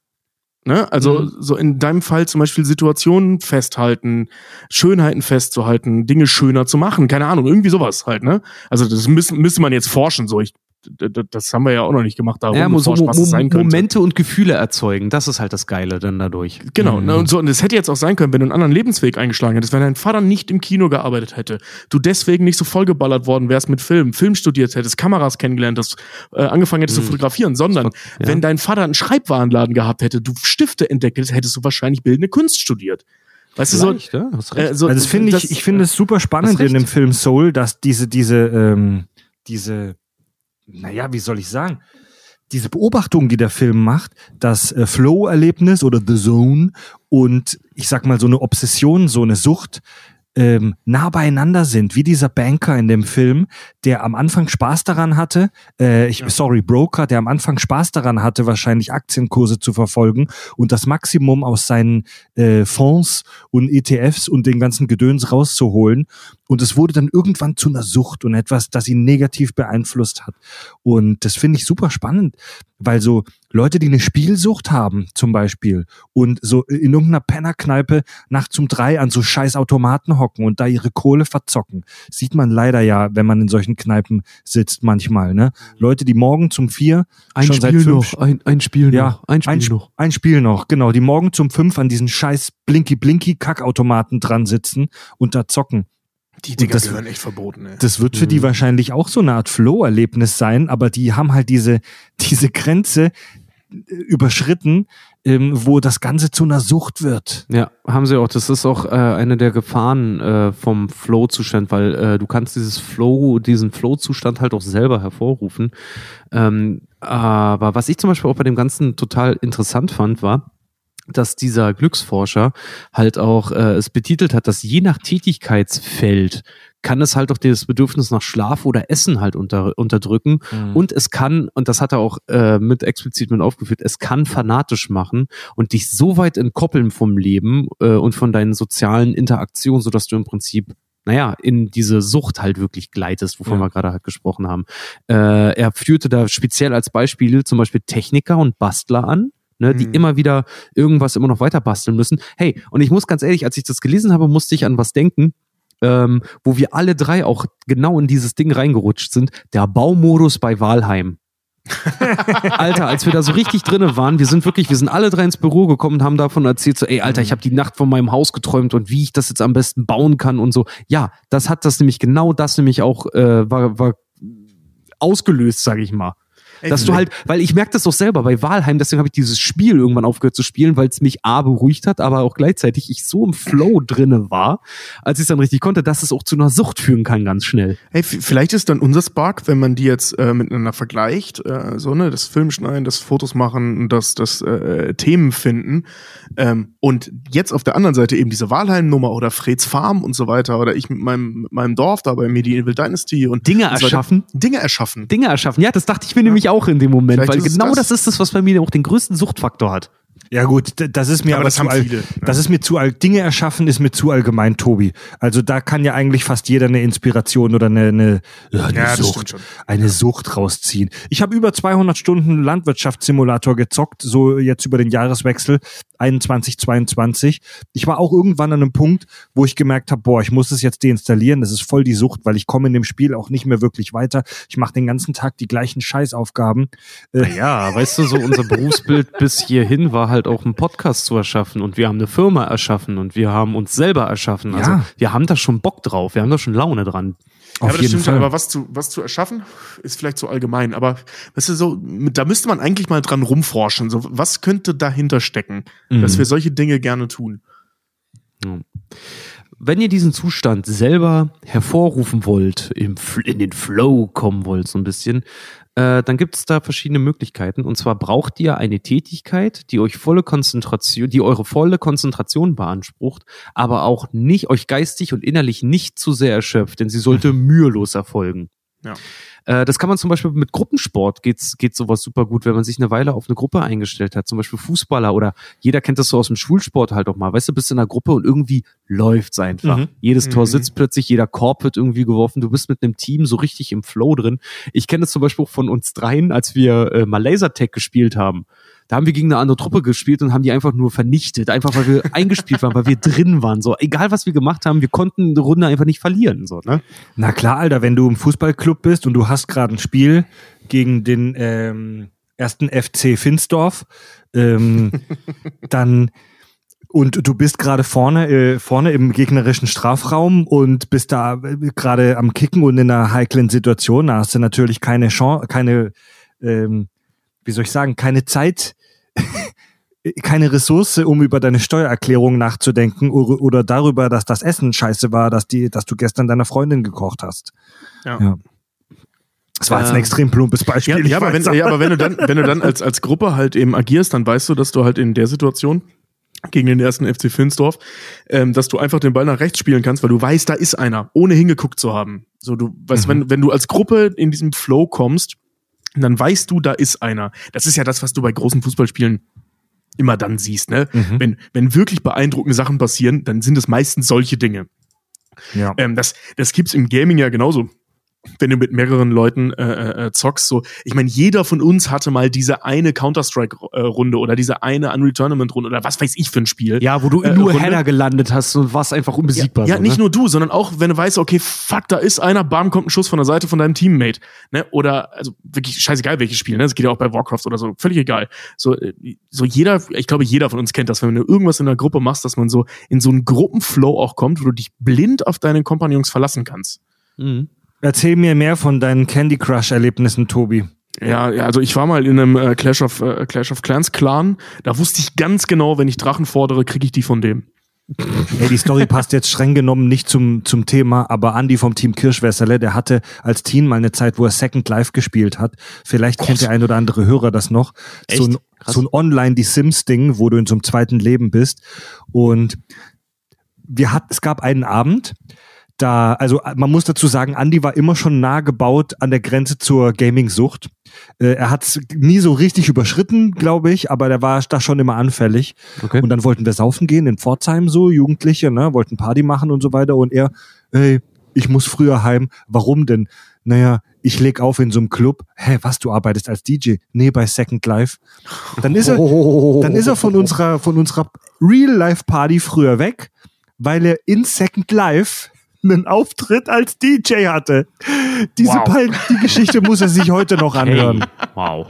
Ne? Also mhm. so in deinem Fall zum Beispiel Situationen festhalten, Schönheiten festzuhalten, Dinge schöner zu machen, keine Ahnung, irgendwie sowas halt, ne? Also das müssen, müsste man jetzt forschen, so ich das haben wir ja auch noch nicht gemacht, darum ja, so geforscht, was es sein könnte. Momente und Gefühle erzeugen, das ist halt das Geile dann dadurch. Genau, mhm. ne, und so, und es hätte jetzt auch sein können, wenn du einen anderen Lebensweg eingeschlagen hättest, wenn dein Vater nicht im Kino gearbeitet hätte, du deswegen nicht so vollgeballert worden wärst mit Film, Film studiert hättest, Kameras kennengelernt hast, äh, angefangen hättest mhm. zu fotografieren, sondern ja. wenn dein Vater einen Schreibwarenladen gehabt hätte, du Stifte entdeckt hättest, hättest du wahrscheinlich bildende Kunst studiert. Weißt Vielleicht, du, so, ja, hast recht. Äh, so also das finde ich, ich finde es super spannend in dem Film Soul, dass diese, diese, ähm, diese naja, wie soll ich sagen, diese Beobachtung, die der Film macht, das äh, Flow-Erlebnis oder The Zone und ich sag mal so eine Obsession, so eine Sucht ähm, nah beieinander sind, wie dieser Banker in dem Film, der am Anfang Spaß daran hatte, äh, ich, ja. sorry, Broker, der am Anfang Spaß daran hatte, wahrscheinlich Aktienkurse zu verfolgen und das Maximum aus seinen äh, Fonds und E T Fs und den ganzen Gedöns rauszuholen. Und es wurde dann irgendwann zu einer Sucht und etwas, das ihn negativ beeinflusst hat. Und das finde ich super spannend, weil so Leute, die eine Spielsucht haben zum Beispiel und so in irgendeiner Pennerkneipe nachts um drei an so scheiß Automaten hocken und da ihre Kohle verzocken, sieht man leider ja, wenn man in solchen Kneipen sitzt manchmal. Ne? Leute, die morgen um vier ein schon Spiel seit fünf, noch, ein, ein Spiel ja, noch, ein Spiel ein, noch. Ein Spiel noch, genau, die morgen um fünf an diesen scheiß Blinky-Blinky-Kackautomaten dran sitzen und da zocken. Die Dinger das, gehören echt verboten, ey. Das wird für mhm. die wahrscheinlich auch so eine Art Flow-Erlebnis sein, aber die haben halt diese, diese Grenze überschritten, ähm, wo das Ganze zu einer Sucht wird. Ja, haben sie auch. Das ist auch äh, eine der Gefahren äh, vom Flow-Zustand, weil äh, du kannst dieses Flow, diesen Flow-Zustand halt auch selber hervorrufen. Ähm, aber was ich zum Beispiel auch bei dem Ganzen total interessant fand, war, dass dieser Glücksforscher halt auch äh, es betitelt hat, dass je nach Tätigkeitsfeld kann es halt auch das Bedürfnis nach Schlaf oder Essen halt unter, unterdrücken mhm. und es kann, und das hat er auch äh, mit explizit mit aufgeführt, es kann fanatisch machen und dich so weit entkoppeln vom Leben äh, und von deinen sozialen Interaktionen, sodass du im Prinzip naja, in diese Sucht halt wirklich gleitest, wovon ja. wir gerade halt gesprochen haben. Äh, er führte da speziell als Beispiel zum Beispiel Techniker und Bastler an, ne, die mhm. immer wieder irgendwas immer noch weiter basteln müssen. Hey, und ich muss ganz ehrlich, als ich das gelesen habe, musste ich an was denken, ähm, wo wir alle drei auch genau in dieses Ding reingerutscht sind, der Baumodus bei Walheim. Alter, als wir da so richtig drinne waren, wir sind wirklich, wir sind alle drei ins Büro gekommen und haben davon erzählt, so, ey, Alter, ich habe die Nacht von meinem Haus geträumt und wie ich das jetzt am besten bauen kann und so. Ja, das hat das nämlich, genau das nämlich auch, äh, war, war ausgelöst, sage ich mal. Dass du halt, weil ich merke das doch selber bei Walheim, deswegen habe ich dieses Spiel irgendwann aufgehört zu spielen, weil es mich A beruhigt hat, aber auch gleichzeitig ich so im Flow drinne war, als ich es dann richtig konnte, dass es auch zu einer Sucht führen kann, ganz schnell. Hey, vielleicht ist dann unser Spark, wenn man die jetzt äh, miteinander vergleicht, äh, so, ne, das Filmschneiden, das Fotos machen und das, das äh, Themen finden, ähm, und jetzt auf der anderen Seite eben diese Walheim-Nummer oder Freds Farm und so weiter, oder ich mit meinem, mit meinem Dorf da bei Medieval Dynasty und Dinge und so erschaffen. Dinge erschaffen. Dinge erschaffen. Ja, das dachte ich mir ja. nämlich auch in dem Moment, Vielleicht weil genau das. das ist das, was bei mir auch den größten Suchtfaktor hat. Ja gut, das ist mir aber, aber das zu haben all, viele. Das ist mir zu all, Dinge erschaffen ist mir zu allgemein, Tobi. Also da kann ja eigentlich fast jeder eine Inspiration oder eine, eine, eine ja, Sucht, eine Sucht rausziehen. Ich habe über zweihundert Stunden Landwirtschaftssimulator gezockt, so jetzt über den Jahreswechsel einundzwanzig zweiundzwanzig. Ich war auch irgendwann an einem Punkt, wo ich gemerkt habe, boah, ich muss es jetzt deinstallieren, das ist voll die Sucht, weil ich komme in dem Spiel auch nicht mehr wirklich weiter. Ich mache den ganzen Tag die gleichen Scheißaufgaben. Äh, ja, weißt du, so unser Berufsbild bis hierhin war halt auch einen Podcast zu erschaffen und wir haben eine Firma erschaffen und wir haben uns selber erschaffen. Also ja. wir haben da schon Bock drauf, wir haben da schon Laune dran. Ja, aber das stimmt, aber was zu, was zu erschaffen, ist vielleicht so allgemein. Aber weißt du, so, da müsste man eigentlich mal dran rumforschen. So, was könnte dahinter stecken, mhm. dass wir solche Dinge gerne tun? Ja. Wenn ihr diesen Zustand selber hervorrufen wollt, im, in den Flow kommen wollt, so ein bisschen, äh, dann gibt es da verschiedene Möglichkeiten. Und zwar braucht ihr eine Tätigkeit, die euch volle Konzentration, die eure volle Konzentration beansprucht, aber auch nicht euch geistig und innerlich nicht zu sehr erschöpft, denn sie sollte mühelos erfolgen. Ja. Äh, das kann man zum Beispiel mit Gruppensport, geht's, geht sowas super gut, wenn man sich eine Weile auf eine Gruppe eingestellt hat, zum Beispiel Fußballer oder jeder kennt das so aus dem Schulsport halt auch mal, weißt du, bist in einer Gruppe und irgendwie läuft's einfach. Mhm. Jedes Tor mhm. sitzt plötzlich, jeder Korb wird irgendwie geworfen, du bist mit einem Team so richtig im Flow drin. Ich kenne das zum Beispiel auch von uns dreien, als wir äh, mal Lasertag gespielt haben. Da haben wir gegen eine andere Truppe gespielt und haben die einfach nur vernichtet, einfach weil wir eingespielt waren, weil wir drin waren. So, egal was wir gemacht haben, wir konnten die Runde einfach nicht verlieren. So, ne? Na klar, Alter, wenn du im Fußballclub bist und du hast gerade ein Spiel gegen den ähm, ersten F C Finsdorf, ähm, dann und du bist gerade vorne äh, vorne im gegnerischen Strafraum und bist da äh, gerade am Kicken und in einer heiklen Situation, da hast du natürlich keine Chance, keine ähm, wie soll ich sagen, keine Zeit, keine Ressource, um über deine Steuererklärung nachzudenken oder, oder darüber, dass das Essen scheiße war, dass die, dass du gestern deiner Freundin gekocht hast. Ja. ja. Das war jetzt ein extrem plumpes Beispiel. Ja, ja, aber, wenn, ja aber wenn du dann, wenn du dann als, als Gruppe halt eben agierst, dann weißt du, dass du halt in der Situation gegen den ersten F C Finsdorf, ähm, dass du einfach den Ball nach rechts spielen kannst, weil du weißt, da ist einer, ohne hingeguckt zu haben. So, du weißt, mhm. wenn, wenn du als Gruppe in diesem Flow kommst, dann weißt du, da ist einer. Das ist ja das, was du bei großen Fußballspielen immer dann siehst, ne? Mhm. Wenn, wenn wirklich beeindruckende Sachen passieren, dann sind es meistens solche Dinge. Ja. Ähm, das, das gibt's im Gaming ja genauso. Wenn du mit mehreren Leuten äh, äh, zockst, so, ich meine, jeder von uns hatte mal diese eine Counter-Strike-Runde oder diese eine Unreal Tournament-Runde oder was weiß ich für ein Spiel. Ja, wo du äh, nur Header gelandet hast und warst einfach unbesiegbar. Ja, ja so, nicht ne? nur du, sondern auch, wenn du weißt, okay, fuck, da ist einer, bam, kommt ein Schuss von der Seite von deinem Teammate. Ne? Oder, also wirklich scheißegal, welches Spiel, ne? Das geht ja auch bei Warcraft oder so, völlig egal. So, so jeder, ich glaube, jeder von uns kennt das, wenn du irgendwas in der Gruppe machst, dass man so in so einen Gruppenflow auch kommt, wo du dich blind auf deine Kompagnons verlassen kannst. Mhm. Erzähl mir mehr von deinen Candy Crush-Erlebnissen, Tobi. Ja, ja, also ich war mal in einem äh, Clash of äh, Clash of Clans Clan. Da wusste ich ganz genau, wenn ich Drachen fordere, kriege ich die von dem. Hey, die Story passt jetzt streng genommen nicht zum zum Thema, aber Andi vom Team Kirschwässerle, der hatte als Teen mal eine Zeit, wo er Second Life gespielt hat. Vielleicht Gott. Kennt der ein oder andere Hörer das noch. Echt? So ein, so ein Online die Sims Ding, wo du in so einem zweiten Leben bist. Und wir hat, es gab einen Abend, da, also man muss dazu sagen, Andi war immer schon nah gebaut an der Grenze zur Gaming-Sucht. Äh, er hat es nie so richtig überschritten, glaube ich, aber der war da schon immer anfällig. Okay. Und dann wollten wir saufen gehen in Pforzheim, so Jugendliche, ne, wollten Party machen und so weiter. Und er, hey, ich muss früher heim. Warum denn? Naja, ich leg auf in so einem Club. Hä, was, du arbeitest als D J? Nee, bei Second Life. Dann ist er, dann ist er von unserer, von unserer Real-Life-Party früher weg, weil er in Second Life einen Auftritt als D J hatte. Diese wow. Pal- die Geschichte muss er sich heute noch anhören. Hey. Wow.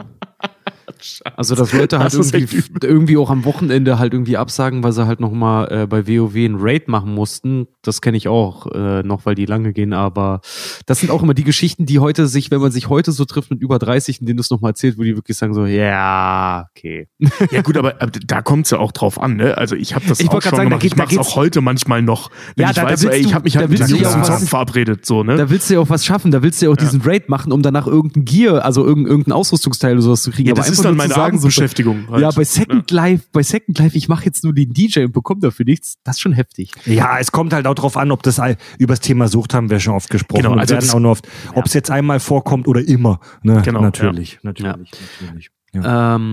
Also, dass Leute halt das irgendwie, irgendwie auch am Wochenende halt irgendwie absagen, weil sie halt nochmal äh, bei WoW einen Raid machen mussten. Das kenne ich auch äh, noch, weil die lange gehen. Aber das sind auch immer die Geschichten, die heute sich, wenn man sich heute so trifft mit über dreißig, in denen du es nochmal erzählt, wo die wirklich sagen so, ja, okay. Ja gut, aber, aber da kommt's ja auch drauf an, ne? Also ich habe das ich auch schon sagen, gemacht. geht, ich mach's auch heute manchmal noch. Wenn ja, ich da, weiß, da ey, du, ich habe mich halt mit den Jungs zum Zocken verabredet. So, ne? Da willst du ja auch was schaffen. Da willst du ja auch ja. diesen Raid machen, um danach irgendein Gear, also irgendein, irgendein Ausrüstungsteil oder sowas zu kriegen. Ja, aber das ist dann meine sagen, Abendbeschäftigung. Halt. Ja, bei Second ja. Life, bei Second Life, ich mache jetzt nur den D J und bekomme dafür nichts. Das ist schon heftig. Ja, es kommt halt auch drauf an, ob das über das Thema Sucht haben wir schon oft gesprochen. Genau, also und werden auch nur oft, ob es jetzt einmal vorkommt oder immer. Ne? Genau, natürlich, ja. natürlich, ja. natürlich. Ja. Ähm,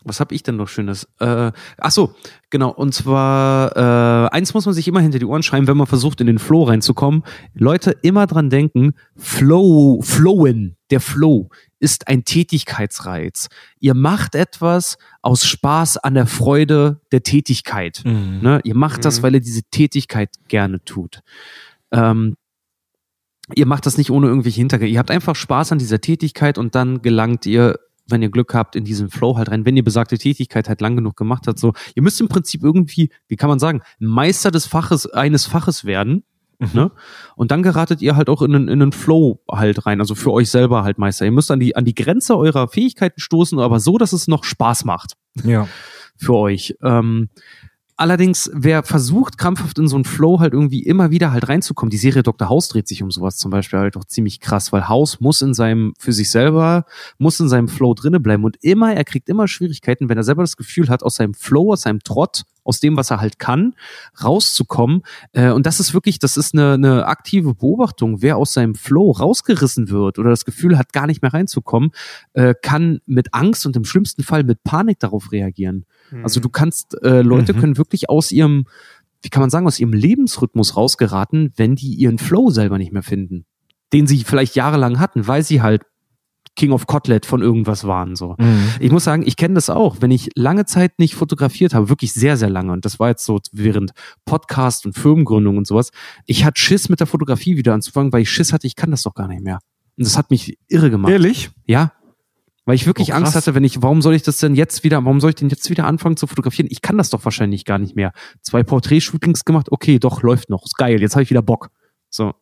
Was habe ich denn noch Schönes? Äh, ach so, genau. Und zwar, äh, eins muss man sich immer hinter die Ohren schreiben, wenn man versucht, in den Flow reinzukommen. Leute, immer dran denken, Flow, Flowen, der Flow ist ein Tätigkeitsreiz. Ihr macht etwas aus Spaß an der Freude der Tätigkeit. Mhm. Ne? Ihr macht mhm. das, weil ihr diese Tätigkeit gerne tut. Ähm, ihr macht das nicht ohne irgendwelche Hintergründe. Ihr habt einfach Spaß an dieser Tätigkeit und dann gelangt ihr, wenn ihr Glück habt, in diesen Flow halt rein, wenn ihr besagte Tätigkeit halt lang genug gemacht habt, so, ihr müsst im Prinzip irgendwie, wie kann man sagen, Meister des Faches, eines Faches werden, mhm. ne? Und dann geratet ihr halt auch in einen, in einen Flow halt rein, also für euch selber halt Meister. Ihr müsst an die, an die Grenze eurer Fähigkeiten stoßen, aber so, dass es noch Spaß macht. Ja. Für euch. Ähm, Allerdings, wer versucht, krampfhaft in so einen Flow halt irgendwie immer wieder halt reinzukommen, die Serie Doktor House dreht sich um sowas zum Beispiel halt auch ziemlich krass, weil House muss in seinem, für sich selber, muss in seinem Flow drinne bleiben und immer, er kriegt immer Schwierigkeiten, wenn er selber das Gefühl hat, aus seinem Flow, aus seinem Trott, aus dem, was er halt kann, rauszukommen. Und das ist wirklich, das ist eine, eine aktive Beobachtung. Wer aus seinem Flow rausgerissen wird oder das Gefühl hat, gar nicht mehr reinzukommen, kann mit Angst und im schlimmsten Fall mit Panik darauf reagieren. Also du kannst, äh, Leute mhm. können wirklich aus ihrem, wie kann man sagen, aus ihrem Lebensrhythmus rausgeraten, wenn die ihren Flow selber nicht mehr finden. Den sie vielleicht jahrelang hatten, weil sie halt King of Kotlet von irgendwas waren. So. Mhm. Ich muss sagen, ich kenne das auch. Wenn ich lange Zeit nicht fotografiert habe, wirklich sehr, sehr lange, und das war jetzt so während Podcast und Firmengründung und sowas, ich hatte Schiss mit der Fotografie wieder anzufangen, weil ich Schiss hatte, ich kann das doch gar nicht mehr. Und das hat mich irre gemacht. Ehrlich? Ja. Weil ich wirklich oh, Angst hatte, wenn ich, warum soll ich das denn jetzt wieder, warum soll ich denn jetzt wieder anfangen zu fotografieren? Ich kann das doch wahrscheinlich gar nicht mehr. Zwei Porträtshootings gemacht, okay, doch, läuft noch, ist geil, jetzt habe ich wieder Bock. So.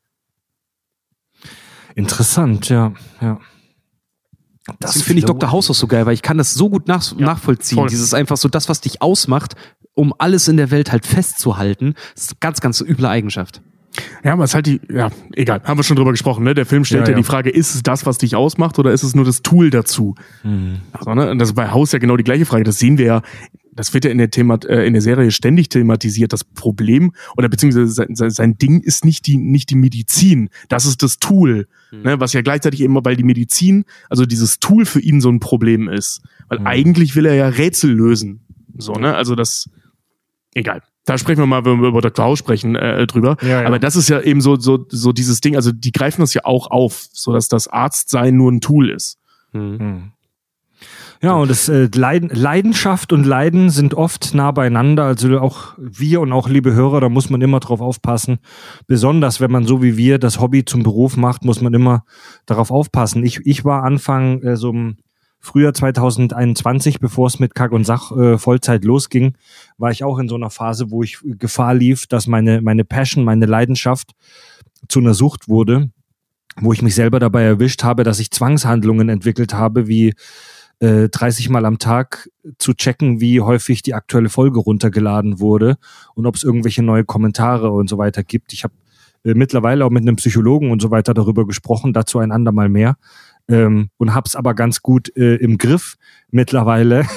Interessant, ja, ja. Das finde ich Doktor House auch so geil, weil ich kann das so gut nach, ja, nachvollziehen. Voll. Dieses einfach so das, was dich ausmacht, um alles in der Welt halt festzuhalten, ist eine ganz, ganz üble Eigenschaft. Ja, aber es ist halt die, ja, egal, haben wir schon drüber gesprochen, ne? Der Film stellt ja, ja, ja die Frage, ist es das, was dich ausmacht, oder ist es nur das Tool dazu? Mhm. Also, ne? Und das ist bei House ja genau die gleiche Frage. Das sehen wir ja, das wird ja in der Thema, äh, in der Serie ständig thematisiert. Das Problem, oder beziehungsweise sein, sein, sein Ding ist nicht die, nicht die Medizin. Das ist das Tool. Mhm. Ne? Was ja gleichzeitig immer, weil die Medizin, also dieses Tool für ihn so ein Problem ist. Weil mhm. eigentlich will er ja Rätsel lösen. So, ne? Also das, egal. Da sprechen wir mal, wenn wir über Doktor House sprechen, äh, drüber. Ja, ja. Aber das ist ja eben so, so, so dieses Ding, also die greifen das ja auch auf, so dass das Arztsein nur ein Tool ist. Mhm. Ja, und das äh, Leiden, Leidenschaft und Leiden sind oft nah beieinander. Also auch wir und auch liebe Hörer, da muss man immer drauf aufpassen. Besonders wenn man so wie wir das Hobby zum Beruf macht, muss man immer darauf aufpassen. Ich, ich war Anfang äh, so im Frühjahr zwanzig einundzwanzig, bevor es mit Kack und Sach äh, Vollzeit losging, war ich auch in so einer Phase, wo ich Gefahr lief, dass meine meine Passion, meine Leidenschaft zu einer Sucht wurde, wo ich mich selber dabei erwischt habe, dass ich Zwangshandlungen entwickelt habe, wie äh, dreißig Mal am Tag zu checken, wie häufig die aktuelle Folge runtergeladen wurde und ob es irgendwelche neue Kommentare und so weiter gibt. Ich habe äh, mittlerweile auch mit einem Psychologen und so weiter darüber gesprochen, dazu ein andermal mehr. Ähm, und hab's aber ganz gut äh, im Griff mittlerweile.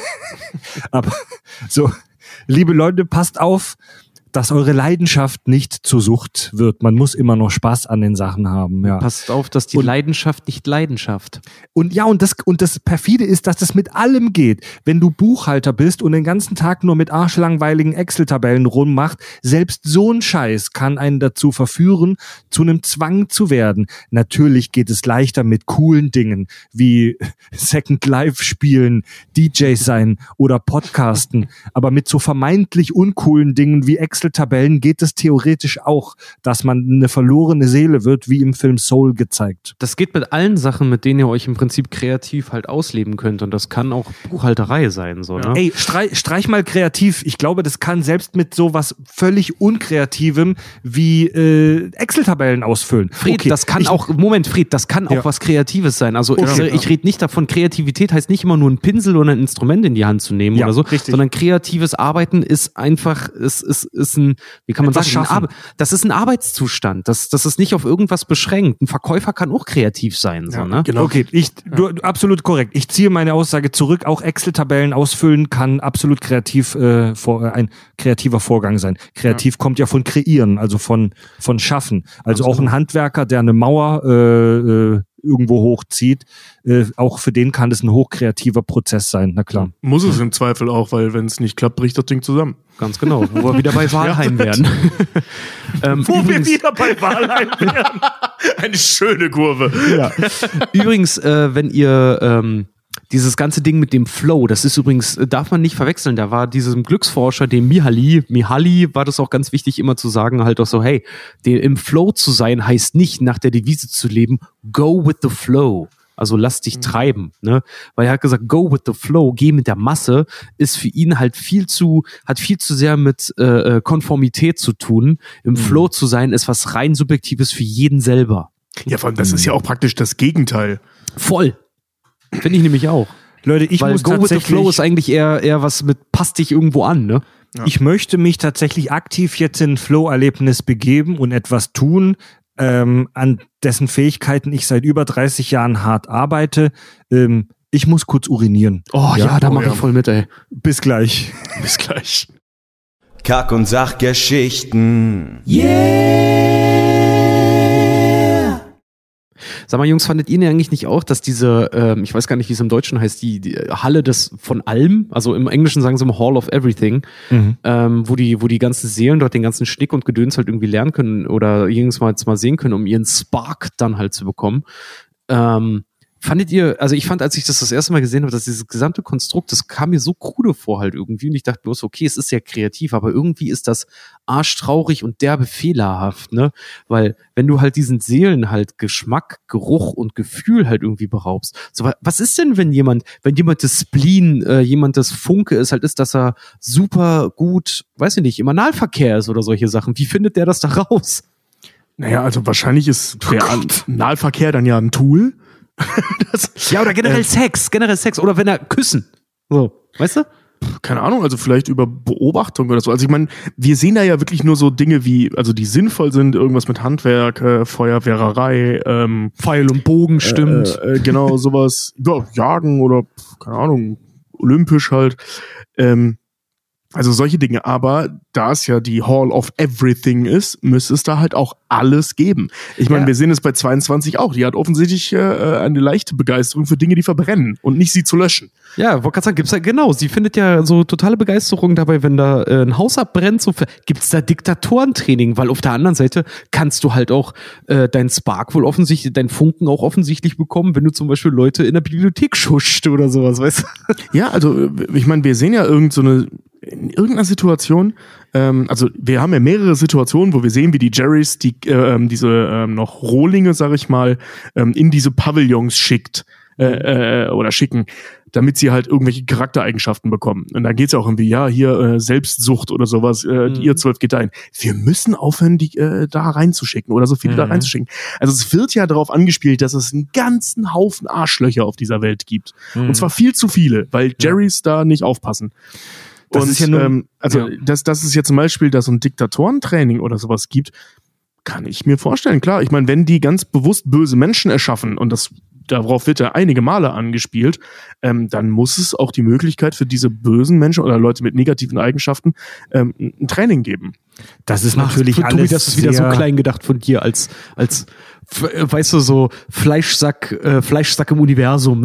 Aber so, liebe Leute, passt auf, dass eure Leidenschaft nicht zur Sucht wird. Man muss immer noch Spaß an den Sachen haben. Ja. Passt auf, dass die und, Leidenschaft nicht Leidenschaft. Und ja, und das, und das perfide ist, dass das mit allem geht. Wenn du Buchhalter bist und den ganzen Tag nur mit arschlangweiligen Excel-Tabellen rummacht, selbst so ein Scheiß kann einen dazu verführen, zu einem Zwang zu werden. Natürlich geht es leichter mit coolen Dingen wie Second Life spielen, D Js sein oder Podcasten. Aber mit so vermeintlich uncoolen Dingen wie Excel Excel-Tabellen geht es theoretisch auch, dass man eine verlorene Seele wird, wie im Film Soul gezeigt. Das geht mit allen Sachen, mit denen ihr euch im Prinzip kreativ halt ausleben könnt, und das kann auch Buchhalterei sein. So, ne? Ey, streich, streich mal kreativ. Ich glaube, das kann selbst mit sowas völlig Unkreativem wie äh, Excel-Tabellen ausfüllen. Fried, okay, das kann ich, auch, Moment, Fried, das kann auch ja. was Kreatives sein. Also okay, ich, ich rede nicht davon, Kreativität heißt nicht immer nur einen Pinsel oder ein Instrument in die Hand zu nehmen ja, oder so, richtig. Sondern kreatives Arbeiten ist einfach, ist, ist, ist ein, wie kann man Etwas sagen, ein Ar- das ist ein Arbeitszustand. Das, das ist nicht auf irgendwas beschränkt. Ein Verkäufer kann auch kreativ sein. So, ja, ne? Genau. Okay, ich, du, absolut korrekt. Ich ziehe meine Aussage zurück. Auch Excel-Tabellen ausfüllen kann absolut kreativ, äh, vor, ein kreativer Vorgang sein. Kreativ ja. kommt ja von kreieren, also von, von schaffen. Also absolut. Auch ein Handwerker, der eine Mauer äh, irgendwo hochzieht, äh, auch für den kann das ein hochkreativer Prozess sein, na klar. Muss es im Zweifel auch, weil wenn es nicht klappt, bricht das Ding zusammen. Ganz genau, wo wir wieder bei Walheim ja, werden. ähm, wo übrigens, wir wieder bei Walheim werden. Eine schöne Kurve. Ja. Übrigens, äh, wenn ihr ähm, dieses ganze Ding mit dem Flow, das ist übrigens, darf man nicht verwechseln, da war diesem Glücksforscher, dem Mihaly, Mihaly war das auch ganz wichtig immer zu sagen, halt auch so, hey, der, im Flow zu sein heißt nicht nach der Devise zu leben, go with the flow. Also lass dich treiben, ne? Weil er hat gesagt, go with the flow, geh mit der Masse, ist für ihn halt viel zu, hat viel zu sehr mit äh, Konformität zu tun. Im mhm. Flow zu sein ist was rein Subjektives für jeden selber. Ja, vor allem, das ist ja auch praktisch das Gegenteil. Voll. Finde ich nämlich auch. Leute, ich Weil muss go with the flow ist eigentlich eher, eher was mit passt dich irgendwo an, ne? Ja. Ich möchte mich tatsächlich aktiv jetzt in ein Flow-Erlebnis begeben und etwas tun, Ähm, an dessen Fähigkeiten ich seit über dreißig Jahren hart arbeite. Ähm, ich muss kurz urinieren. Oh ja, ja da oh, mache ja. ich voll mit, ey. Bis gleich. Bis gleich. Kack- und Sachgeschichten. Yeah! Sag mal, Jungs, fandet ihr eigentlich nicht auch, dass diese, ähm, ich weiß gar nicht, wie es im Deutschen heißt, die, die Halle des von allem, also im Englischen sagen sie immer Hall of Everything, mhm. ähm, wo die, wo die ganzen Seelen dort den ganzen Schnick und Gedöns halt irgendwie lernen können oder irgendwas mal, mal sehen können, um ihren Spark dann halt zu bekommen. Ähm, Fandet ihr, also ich fand, als ich das das erste Mal gesehen habe, dass dieses gesamte Konstrukt, das kam mir so krude vor halt irgendwie und ich dachte bloß, okay, es ist ja kreativ, aber irgendwie ist das arschtraurig und derbe fehlerhaft, ne? Weil wenn du halt diesen Seelen halt Geschmack, Geruch und Gefühl halt irgendwie beraubst, so was ist denn, wenn jemand, wenn jemand das Spleen, äh, jemand das Funke ist, halt ist, dass er super gut, weiß ich nicht, im Analverkehr ist oder solche Sachen, wie findet der das da raus? Naja, also wahrscheinlich ist der Analverkehr dann ja ein Tool. Das, ja, oder generell äh, Sex, generell Sex, oder wenn er küssen. So, weißt du? Keine Ahnung, also vielleicht über Beobachtung oder so. Also ich meine, wir sehen da ja wirklich nur so Dinge wie, also die sinnvoll sind, irgendwas mit Handwerk, äh, Feuerwehrerei, ähm, Pfeil und Bogen, stimmt. Äh, äh, genau, sowas, ja, Jagen oder, keine Ahnung, olympisch halt. Ähm, Also solche Dinge, aber da es ja die Hall of Everything ist, müsste es da halt auch alles geben. Ich meine, ja. wir sehen es bei zweiundzwanzig auch. Die hat offensichtlich äh, eine leichte Begeisterung für Dinge, die verbrennen und nicht sie zu löschen. Ja, wollte gerade sagen, gibt's ja, genau, sie findet ja so totale Begeisterung dabei, wenn da äh, ein Haus abbrennt, so gibt's da Diktatorentraining, weil auf der anderen Seite kannst du halt auch äh, deinen Spark wohl offensichtlich, deinen Funken auch offensichtlich bekommen, wenn du zum Beispiel Leute in der Bibliothek schuscht oder sowas, weißt du? Ja, also ich meine, wir sehen ja irgend so eine in irgendeiner Situation, ähm, also wir haben ja mehrere Situationen, wo wir sehen, wie die Jerrys die äh, diese ähm, noch Rohlinge, sag ich mal, ähm, in diese Pavillons schickt äh, äh, oder schicken, damit sie halt irgendwelche Charaktereigenschaften bekommen. Und dann geht's ja auch irgendwie, ja, hier äh, Selbstsucht oder sowas, äh, mhm. ihr zwölf geht da ein. Wir müssen aufhören, die äh, da reinzuschicken oder so viele mhm. da reinzuschicken. Also es wird ja darauf angespielt, dass es einen ganzen Haufen Arschlöcher auf dieser Welt gibt. Mhm. Und zwar viel zu viele, weil Jerrys ja. da nicht aufpassen. Das und, ist ja nur, ähm, also, ja. dass, dass es jetzt zum Beispiel da so ein Diktatorentraining oder sowas gibt, kann ich mir vorstellen. Klar, ich meine, wenn die ganz bewusst böse Menschen erschaffen, und das, darauf wird ja einige Male angespielt, ähm, dann muss es auch die Möglichkeit für diese bösen Menschen oder Leute mit negativen Eigenschaften ähm, ein Training geben. Das ist natürlich Ach, Tobi, alles das ist wieder so klein gedacht von dir als, als, weißt du, so Fleischsack, äh, Fleischsack im Universum.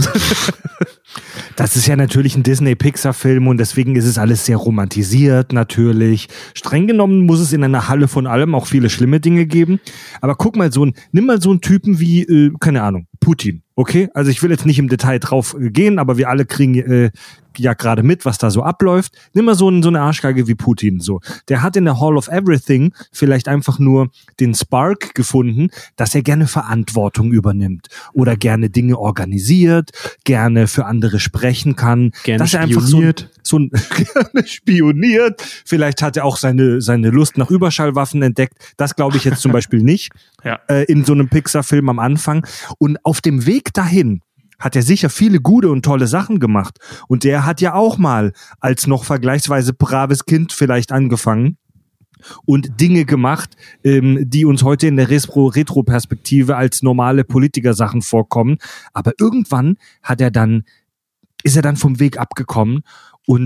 Das ist ja natürlich ein Disney-Pixar-Film und deswegen ist es alles sehr romantisiert natürlich. Streng genommen muss es in einer Halle von allem auch viele schlimme Dinge geben. Aber guck mal, so ein, nimm mal so einen Typen wie, äh, keine Ahnung, Putin. Okay, also ich will jetzt nicht im Detail drauf gehen, aber wir alle kriegen äh, ja gerade mit, was da so abläuft. Nimm mal so, einen, so eine Arschgeige wie Putin. So, der hat in der Hall of Everything vielleicht einfach nur den Spark gefunden, dass er gerne Verantwortung übernimmt oder gerne Dinge organisiert, gerne für andere sprechen kann, gerne dass er spioniert. einfach so, so ein, gerne spioniert. Vielleicht hat er auch seine seine Lust nach Überschallwaffen entdeckt. Das glaube ich jetzt zum Beispiel nicht. Ja. Äh, in so einem Pixar-Film am Anfang. Und auf dem Weg dahin hat er sicher viele gute und tolle Sachen gemacht. Und der hat ja auch mal als noch vergleichsweise braves Kind vielleicht angefangen und Dinge gemacht, ähm, die uns heute in der Retro-Perspektive als normale Politiker-Sachen vorkommen. Aber irgendwann hat er dann, ist er dann vom Weg abgekommen und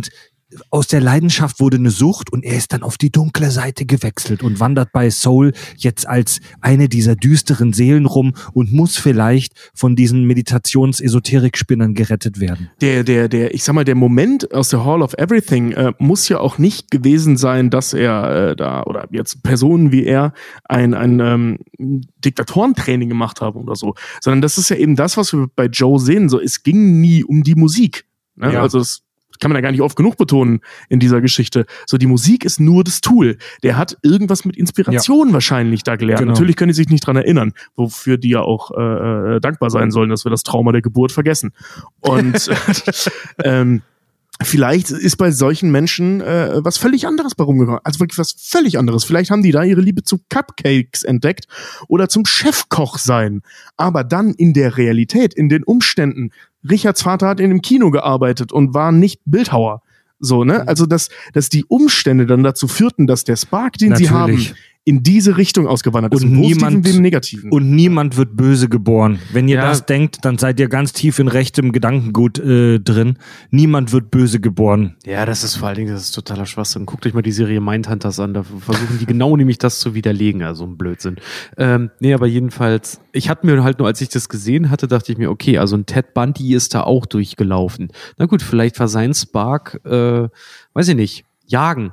aus der Leidenschaft wurde eine Sucht und er ist dann auf die dunkle Seite gewechselt und wandert bei Soul jetzt als eine dieser düsteren Seelen rum und muss vielleicht von diesen Meditations-Esoterik-Spinnern gerettet werden. Der, der, der, ich sag mal, der Moment aus der Hall of Everything äh, muss ja auch nicht gewesen sein, dass er äh, da, oder jetzt Personen wie er, ein, ein ähm, Diktatorentraining gemacht haben oder so, sondern das ist ja eben das, was wir bei Joe sehen, so, es ging nie um die Musik. Ne? Ja. Also es kann man ja gar nicht oft genug betonen in dieser Geschichte. So, die Musik ist nur das Tool. Der hat irgendwas mit Inspiration ja. wahrscheinlich da gelernt. Genau. Natürlich können die sich nicht dran erinnern, wofür die ja auch äh, dankbar sein sollen, dass wir das Trauma der Geburt vergessen. Und ähm, vielleicht ist bei solchen Menschen äh, was völlig anderes bei rumgekommen. Also wirklich was völlig anderes. Vielleicht haben die da ihre Liebe zu Cupcakes entdeckt oder zum Chefkoch sein. Aber dann in der Realität, in den Umständen. Richards Vater hat in einem Kino gearbeitet und war nicht Bildhauer. So, ne? Also, dass, dass die Umstände dann dazu führten, dass der Spark, den Natürlich. sie haben, in diese Richtung ausgewandert ist. Und Im niemand, Positiven wie im Negativen. Und niemand wird böse geboren. Wenn ihr Ja. das denkt, dann seid ihr ganz tief in rechtem Gedankengut äh, drin. Niemand wird böse geboren. Ja, das ist vor allen Dingen, das ist totaler Schwachsinn. Guckt euch mal die Serie Mindhunters an, da versuchen die genau nämlich das zu widerlegen, also ein Blödsinn. Ähm, nee, aber jedenfalls, ich hatte mir halt nur, als ich das gesehen hatte, dachte ich mir, okay, also ein Ted Bundy ist da auch durchgelaufen. Na gut, vielleicht war sein Spark, äh, weiß ich nicht, Jagen.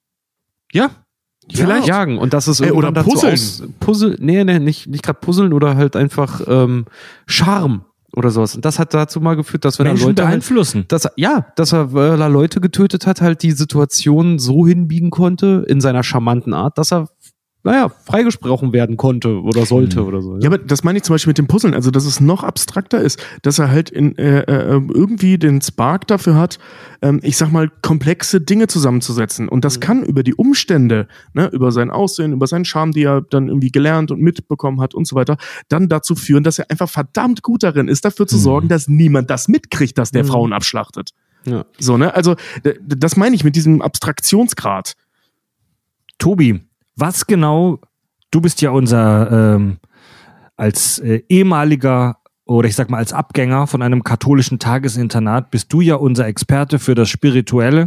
Ja, Vielleicht jagen und das ist Ey, irgendwann oder dazu puzzeln. aus- Puzzle, nee, nee, nicht, nicht gerade puzzeln oder halt einfach ähm, Charme oder sowas. Und das hat dazu mal geführt, dass wenn er Menschen Leute halt, beeinflussen. dass er, ja, dass er, weil er Leute getötet hat, halt die Situation so hinbiegen konnte in seiner charmanten Art, dass er, naja, freigesprochen werden konnte oder sollte Hm. oder so. Ja, aber das meine ich zum Beispiel mit dem Puzzeln, also dass es noch abstrakter ist, dass er halt in, äh, äh, irgendwie den Spark dafür hat, ähm, ich sag mal, komplexe Dinge zusammenzusetzen. Und das Mhm. kann über die Umstände, ne, über sein Aussehen, über seinen Charme, die er dann irgendwie gelernt und mitbekommen hat und so weiter, dann dazu führen, dass er einfach verdammt gut darin ist, dafür zu Mhm. sorgen, dass niemand das mitkriegt, dass der Mhm. Frauen abschlachtet. Ja. So, ne? Also, d- das meine ich mit diesem Abstraktionsgrad. Tobi, was genau, du bist ja unser, ähm, als äh, ehemaliger oder ich sag mal als Abgänger von einem katholischen Tagesinternat, bist du ja unser Experte für das Spirituelle.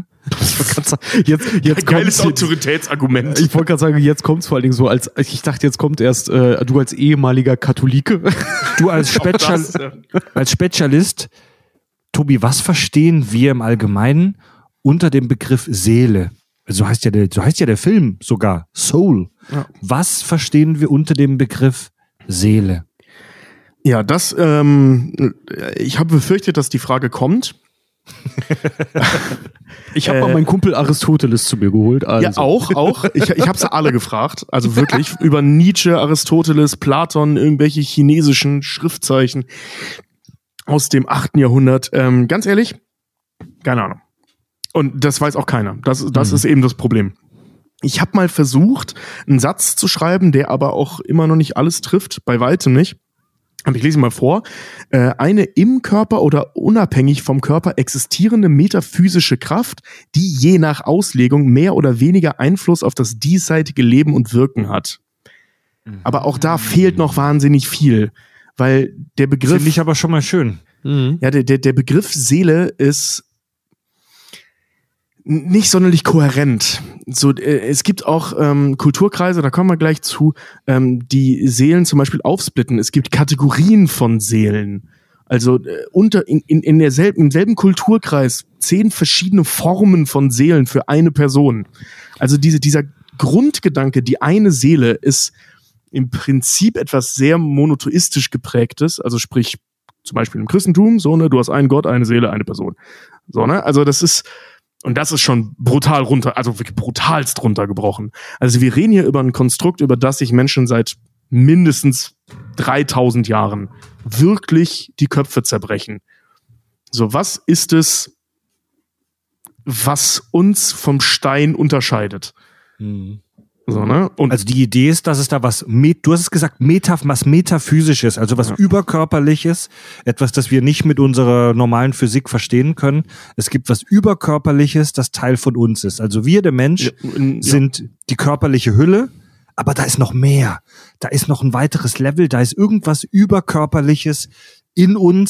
Jetzt, jetzt Geiles kommt's- Autoritätsargument. Ich wollte gerade sagen, jetzt kommt's vor allen Dingen so, als ich dachte, jetzt kommt erst äh, du als ehemaliger Katholike. Du als, Spezial Das, äh, als Spezialist, Tobi, was verstehen wir im Allgemeinen unter dem Begriff Seele? So heißt ja der, so heißt ja der Film sogar, Soul. Ja. Was verstehen wir unter dem Begriff Seele? Ja, das, ähm, ich habe befürchtet, dass die Frage kommt. Ich habe Äh, mal meinen Kumpel Aristoteles zu mir geholt. Also. Ja, auch, auch. Ich, ich habe sie alle gefragt. Also wirklich über Nietzsche, Aristoteles, Platon, irgendwelche chinesischen Schriftzeichen aus dem achten Jahrhundert. Ähm, ganz ehrlich, keine Ahnung. Und das weiß auch keiner. Das, das Mhm. ist eben das Problem. Ich habe mal versucht, einen Satz zu schreiben, der aber auch immer noch nicht alles trifft, bei weitem nicht. Und ich lese ihn mal vor. Äh, eine im Körper oder unabhängig vom Körper existierende metaphysische Kraft, die je nach Auslegung mehr oder weniger Einfluss auf das diesseitige Leben und Wirken hat. Aber auch da fehlt noch wahnsinnig viel, weil der Begriff, Finde ich aber schon mal schön. Mhm. ja, der, der, der Begriff Seele ist nicht sonderlich kohärent. So, äh, es gibt auch ähm, Kulturkreise, da kommen wir gleich zu, ähm, die Seelen zum Beispiel aufsplitten. Es gibt Kategorien von Seelen. Also äh, unter in, in, in derselben, im selben Kulturkreis zehn verschiedene Formen von Seelen für eine Person. Also diese, dieser Grundgedanke, die eine Seele ist im Prinzip etwas sehr monotheistisch geprägtes, also sprich zum Beispiel im Christentum, so, ne, du hast einen Gott, eine Seele, eine Person. So, ne, also das ist, und das ist schon brutal runter, also wirklich brutalst runtergebrochen. Also wir reden hier über ein Konstrukt, über das sich Menschen seit mindestens dreitausend Jahren wirklich die Köpfe zerbrechen. So, was ist es, was uns vom Stein unterscheidet? So, ne? Und Also die Idee ist, dass es da was, met- du hast es gesagt, meta, was metaphysisches, also was Ja. Überkörperliches, etwas, das wir nicht mit unserer normalen Physik verstehen können. Es gibt was Überkörperliches, das Teil von uns ist. Also wir, der Mensch, Ja, in- ja. sind die körperliche Hülle, aber da ist noch mehr. Da ist noch ein weiteres Level, da ist irgendwas Überkörperliches in uns,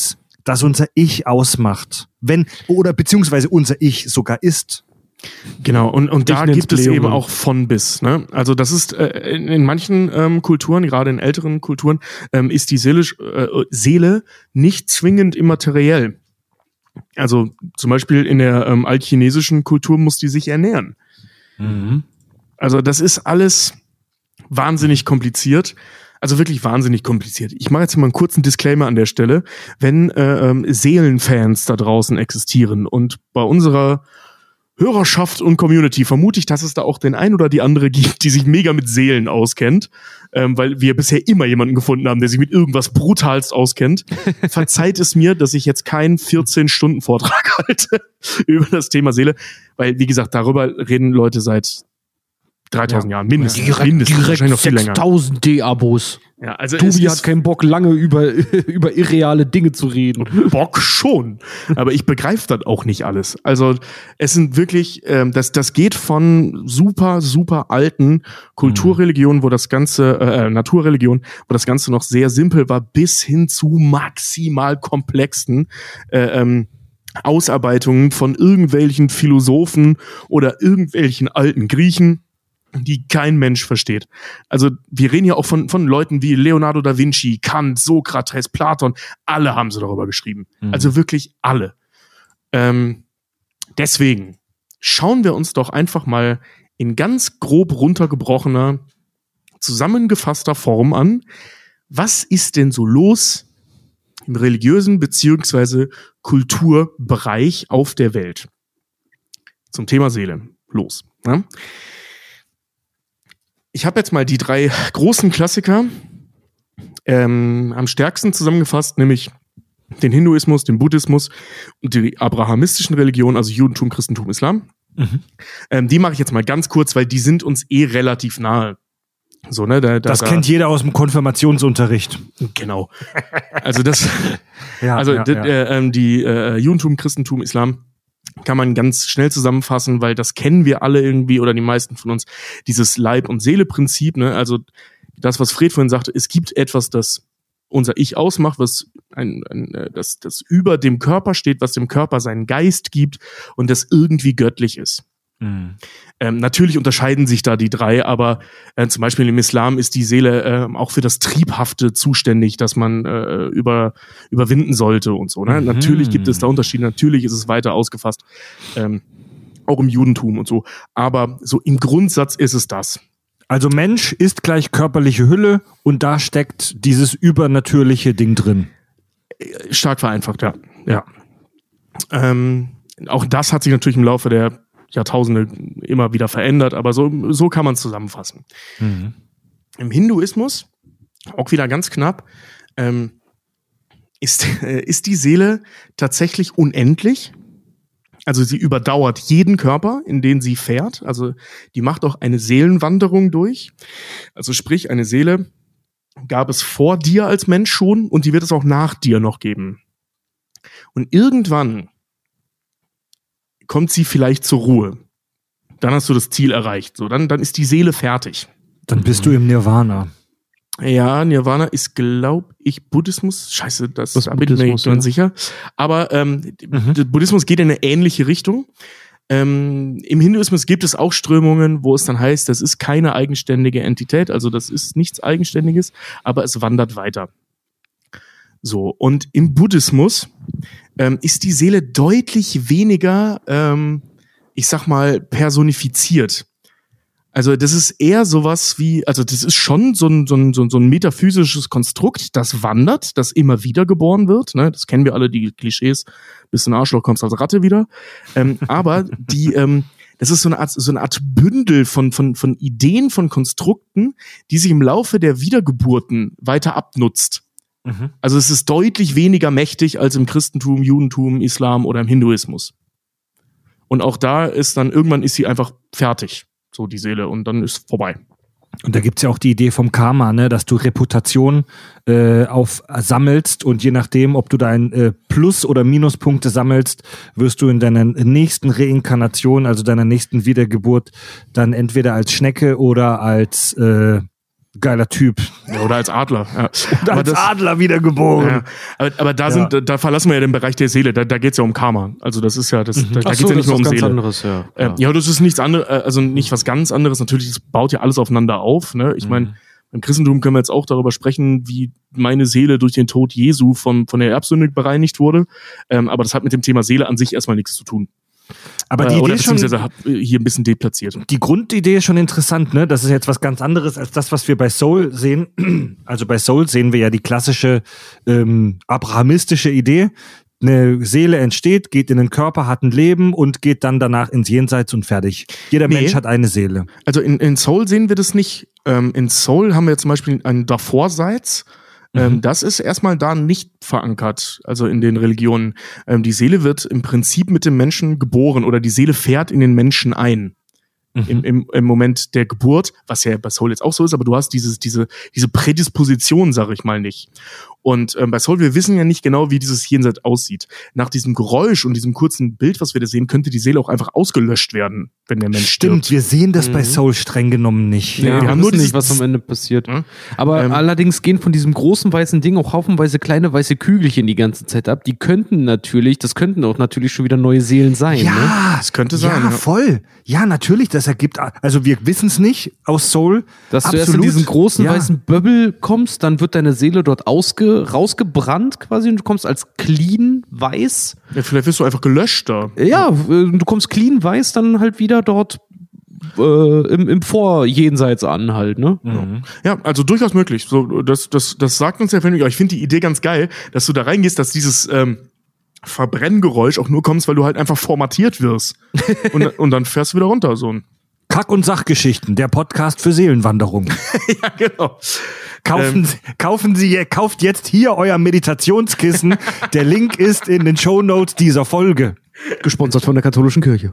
das unser Ich ausmacht. Wenn, oder beziehungsweise unser Ich sogar ist. Genau, und, und da Ich gibt es nenn's eben Bleum. auch von bis. Ne? Also das ist äh, in, in manchen ähm, Kulturen, gerade in älteren Kulturen, ähm, ist die Seele, äh, Seele nicht zwingend immateriell. Also zum Beispiel in der ähm, altchinesischen Kultur muss die sich ernähren. Mhm. Also das ist alles wahnsinnig kompliziert. Also wirklich wahnsinnig kompliziert. Ich mache jetzt mal einen kurzen Disclaimer an der Stelle. Wenn äh, ähm, Seelenfans da draußen existieren und bei unserer Hörerschaft und Community vermute ich, dass es da auch den ein oder die andere gibt, die sich mega mit Seelen auskennt, ähm, weil wir bisher immer jemanden gefunden haben, der sich mit irgendwas brutalst auskennt. Verzeiht es mir, dass ich jetzt keinen vierzehn-Stunden-Vortrag halte über das Thema Seele, weil, wie gesagt, darüber reden Leute seit dreitausend Jahren, mindestens. Direkt, mindestens direkt wahrscheinlich noch viel länger. sechstausend D-Abos. Ja, also es Tobi ist hat keinen Bock, lange über, über irreale Dinge zu reden. Bock schon, aber ich begreife das auch nicht alles. Also es sind wirklich, ähm, das das geht von super super alten Kulturreligionen, wo das ganze äh, Naturreligion, wo das Ganze noch sehr simpel war, bis hin zu maximal komplexen äh, ähm, Ausarbeitungen von irgendwelchen Philosophen oder irgendwelchen alten Griechen, die kein Mensch versteht. Also wir reden ja auch von von Leuten wie Leonardo da Vinci, Kant, Sokrates, Platon, alle haben sie darüber geschrieben. Mhm. Also wirklich alle. Ähm, deswegen schauen wir uns doch einfach mal in ganz grob runtergebrochener, zusammengefasster Form an, was ist denn so los im religiösen beziehungsweise Kulturbereich auf der Welt? Zum Thema Seele. Los. Ne? Ich habe jetzt mal die drei großen Klassiker ähm, am stärksten zusammengefasst, nämlich den Hinduismus, den Buddhismus und die abrahamistischen Religionen, also Judentum, Christentum, Islam. Mhm. Ähm, die mache ich jetzt mal ganz kurz, weil die sind uns eh relativ nahe. So, ne, da, da, das da, kennt jeder aus dem Konfirmationsunterricht. Genau. Also das, ja, also ja, d- ja. Äh, ähm, die äh, Judentum, Christentum, Islam kann man ganz schnell zusammenfassen, weil das kennen wir alle irgendwie oder die meisten von uns, dieses Leib- und Seele-Prinzip, ne? Also das, was Fred vorhin sagte, es gibt etwas, das unser Ich ausmacht, was ein, ein das, das über dem Körper steht, was dem Körper seinen Geist gibt und das irgendwie göttlich ist. Mhm. Ähm, natürlich unterscheiden sich da die drei, aber äh, zum Beispiel im Islam ist die Seele äh, auch für das Triebhafte zuständig, das man äh, über, überwinden sollte und so. Ne? Mhm. Natürlich gibt es da Unterschiede, natürlich ist es weiter ausgefasst, ähm, auch im Judentum und so. Aber so im Grundsatz ist es das. Also Mensch ist gleich körperliche Hülle und da steckt dieses übernatürliche Ding drin. Stark vereinfacht, ja. ja. Ähm, auch das hat sich natürlich im Laufe der Jahrtausende immer wieder verändert, aber so, so kann man es zusammenfassen. Mhm. Im Hinduismus, auch wieder ganz knapp, ähm, ist, äh, ist die Seele tatsächlich unendlich. Also sie überdauert jeden Körper, in den sie fährt. Also die macht auch eine Seelenwanderung durch. Also sprich, eine Seele gab es vor dir als Mensch schon und die wird es auch nach dir noch geben. Und irgendwann kommt sie vielleicht zur Ruhe. Dann hast du das Ziel erreicht. So, dann, dann ist die Seele fertig. Dann bist du im Nirvana. Ja, Nirvana ist, glaub ich, Buddhismus. Scheiße, das, das da bin ich mir nicht ganz sicher. Aber ähm, mhm. der Buddhismus geht in eine ähnliche Richtung. Ähm, Im Hinduismus gibt es auch Strömungen, wo es dann heißt, das ist keine eigenständige Entität, also das ist nichts Eigenständiges, aber es wandert weiter. So, und im Buddhismus ähm, ist die Seele deutlich weniger, ähm, ich sag mal, personifiziert. Also das ist eher sowas wie, also das ist schon so ein, so ein, so ein metaphysisches Konstrukt, das wandert, das immer wieder geboren wird. Ne? Das kennen wir alle, die Klischees, bist du ein Arschloch, kommst als Ratte wieder. Ähm, aber die, ähm, das ist so eine Art, so eine Art Bündel von, von, von Ideen, von Konstrukten, die sich im Laufe der Wiedergeburten weiter abnutzt. Mhm. Also es ist deutlich weniger mächtig als im Christentum, Judentum, Islam oder im Hinduismus. Und auch da ist dann, irgendwann ist sie einfach fertig. So die Seele und dann ist vorbei. Und da gibt's ja auch die Idee vom Karma, ne, dass du Reputation äh, auf sammelst und je nachdem, ob du dein äh, Plus- oder Minuspunkte sammelst, wirst du in deiner nächsten Reinkarnation, also deiner nächsten Wiedergeburt, dann entweder als Schnecke oder als äh, Geiler Typ. Ja, oder als Adler. Ja. Und als das, Adler wiedergeboren. Ja. Aber, aber da, Ja. sind, da, da verlassen wir ja den Bereich der Seele. Da, da geht es ja um Karma. Also das ist ja, das, Mhm. da, da Ach geht es so, ja nicht das nur um ist was ganz Seele. anderes, ja. Ähm, ja, das ist nichts anderes, also nicht was ganz anderes. Natürlich, das baut ja alles aufeinander auf. Ne? Ich meine, im Christentum können wir jetzt auch darüber sprechen, wie meine Seele durch den Tod Jesu von, von der Erbsünde bereinigt wurde. Ähm, aber das hat mit dem Thema Seele an sich erstmal nichts zu tun. Aber die äh, Idee oder ist schon, beziehungsweise hab, äh, hier ein bisschen deplatziert. die Grundidee ist schon interessant, ne? Das ist jetzt was ganz anderes als das, was wir bei Soul sehen. Also bei Soul sehen wir ja die klassische ähm, abrahamistische Idee. Eine Seele entsteht, geht in den Körper, hat ein Leben und geht dann danach ins Jenseits und fertig. Jeder Nee. Mensch hat eine Seele. Also in, in Soul sehen wir das nicht. Ähm, in Soul haben wir zum Beispiel ein Davorseits. Ähm, Mhm. das ist erstmal da nicht verankert, also in den Religionen. Ähm, die Seele wird im Prinzip mit dem Menschen geboren oder die Seele fährt in den Menschen ein. Im, im, im Moment der Geburt, was ja bei Soul jetzt auch so ist, aber du hast dieses, diese, diese Prädisposition, sag ich mal nicht. Und ähm, bei Soul, wir wissen ja nicht genau, wie dieses Jenseits aussieht. Nach diesem Geräusch und diesem kurzen Bild, was wir da sehen, könnte die Seele auch einfach ausgelöscht werden, wenn der Mensch Stimmt, stirbt. wir sehen das bei Mhm. Soul streng genommen nicht. Nee, Ja, wir wir haben haben nur nur nicht, dieses- was am Ende passiert. Ja. Aber Ähm, allerdings gehen von diesem großen weißen Ding auch haufenweise kleine weiße Kügelchen die ganze Zeit ab. Die könnten natürlich, das könnten auch natürlich schon wieder neue Seelen sein. Ne? Ja, Das könnte sein, Ja, ja. voll. Ja, natürlich, das ergibt, also wir wissen es nicht aus Soul. Dass du erst in Absolut. diesen großen Ja. weißen Bubble kommst, dann wird deine Seele dort ausge, rausgebrannt quasi und du kommst als clean weiß. Ja, vielleicht wirst du einfach gelöscht da. Ja, äh, du kommst clean weiß dann halt wieder dort äh, im, im Vorjenseits an halt, ne? Mhm. Ja, also durchaus möglich. So, das, das, das sagt uns ja, finde ich, aber ich finde die Idee ganz geil, dass du da reingehst, dass dieses ähm, Verbrenngeräusch auch nur kommst, weil du halt einfach formatiert wirst. und, und dann fährst du wieder runter, so ein. Kack- und Sachgeschichten, der Podcast für Seelenwanderung. Ja, genau. Kaufen, Sie, kaufen Sie, kauft jetzt hier euer Meditationskissen. Der Link ist in den Shownotes dieser Folge. Gesponsert von der katholischen Kirche.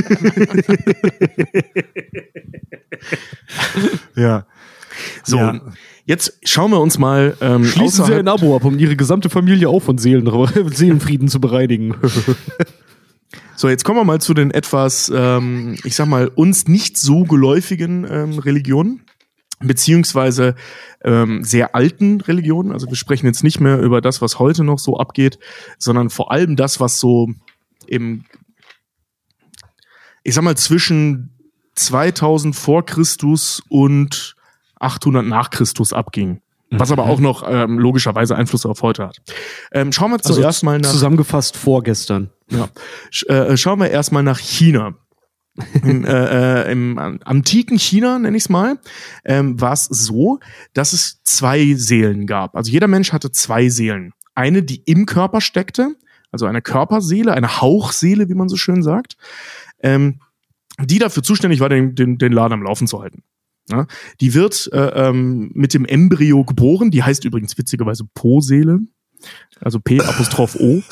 Ja. So, Ja. jetzt schauen wir uns mal ähm, Schließen Sie außerhalb- ein Abo ab, um Ihre gesamte Familie auch von Seelen, Seelenfrieden zu bereinigen. So, jetzt kommen wir mal zu den etwas, ähm, ich sag mal, uns nicht so geläufigen ähm, Religionen, beziehungsweise ähm, sehr alten Religionen. Also wir sprechen jetzt nicht mehr über das, was heute noch so abgeht, sondern vor allem das, was so im, ich sag mal, zwischen zweitausend vor Christus und achthundert nach Christus abging. Was aber auch noch ähm, logischerweise Einfluss auf heute hat. Ähm, schauen wir zuerst mal nach. Zusammengefasst vorgestern. Ja. Sch äh, schauen wir erstmal nach China. Im, äh, äh, Im antiken China, nenne ich es mal, ähm, war es so, dass es zwei Seelen gab. Also jeder Mensch hatte zwei Seelen. Eine, die im Körper steckte, also eine Körperseele, eine Hauchseele, wie man so schön sagt, ähm, die dafür zuständig war, den, den, den Laden am Laufen zu halten. Ja, die wird äh, ähm, mit dem Embryo geboren, die heißt übrigens witzigerweise Po-Seele, also P Apostroph O.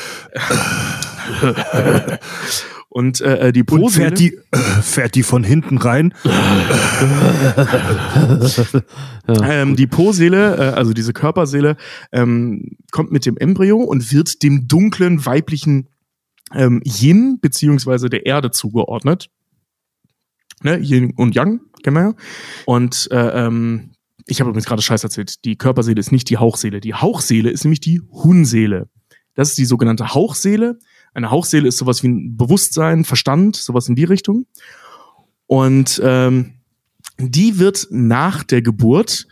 Und äh, die Und Po-Seele fährt die, äh, fährt die von hinten rein. Ähm, die Po-Seele, äh, also diese Körperseele, ähm, kommt mit dem Embryo und wird dem dunklen weiblichen ähm, Yin beziehungsweise der Erde zugeordnet. Ne? Yin und Yang, kennen wir ja. Und äh, ähm, ich habe übrigens gerade Scheiß erzählt. Die Körperseele ist nicht die Hauchseele. Die Hauchseele ist nämlich die Hun-Seele. Das ist die sogenannte Hauchseele. Eine Hauchseele ist sowas wie ein Bewusstsein, Verstand, sowas in die Richtung. Und ähm, die wird nach der Geburt,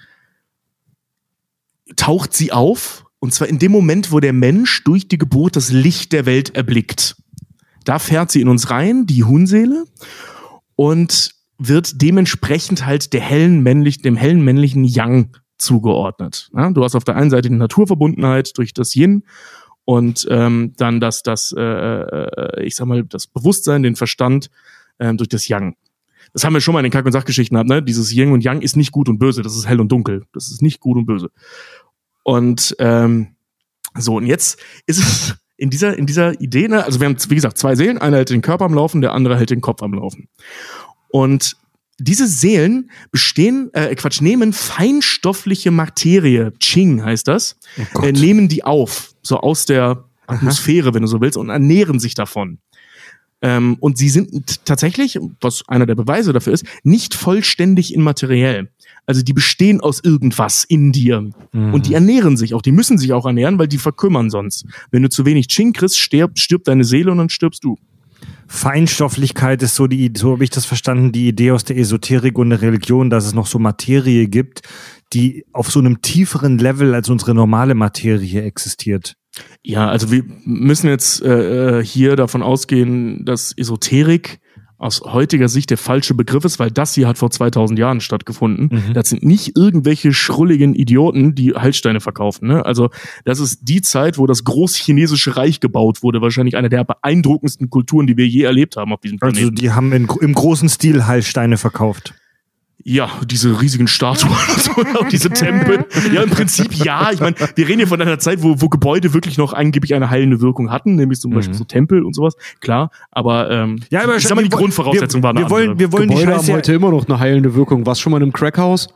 taucht sie auf, und zwar in dem Moment, wo der Mensch durch die Geburt das Licht der Welt erblickt. Da fährt sie in uns rein, die Hun-Seele, und wird dementsprechend halt der hellen männlich, dem hellen männlichen Yang zugeordnet. Ja, du hast auf der einen Seite die Naturverbundenheit durch das Yin und ähm, dann das, das äh, äh, ich sag mal, das Bewusstsein, den Verstand äh, durch das Yang. Das haben wir schon mal in den Kack- und Sachgeschichten gehabt, ne? Dieses Yin und Yang ist nicht gut und böse, das ist hell und dunkel. Das ist nicht gut und böse. Und ähm, so, und jetzt ist es in dieser, in dieser Idee, ne? Also wir haben, wie gesagt, zwei Seelen, einer hält den Körper am Laufen, der andere hält den Kopf am Laufen. Und diese Seelen bestehen, äh, Quatsch, nehmen feinstoffliche Materie, Qing heißt das, Oh äh, nehmen die auf, so aus der Atmosphäre, wenn du so willst, und ernähren sich davon. Ähm, und sie sind t- tatsächlich, was einer der Beweise dafür ist, nicht vollständig immateriell. Also die bestehen aus irgendwas in dir. Mhm. Und die ernähren sich auch. Die müssen sich auch ernähren, weil die verkümmern sonst. Wenn du zu wenig Ching kriegst, stirbt, stirbt deine Seele und dann stirbst du. Feinstofflichkeit ist so die, so habe ich das verstanden, die Idee aus der Esoterik und der Religion, dass es noch so Materie gibt, die auf so einem tieferen Level als unsere normale Materie existiert. Ja, also wir müssen jetzt äh, hier davon ausgehen, dass Esoterik aus heutiger Sicht der falsche Begriff ist, weil das hier hat vor zweitausend Jahren stattgefunden. Mhm. Das sind nicht irgendwelche schrulligen Idioten, die Heilsteine verkaufen. Ne? Also das ist die Zeit, wo das Großchinesische Reich gebaut wurde. Wahrscheinlich eine der beeindruckendsten Kulturen, die wir je erlebt haben auf diesem Planeten. Also die haben in, im großen Stil Heilsteine verkauft. Ja, diese riesigen Statuen und so, auch diese Tempel. Ja, im Prinzip ja. Ich meine, wir reden hier von einer Zeit, wo, wo Gebäude wirklich noch angeblich eine heilende Wirkung hatten, nämlich zum mhm. Beispiel so Tempel und sowas. Klar, aber, ähm, ja, aber ich sag mal, die Grundvoraussetzung war eine wir wollen, andere. Wir wollen Gebäude die Scheiße haben heute immer noch eine heilende Wirkung. Warst schon mal in einem Crackhaus?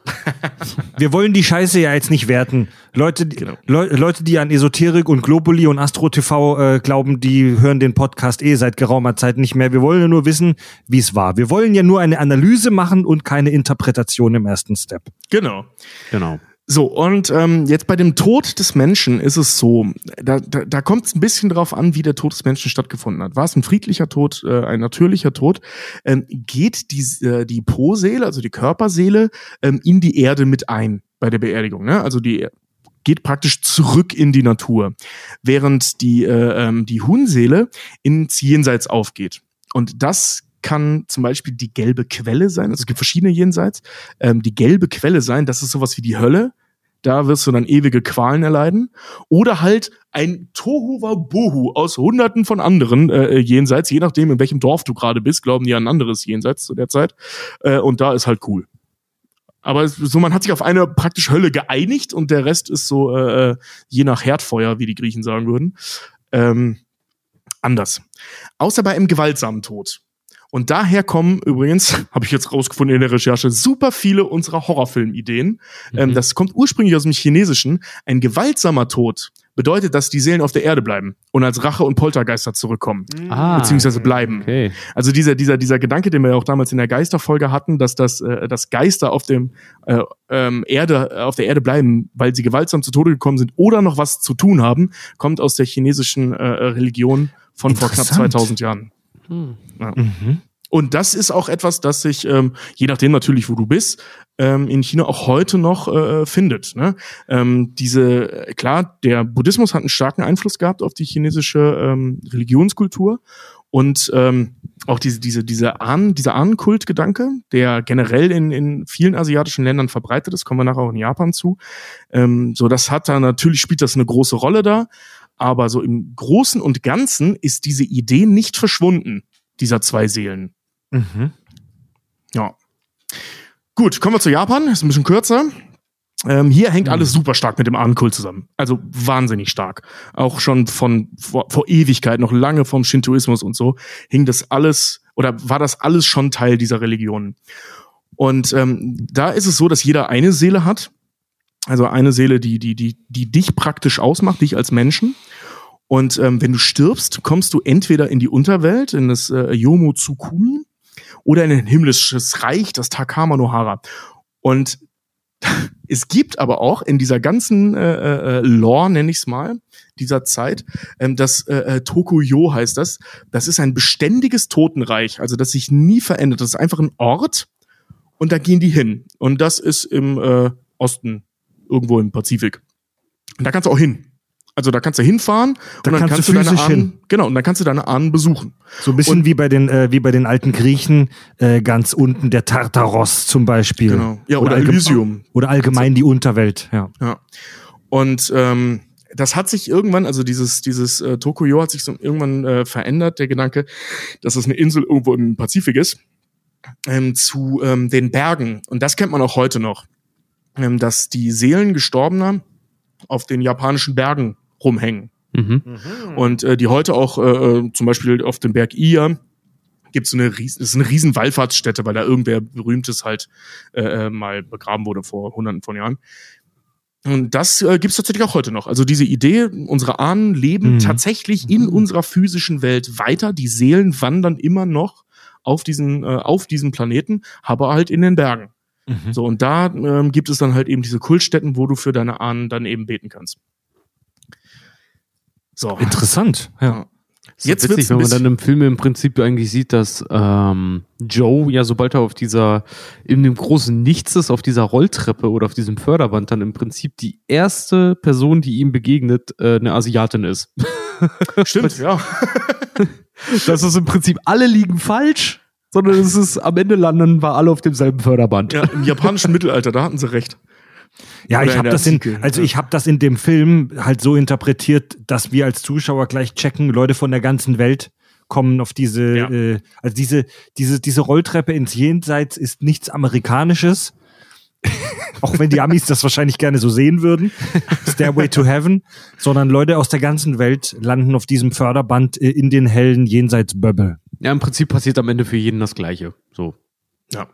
Wir wollen die Scheiße ja jetzt nicht werten. Leute, genau. Le- Leute, die an Esoterik und Globuli und Astro T V äh, glauben, die hören den Podcast eh seit geraumer Zeit nicht mehr. Wir wollen ja nur wissen, wie es war. Wir wollen ja nur eine Analyse machen und keine Interpretation im ersten Step. Genau. Genau. So, und ähm, jetzt bei dem Tod des Menschen ist es so, da, da, da kommt es ein bisschen drauf an, wie der Tod des Menschen stattgefunden hat. War es ein friedlicher Tod, äh, ein natürlicher Tod? Ähm, geht die, äh, die Po-Seele, also die Körperseele, ähm, in die Erde mit ein bei der Beerdigung? Ne? Also die geht praktisch zurück in die Natur, während die, äh, ähm, die Huhnseele ins Jenseits aufgeht. Und das kann zum Beispiel die gelbe Quelle sein, also es gibt verschiedene Jenseits, ähm, die gelbe Quelle sein, das ist sowas wie die Hölle, da wirst du dann ewige Qualen erleiden, oder halt ein Tohuwabohu aus hunderten von anderen äh, Jenseits, je nachdem in welchem Dorf du gerade bist, glauben die an ein anderes Jenseits zu der Zeit, äh, und da ist halt cool. Aber so, man hat sich auf eine praktisch Hölle geeinigt und der Rest ist so äh, je nach Herdfeuer, wie die Griechen sagen würden, ähm, anders. Außer bei einem gewaltsamen Tod. Und daher kommen übrigens, habe ich jetzt rausgefunden in der Recherche, super viele unserer Horrorfilm-Ideen. Mhm. Ähm, das kommt ursprünglich aus dem Chinesischen. Ein gewaltsamer Tod bedeutet, dass die Seelen auf der Erde bleiben und als Rache und Poltergeister zurückkommen. Ah, beziehungsweise bleiben. Okay. Also dieser, dieser, dieser Gedanke, den wir ja auch damals in der Geisterfolge hatten, dass das, äh, dass Geister auf dem äh, ähm, Erde, auf der Erde bleiben, weil sie gewaltsam zu Tode gekommen sind oder noch was zu tun haben, kommt aus der chinesischen äh, Religion von vor knapp zweitausend Jahren. Hm. Ja. Mhm. Und das ist auch etwas, das sich, ähm, je nachdem natürlich, wo du bist, ähm, in China auch heute noch äh, findet. Ne? Ähm, diese, klar, der Buddhismus hat einen starken Einfluss gehabt auf die chinesische ähm, Religionskultur und ähm, auch diese, diese, diese Ahnen, dieser Ahnenkultgedanke, der generell in, in vielen asiatischen Ländern verbreitet ist, kommen wir nachher auch in Japan zu. Ähm, so, das hat da natürlich, spielt das eine große Rolle da, aber so im Großen und Ganzen ist diese Idee nicht verschwunden, dieser zwei Seelen. Mhm. Ja. Gut, kommen wir zu Japan. Ist ein bisschen kürzer. Ähm, hier hängt mhm. alles super stark mit dem Ahnenkult zusammen. Also wahnsinnig stark. Auch schon von vor, vor Ewigkeit, noch lange vom Shintoismus und so, hing das alles oder war das alles schon Teil dieser Religion. Und ähm, da ist es so, dass jeder eine Seele hat. Also eine Seele, die, die, die, die dich praktisch ausmacht, dich als Menschen. Und ähm, wenn du stirbst, kommst du entweder in die Unterwelt, in das äh, Yomo Tsukumi, oder in ein himmlisches Reich, das Takama no Hara. Und es gibt aber auch in dieser ganzen äh, äh, Lore, nenne ich es mal, dieser Zeit, ähm, das äh, Tokuyo heißt das. Das ist ein beständiges Totenreich, also das sich nie verändert. Das ist einfach ein Ort und da gehen die hin. Und das ist im äh, Osten, irgendwo im Pazifik. Und da kannst du auch hin. Also da kannst du hinfahren da und dann kannst kannst du du deine Ahnen, hin. genau, und dann kannst du deine Ahnen besuchen. So ein bisschen und, wie bei den äh, wie bei den alten Griechen, äh, ganz unten der Tartaros zum Beispiel. Genau. Ja, oder, oder Elysium. Oder allgemein die Unterwelt, ja. Ja. Und ähm, das hat sich irgendwann, also dieses dieses äh, Tokuyo hat sich so irgendwann äh, verändert, der Gedanke, dass es eine Insel irgendwo im Pazifik ist, ähm, zu ähm, den Bergen. Und das kennt man auch heute noch, ähm, dass die Seelen Gestorbener auf den japanischen Bergen rumhängen. Mhm. Und äh, die heute auch äh, zum Beispiel auf dem Berg Iya gibt es eine riesen, das ist eine riesen Wallfahrtsstätte, weil da irgendwer Berühmtes halt äh, mal begraben wurde vor hunderten von Jahren. Und das äh, gibt's tatsächlich auch heute noch. Also diese Idee, unsere Ahnen leben Mhm. tatsächlich in unserer physischen Welt weiter. Die Seelen wandern immer noch auf diesen, äh, auf diesen Planeten, aber halt in den Bergen. Mhm. So, und da ähm, gibt es dann halt eben diese Kultstätten, wo du für deine Ahnen dann eben beten kannst. So. Interessant, ja. Ist Jetzt jetzt wird's witzig, ein wenn man bisschen- dann im Film im Prinzip eigentlich sieht, dass ähm, Joe, ja, sobald er auf dieser, in dem großen Nichts ist, auf dieser Rolltreppe oder auf diesem Förderband, dann im Prinzip die erste Person, die ihm begegnet, äh, eine Asiatin ist. Stimmt, ja. Das ist im Prinzip, alle liegen falsch, sondern es ist, am Ende landen wir alle auf demselben Förderband. Ja, im japanischen Mittelalter, da hatten sie recht. Ja, Oder ich in habe der das in, Artikel, also ja. ich habe das in dem Film halt so interpretiert, dass wir als Zuschauer gleich checken, Leute von der ganzen Welt kommen auf diese, Ja. äh, also diese, diese, diese Rolltreppe ins Jenseits ist nichts Amerikanisches. Auch wenn die Amis das wahrscheinlich gerne so sehen würden. Stairway to Heaven. Sondern Leute aus der ganzen Welt landen auf diesem Förderband äh, in den hellen Jenseitsbubble. Ja, im Prinzip passiert am Ende für jeden das Gleiche. So. Ja.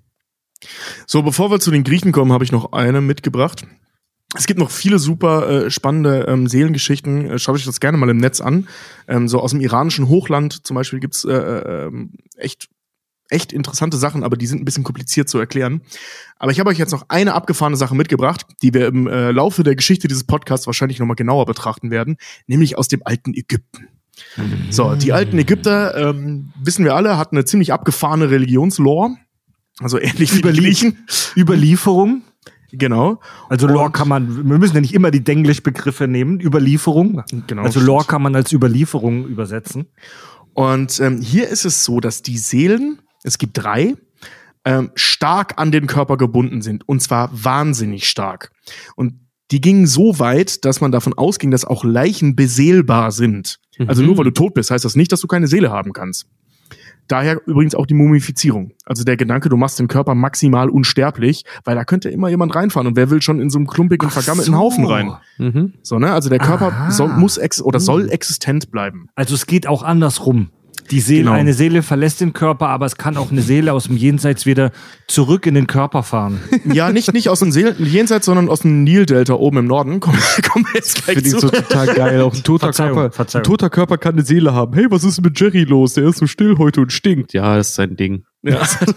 So, bevor wir zu den Griechen kommen, habe ich noch eine mitgebracht. Es gibt noch viele super äh, spannende ähm, Seelengeschichten. Äh, schaut euch das gerne mal im Netz an. Ähm, so aus dem iranischen Hochland zum Beispiel gibt's äh, äh, echt echt interessante Sachen, aber die sind ein bisschen kompliziert zu erklären. Aber ich habe euch jetzt noch eine abgefahrene Sache mitgebracht, die wir im äh, Laufe der Geschichte dieses Podcasts wahrscheinlich noch mal genauer betrachten werden, nämlich aus dem alten Ägypten. Mhm. So, die alten Ägypter, ähm, wissen wir alle, hatten eine ziemlich abgefahrene Religionslore. Also ähnlich wie die Griechen. Überlieferung. Genau. Also Und- Lore kann man, wir müssen ja nicht immer die Denglisch-Begriffe nehmen. Überlieferung. Genau, Also stimmt. Lore kann man als Überlieferung übersetzen. Und ähm, hier ist es so, dass die Seelen, es gibt drei, ähm, stark an den Körper gebunden sind. Und zwar wahnsinnig stark. Und die gingen so weit, dass man davon ausging, dass auch Leichen beseelbar sind. Also nur weil du tot bist, heißt das nicht, dass du keine Seele haben kannst. Daher übrigens auch die Mumifizierung. Also der Gedanke, du machst den Körper maximal unsterblich, weil da könnte immer jemand reinfahren und wer will schon in so einen klumpigen, vergammelten so. Haufen rein. Mhm. So, ne? Also der Körper Aha. soll, muss ex oder soll existent bleiben. Also es geht auch andersrum. Die Seele, Genau. eine Seele verlässt den Körper, aber es kann auch eine Seele aus dem Jenseits wieder zurück in den Körper fahren. Ja, nicht, nicht aus dem Seelen, Jenseits, sondern aus dem Nildelta oben im Norden. Kommen komm wir jetzt gleich Finde ich zu. so total geil. Auch ein toter Verzeihung, Körper. Verzeihung. Ein toter Körper kann eine Seele haben. Hey, was ist mit Jerry los? Der ist so still heute und stinkt. Ja, das ist sein Ding. Ja.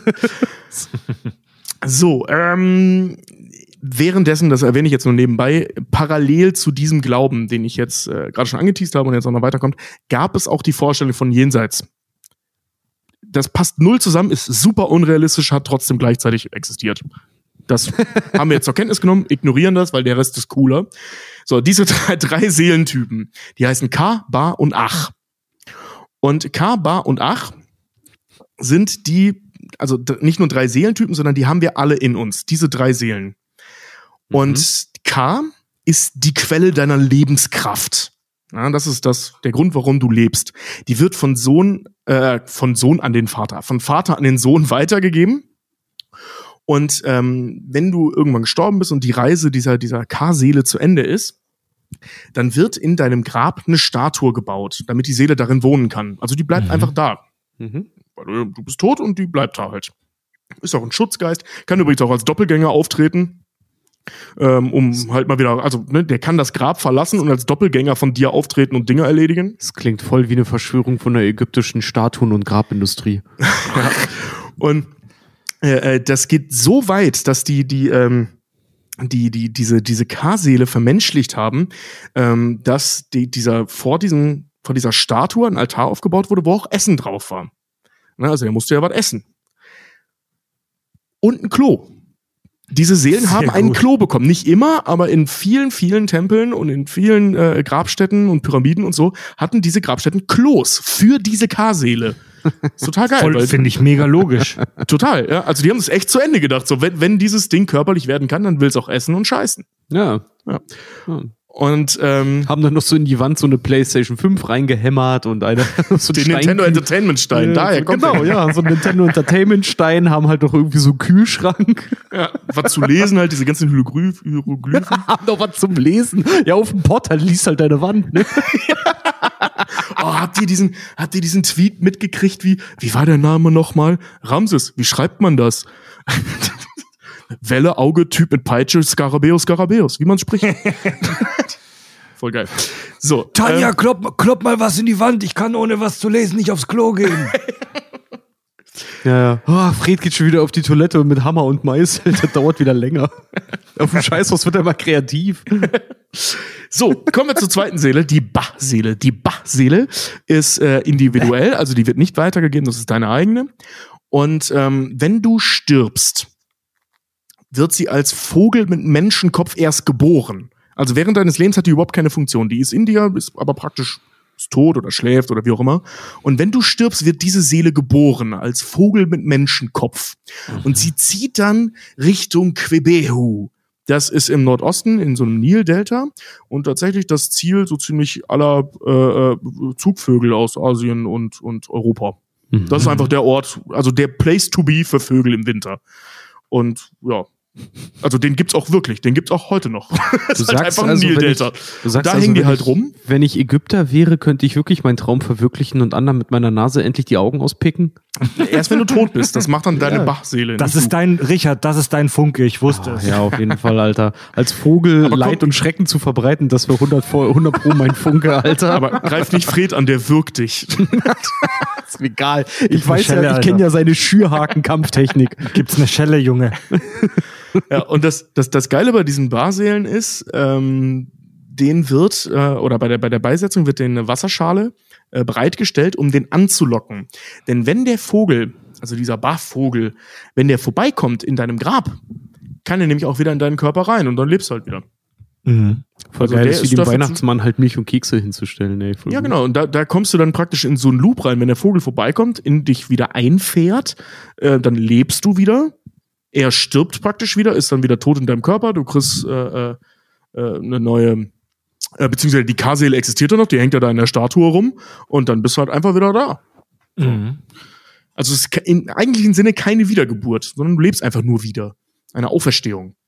So, ähm, währenddessen, das erwähne ich jetzt nur nebenbei, parallel zu diesem Glauben, den ich jetzt äh, gerade schon angeteased habe und jetzt auch noch weiterkommt, gab es auch die Vorstellung von Jenseits. Das passt null zusammen, ist super unrealistisch, hat trotzdem gleichzeitig existiert. Das haben wir jetzt zur Kenntnis genommen, ignorieren das, weil der Rest ist cooler. So, diese drei, drei Seelentypen, die heißen Ka, Ba und Ach. Und Ka, Ba und Ach sind die, also d- nicht nur drei Seelentypen, sondern die haben wir alle in uns, diese drei Seelen. Und Ka ist die Quelle deiner Lebenskraft. Ja, das ist das, der Grund, warum du lebst. Die wird von Sohn, äh, von Sohn an den Vater, von Vater an den Sohn weitergegeben. Und ähm, wenn du irgendwann gestorben bist und die Reise dieser, dieser Ka-Seele zu Ende ist, dann wird in deinem Grab eine Statue gebaut, damit die Seele darin wohnen kann. Also die bleibt Mhm. einfach da. Mhm. Weil du, du bist tot und die bleibt da halt. Ist auch ein Schutzgeist, kann übrigens auch als Doppelgänger auftreten, ähm, um halt mal wieder, also ne, der kann das Grab verlassen und als Doppelgänger von dir auftreten und Dinge erledigen. Das klingt voll wie eine Verschwörung von der ägyptischen Statuen- und Grabindustrie. Ja. Und äh, äh, das geht so weit, dass die die ähm, die die diese diese K-Seele vermenschlicht haben, ähm, dass die dieser vor diesem vor dieser Statue ein Altar aufgebaut wurde, wo auch Essen drauf war. Na, also der musste ja was essen. Und ein Klo. Diese Seelen Sehr haben ein gut. Klo bekommen. Nicht immer, aber in vielen, vielen Tempeln und in vielen äh, Grabstätten und Pyramiden und so hatten diese Grabstätten Klos für diese K-Seele. Ist total geil. Voll, weil- finde ich mega logisch. Total, ja. Also die haben es echt zu Ende gedacht. So, wenn, wenn dieses Ding körperlich werden kann, dann will es auch essen und scheißen. Ja. Ja. Ja. Und ähm, Haben dann noch so in die Wand so eine PlayStation fünf reingehämmert und eine so den einen Nintendo Stein- Entertainment Stein, Äh, daher so, kommt genau, der. ja, so ein Nintendo Entertainment Stein, haben halt noch irgendwie so einen Kühlschrank. Ja, was zu lesen halt, diese ganzen Hieroglyph- Hieroglyphen. Haben noch was zum Lesen. Ja, auf dem Portal liest halt deine Wand, ne? Oh, habt ihr diesen, habt ihr diesen Tweet mitgekriegt, wie, wie war der Name nochmal? Ramses, wie schreibt man das? Welle, Auge, Typ mit Peitsche, Skarabäus, Skarabäus, wie man spricht. Voll geil. So, Tanja, ähm, klopp, klopp mal was in die Wand. Ich kann ohne was zu lesen nicht aufs Klo gehen. Ja, ja. Oh, Fred geht schon wieder auf die Toilette mit Hammer und Meißel. Das dauert wieder länger. Auf dem Scheißhaus wird er mal kreativ. So, kommen wir zur zweiten Seele, die Ba-Seele. Die Ba-Seele ist äh, individuell, also die wird nicht weitergegeben, das ist deine eigene. Und ähm, wenn du stirbst, wird sie als Vogel mit Menschenkopf erst geboren. Also während deines Lebens hat die überhaupt keine Funktion. Die ist in dir, ist aber praktisch ist tot oder schläft oder wie auch immer. Und wenn du stirbst, wird diese Seele geboren als Vogel mit Menschenkopf. Mhm. Und sie zieht dann Richtung Quebehu. Das ist im Nordosten in so einem Nildelta und tatsächlich das Ziel so ziemlich aller äh, Zugvögel aus Asien und, und Europa. Mhm. Das ist einfach der Ort, also der Place to be für Vögel im Winter. Und ja, also den gibt's auch wirklich, den gibt's auch heute noch. Das du ist halt sagst einfach ein also, Nildelta. Ich, da also, hängen die halt ich, rum. Wenn ich Ägypter wäre, könnte ich wirklich meinen Traum verwirklichen und anderen mit meiner Nase endlich die Augen auspicken? Erst wenn du tot bist, das macht dann deine ja. Bachseele. Das ist du. dein, Richard, das ist dein Funke, ich wusste ah, es. Ja, auf jeden Fall, Alter. Als Vogel aber Leid komm, und Schrecken zu verbreiten, das wäre hundert Pro mein Funke, Alter. Aber greif nicht Fred an, der wirkt dich. Ist mir egal. Ich weiß Schelle, ja, ich kenne ja seine Schürhaken-Kampftechnik. Gibt's eine Schelle, Junge. Ja, und das, das, das Geile bei diesen Barseelen ist, ähm, denen wird, äh, oder bei der, bei der Beisetzung wird denen eine Wasserschale äh, bereitgestellt, um den anzulocken. Denn wenn der Vogel, also dieser Barvogel, wenn der vorbeikommt in deinem Grab, kann er nämlich auch wieder in deinen Körper rein und dann lebst du halt wieder. Mhm. Voll also geil, ist wie dem Weihnachtsmann halt Milch und Kekse hinzustellen. Ey, ja, genau. Und da, da kommst du dann praktisch in so einen Loop rein. Wenn der Vogel vorbeikommt, in dich wieder einfährt, äh, dann lebst du wieder. Er stirbt praktisch wieder, ist dann wieder tot in deinem Körper. Du kriegst äh, äh, eine neue, äh, beziehungsweise die K-Seele existiert ja noch, die hängt ja da in der Statue rum und dann bist du halt einfach wieder da. Mhm. Also es ist im eigentlichen Sinne keine Wiedergeburt, sondern du lebst einfach nur wieder. Eine Auferstehung.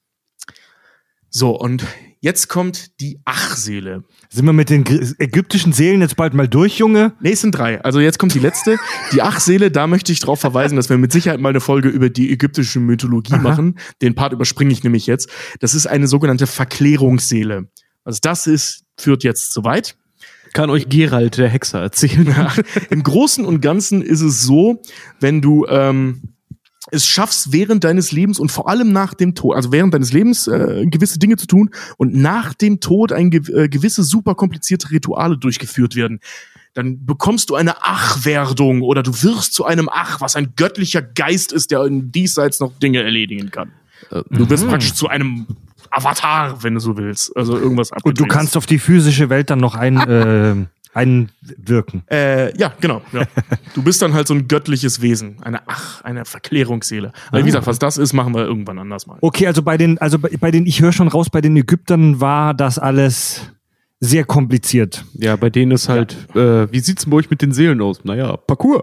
So, und jetzt kommt die Ach-Seele. Sind wir mit den ägyptischen Seelen jetzt bald mal durch, Junge? Nee, es sind drei. Also jetzt kommt die letzte. Die Ach-Seele, da möchte ich darauf verweisen, dass wir mit Sicherheit mal eine Folge über die ägyptische Mythologie Aha. machen. Den Part überspringe ich nämlich jetzt. Das ist eine sogenannte Verklärungsseele. Also das ist, führt jetzt zu weit. Kann euch Gerald, der Hexer, erzählen. Ja, im Großen und Ganzen ist es so, wenn du ähm, es schaffst, während deines Lebens und vor allem nach dem Tod, also während deines Lebens äh, gewisse Dinge zu tun und nach dem Tod ein ge- äh, gewisse super komplizierte Rituale durchgeführt werden, dann bekommst du eine Ach-Werdung oder du wirst zu einem Ach, was ein göttlicher Geist ist, der in diesseits noch Dinge erledigen kann. Äh, du wirst mhm. praktisch zu einem Avatar, wenn du so willst. Also irgendwas abgedreht. Und du kannst auf die physische Welt dann noch ein... äh einwirken. Äh, ja, genau. Ja. Du bist dann halt so ein göttliches Wesen. Eine Ach, eine Verklärungsseele. Aber wie gesagt, was das ist, machen wir irgendwann anders mal. Okay, also bei den, also bei, bei den, ich höre schon raus, bei den Ägyptern war das alles sehr kompliziert. Ja, bei denen ist halt, ja. äh, wie sieht's denn bei euch mit den Seelen aus? Naja, Parcours.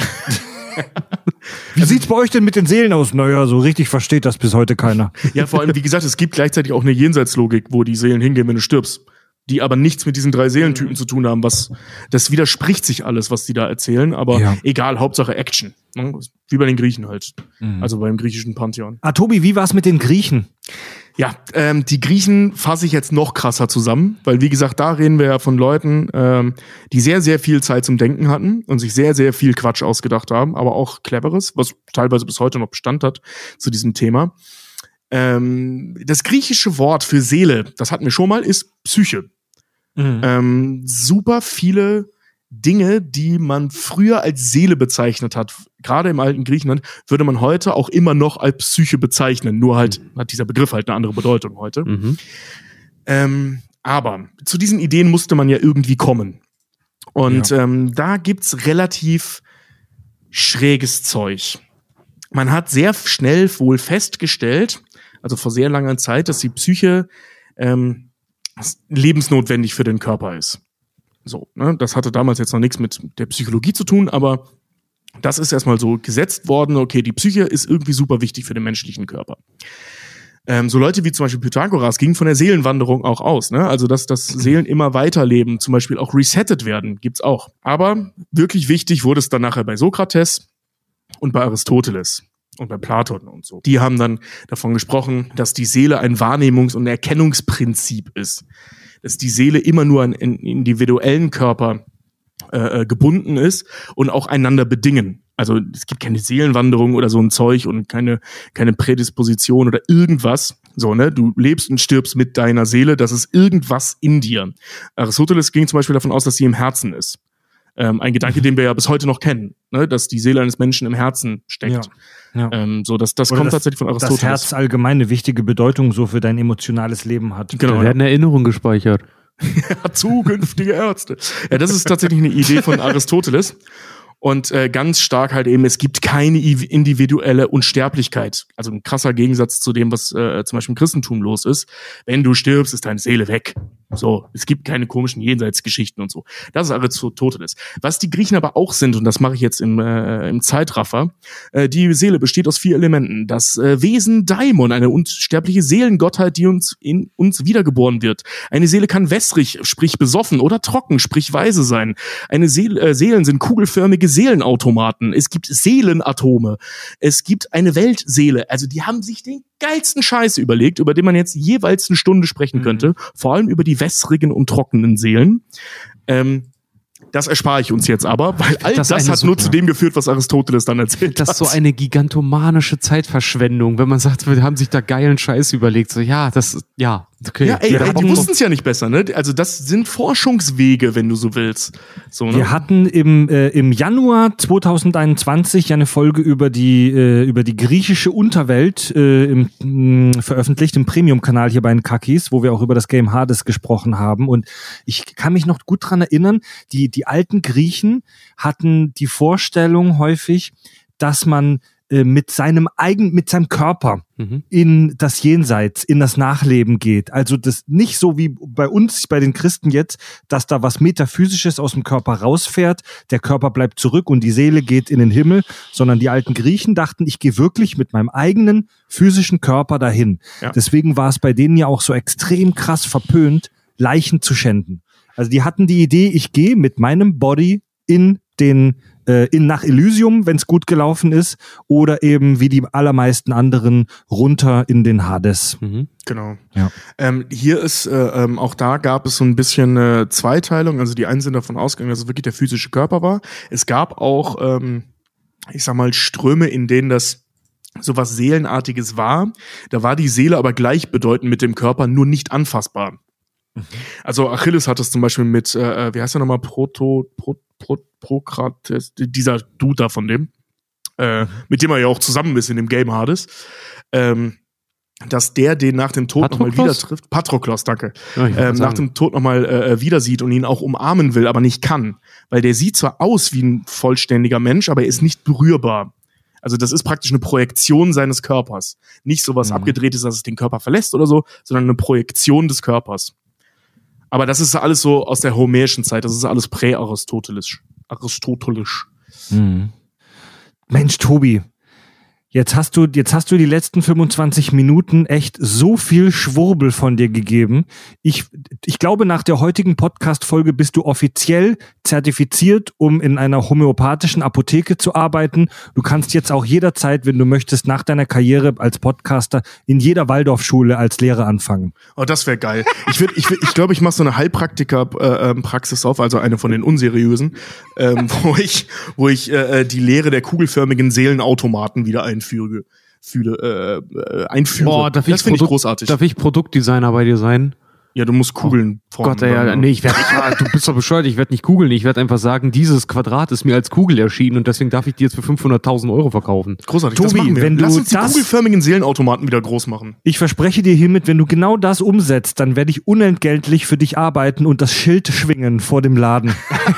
Wie sieht's bei euch denn mit den Seelen aus? Naja, so richtig versteht das bis heute keiner. Ja, vor allem, wie gesagt, es gibt gleichzeitig auch eine Jenseitslogik, wo die Seelen hingehen, wenn du stirbst. Die aber nichts mit diesen drei Seelentypen mhm. zu tun haben, was, das widerspricht sich alles, was die da erzählen, aber ja. egal, Hauptsache Action. Ne? Wie bei den Griechen halt. Mhm. Also beim griechischen Pantheon. Ah, Tobi, wie war's mit den Griechen? Ja, ähm, die Griechen fasse ich jetzt noch krasser zusammen, weil wie gesagt, da reden wir ja von Leuten, ähm, die sehr, sehr viel Zeit zum Denken hatten und sich sehr, sehr viel Quatsch ausgedacht haben, aber auch Cleveres, was teilweise bis heute noch Bestand hat zu diesem Thema. Ähm, das griechische Wort für Seele, das hatten wir schon mal, ist Psyche. Mhm. Ähm, super viele Dinge, die man früher als Seele bezeichnet hat, gerade im alten Griechenland, würde man heute auch immer noch als Psyche bezeichnen. Nur halt mhm. hat dieser Begriff halt eine andere Bedeutung heute. Mhm. Ähm, aber zu diesen Ideen musste man ja irgendwie kommen. Und ja. ähm, da gibt's relativ schräges Zeug. Man hat sehr schnell wohl festgestellt, also vor sehr langer Zeit, dass die Psyche ähm, lebensnotwendig für den Körper ist. So, ne? Das hatte damals jetzt noch nichts mit der Psychologie zu tun, aber das ist erstmal so gesetzt worden, okay, die Psyche ist irgendwie super wichtig für den menschlichen Körper. Ähm, so Leute wie zum Beispiel Pythagoras gingen von der Seelenwanderung auch aus, ne? Also, dass das Seelen immer weiterleben, zum Beispiel auch resettet werden, gibt's auch. Aber wirklich wichtig wurde es dann nachher bei Sokrates und bei Aristoteles. und bei Platon und so. Die haben dann davon gesprochen, dass die Seele ein Wahrnehmungs- und Erkennungsprinzip ist. Dass die Seele immer nur an einen individuellen Körper äh, gebunden ist und auch einander bedingen. Also es gibt keine Seelenwanderung oder so ein Zeug und keine keine Prädisposition oder irgendwas. So, ne? Du lebst und stirbst mit deiner Seele, das ist irgendwas in dir. Aristoteles ging zum Beispiel davon aus, dass sie im Herzen ist. Ähm, ein Gedanke, den wir ja bis heute noch kennen, ne? Dass die Seele eines Menschen im Herzen steckt. Ja. Ja. Ähm, so, das, das kommt das, tatsächlich von Aristoteles. Das Herz allgemein eine wichtige Bedeutung so für dein emotionales Leben hat. Genau. Da werden Erinnerungen gespeichert. Ja, zukünftige Ärzte. Ja, das ist tatsächlich eine Idee von Aristoteles. Und äh, ganz stark halt eben, es gibt keine individuelle Unsterblichkeit. Also ein krasser Gegensatz zu dem, was äh, zum Beispiel im Christentum los ist. Wenn du stirbst, ist deine Seele weg. So, es gibt keine komischen Jenseitsgeschichten und so. Das ist Aristoteles. Was die Griechen aber auch sind, und das mache ich jetzt im, äh, im Zeitraffer, äh, die Seele besteht aus vier Elementen. Das äh, Wesen Daimon, eine unsterbliche Seelengottheit, die uns in uns wiedergeboren wird. Eine Seele kann wässrig, sprich besoffen, oder trocken, sprich weise sein. Eine Seele, äh, Seelen sind kugelförmige Seelenautomaten. Es gibt Seelenatome. Es gibt eine Weltseele. Also die haben sich den geilsten Scheiß überlegt, über den man jetzt jeweils eine Stunde sprechen könnte. Mhm. Vor allem über die wässrigen und trockenen Seelen. Ähm, das erspare ich uns jetzt aber, weil all das, das hat super. nur zu dem geführt, was Aristoteles dann erzählt das hat. Das ist so eine gigantomanische Zeitverschwendung, wenn man sagt, wir haben sich da geilen Scheiß überlegt. So, ja, das, ja, okay. Ja, ey, ja, ey die wussten es ja nicht besser, ne? Also das sind Forschungswege, wenn du so willst. So, ne? Wir hatten im, äh, im Januar zweitausendeinundzwanzig eine Folge über die, äh, über die griechische Unterwelt äh, im, mh, veröffentlicht, im Premium-Kanal hier bei den Kakis, wo wir auch über das Game Hades gesprochen haben. Und ich kann mich noch gut dran erinnern, die, die alten Griechen hatten die Vorstellung häufig, dass man äh, mit seinem eigenen, mit seinem Körper mhm. in das Jenseits, in das Nachleben geht. Also das nicht so wie bei uns, bei den Christen jetzt, dass da was Metaphysisches aus dem Körper rausfährt, der Körper bleibt zurück und die Seele geht in den Himmel, sondern die alten Griechen dachten, ich gehe wirklich mit meinem eigenen physischen Körper dahin. Ja. Deswegen war es bei denen ja auch so extrem krass verpönt, Leichen zu schänden. Also die hatten die Idee, ich gehe mit meinem Body in den äh, in nach Elysium, wenn es gut gelaufen ist, oder eben wie die allermeisten anderen runter in den Hades. Mhm. Genau. Ja. Ähm, hier ist äh, ähm, auch da gab es so ein bisschen äh, Zweiteilung. Also die einen sind davon ausgegangen, dass es wirklich der physische Körper war. Es gab auch, ähm, ich sag mal, Ströme, in denen das sowas Seelenartiges war. Da war die Seele aber gleichbedeutend mit dem Körper, nur nicht anfassbar. Also Achilles hat es zum Beispiel mit, äh, wie heißt der nochmal, Proto, Pro, Pro, Prokrates, dieser Dude da von dem, äh, mit dem er ja auch zusammen ist in dem Game Hades, ähm, dass der den nach dem Tod nochmal wieder trifft. Patroklos, danke. Ja, ähm, nach dem Tod nochmal äh, wieder sieht und ihn auch umarmen will, aber nicht kann. Weil der sieht zwar aus wie ein vollständiger Mensch, aber er ist nicht berührbar. Also das ist praktisch eine Projektion seines Körpers. Nicht sowas mhm. abgedrehtes, dass es den Körper verlässt oder so, sondern eine Projektion des Körpers. Aber das ist alles so aus der homerischen Zeit. Das ist alles prä-aristotelisch. Aristotelisch. Hm. Mensch, Tobi, jetzt hast du, jetzt hast du die letzten fünfundzwanzig Minuten echt so viel Schwurbel von dir gegeben. Ich, ich glaube, nach der heutigen Podcast-Folge bist du offiziell zertifiziert, um in einer homöopathischen Apotheke zu arbeiten. Du kannst jetzt auch jederzeit, wenn du möchtest, nach deiner Karriere als Podcaster in jeder Waldorfschule als Lehrer anfangen. Oh, das wäre geil. Ich würde, ich, würd, ich glaube, ich mache so eine Heilpraktiker-Praxis auf, also eine von den unseriösen, ähm, wo ich, wo ich äh, die Lehre der kugelförmigen Seelenautomaten wieder einführe. Fühle, äh, einführe. Boah, darf das finde ich großartig. Darf ich Produktdesigner bei dir sein? Ja, du musst Kugeln oh, formen. Gott, ey, ja, nee, ich werde ja, du bist doch bescheuert, ich werde nicht kugeln, ich werde einfach sagen, dieses Quadrat ist mir als Kugel erschienen und deswegen darf ich die jetzt für fünfhunderttausend Euro verkaufen. Großartig, Tobi, das machen wir. Wenn du Lass uns die das, kugelförmigen Seelenautomaten wieder groß machen. Ich verspreche dir hiermit, wenn du genau das umsetzt, dann werde ich unentgeltlich für dich arbeiten und das Schild schwingen vor dem Laden.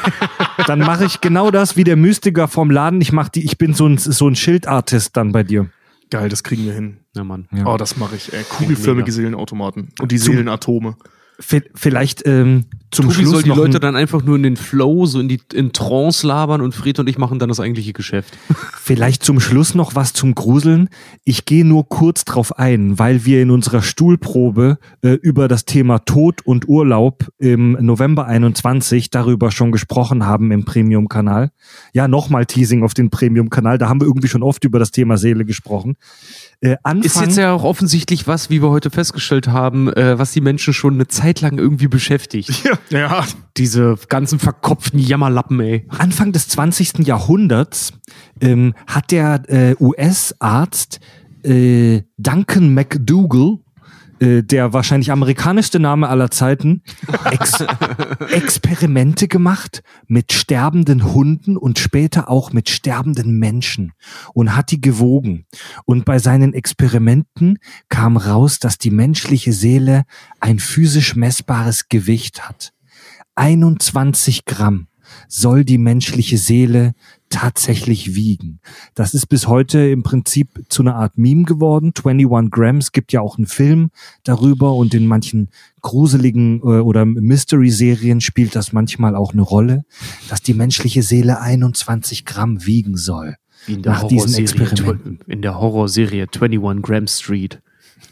Dann mache ich genau das wie der Mystiker vom Laden, ich mach die, ich bin so ein, so ein Schildartist dann bei dir. Geil, das kriegen wir hin. Ja, Mann. Ja. Oh, das mache ich, ey. Kugelförmige Seelenautomaten und die Seelenatome. Vielleicht ähm, zum Tobi Schluss soll die noch Leute ein, dann einfach nur in den Flow, so in die in Trance labern und Fred und ich machen dann das eigentliche Geschäft. vielleicht zum Schluss noch was zum Gruseln. Ich gehe nur kurz drauf ein, weil wir in unserer Stuhlprobe äh, über das Thema Tod und Urlaub im November einundzwanzig darüber schon gesprochen haben im Premium-Kanal. Ja, nochmal Teasing auf den Premium-Kanal. Da haben wir irgendwie schon oft über das Thema Seele gesprochen. Äh, Anfang, Ist jetzt ja auch offensichtlich was, wie wir heute festgestellt haben, äh, was die Menschen schon eine Zeit lang irgendwie beschäftigt. Ja. ja. Diese ganzen verkopften Jammerlappen, ey. Anfang des zwanzigsten Jahrhunderts ähm, hat der äh, U S-Arzt äh, Duncan McDougall, äh, der wahrscheinlich amerikanischste Name aller Zeiten, Ex Experimente gemacht mit sterbenden Hunden und später auch mit sterbenden Menschen und hat die gewogen. Und bei seinen Experimenten kam raus, dass die menschliche Seele ein physisch messbares Gewicht hat. einundzwanzig Gramm soll die menschliche Seele tatsächlich wiegen. Das ist bis heute im Prinzip zu einer Art Meme geworden. einundzwanzig Gramm, es gibt ja auch einen Film darüber und in manchen gruseligen äh, oder Mystery-Serien spielt das manchmal auch eine Rolle, dass die menschliche Seele einundzwanzig Gramm wiegen soll. Wie in der Nach diesen Horrorserie, Experimenten. in der Horrorserie einundzwanzig Gram Street.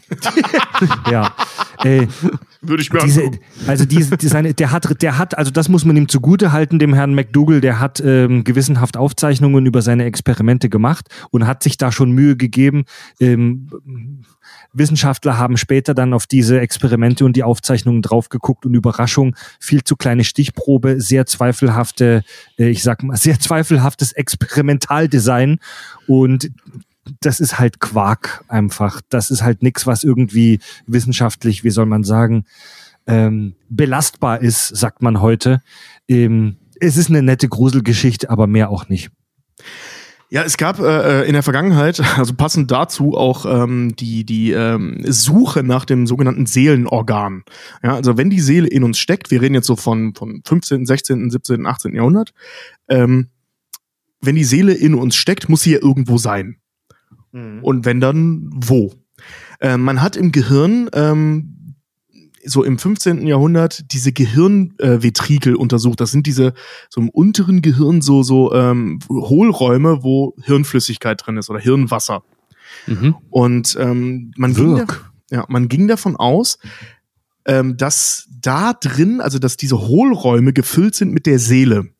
Ja, äh, Würde ich mir diese, angucken. also diese, die, seine, der hat, der hat, also das muss man ihm zugute halten, dem Herrn McDougall, der hat ähm, gewissenhaft Aufzeichnungen über seine Experimente gemacht und hat sich da schon Mühe gegeben. Ähm, Wissenschaftler haben später dann auf diese Experimente und die Aufzeichnungen drauf geguckt und Überraschung, viel zu kleine Stichprobe, sehr zweifelhafte, äh, ich sag mal, sehr zweifelhaftes Experimentaldesign und das ist halt Quark einfach. Das ist halt nichts, was irgendwie wissenschaftlich, wie soll man sagen, ähm, belastbar ist, sagt man heute. Ähm, es ist eine nette Gruselgeschichte, aber mehr auch nicht. Ja, es gab äh, in der Vergangenheit, also passend dazu auch ähm, die die ähm, Suche nach dem sogenannten Seelenorgan. Ja, also wenn die Seele in uns steckt, wir reden jetzt so von von fünfzehnten, sechzehnten, siebzehnten, achtzehnten Jahrhundert, ähm, wenn die Seele in uns steckt, muss sie ja irgendwo sein. Mhm. Und wenn dann, wo? Äh, man hat im Gehirn ähm, so im fünfzehnten Jahrhundert diese Gehirnventrikel äh, untersucht. Das sind diese so im unteren Gehirn so so ähm, Hohlräume, wo Hirnflüssigkeit drin ist oder Hirnwasser. Mhm. Und ähm, man ging da, ja, man ging davon aus, ähm, dass da drin, also dass diese Hohlräume gefüllt sind mit der Seele.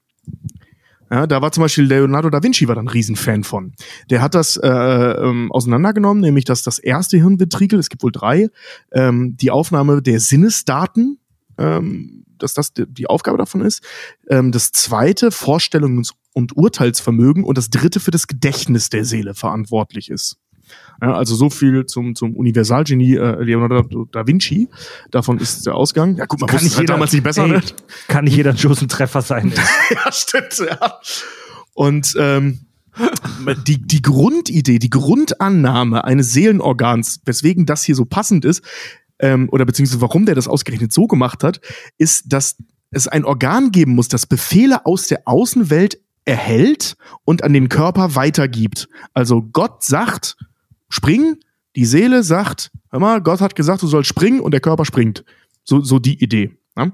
Ja, da war zum Beispiel Leonardo da Vinci war dann ein Riesenfan von. Der hat das äh, ähm, auseinandergenommen, nämlich dass das erste Hirnventrikel, es gibt wohl drei, ähm, die Aufnahme der Sinnesdaten, ähm, dass das die, die Aufgabe davon ist. Ähm, das zweite Vorstellungs- und Urteilsvermögen und das dritte für das Gedächtnis der Seele verantwortlich ist. Ja, also so viel zum zum Universalgenie äh, Leonardo da Vinci. Davon ist der Ausgang. Ja, gut, man wusste es halt damals nicht besser. Ey, Ne? Kann nicht jeder Schuss ein Treffer sein. Ja, stimmt. Ja. Und ähm, die die Grundidee, die Grundannahme eines Seelenorgans, weswegen das hier so passend ist, ähm, oder beziehungsweise warum der das ausgerechnet so gemacht hat, ist, dass es ein Organ geben muss, das Befehle aus der Außenwelt erhält und an den Körper weitergibt. Also Gott sagt, spring, die Seele sagt, hör mal, Gott hat gesagt, du sollst springen und der Körper springt. So, so die Idee. Ja?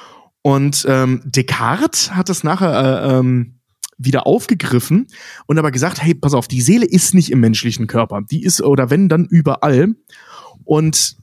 Und ähm, Descartes hat das nachher äh, ähm, wieder aufgegriffen und aber gesagt, hey, pass auf, die Seele ist nicht im menschlichen Körper. Die ist, oder wenn, dann überall. Und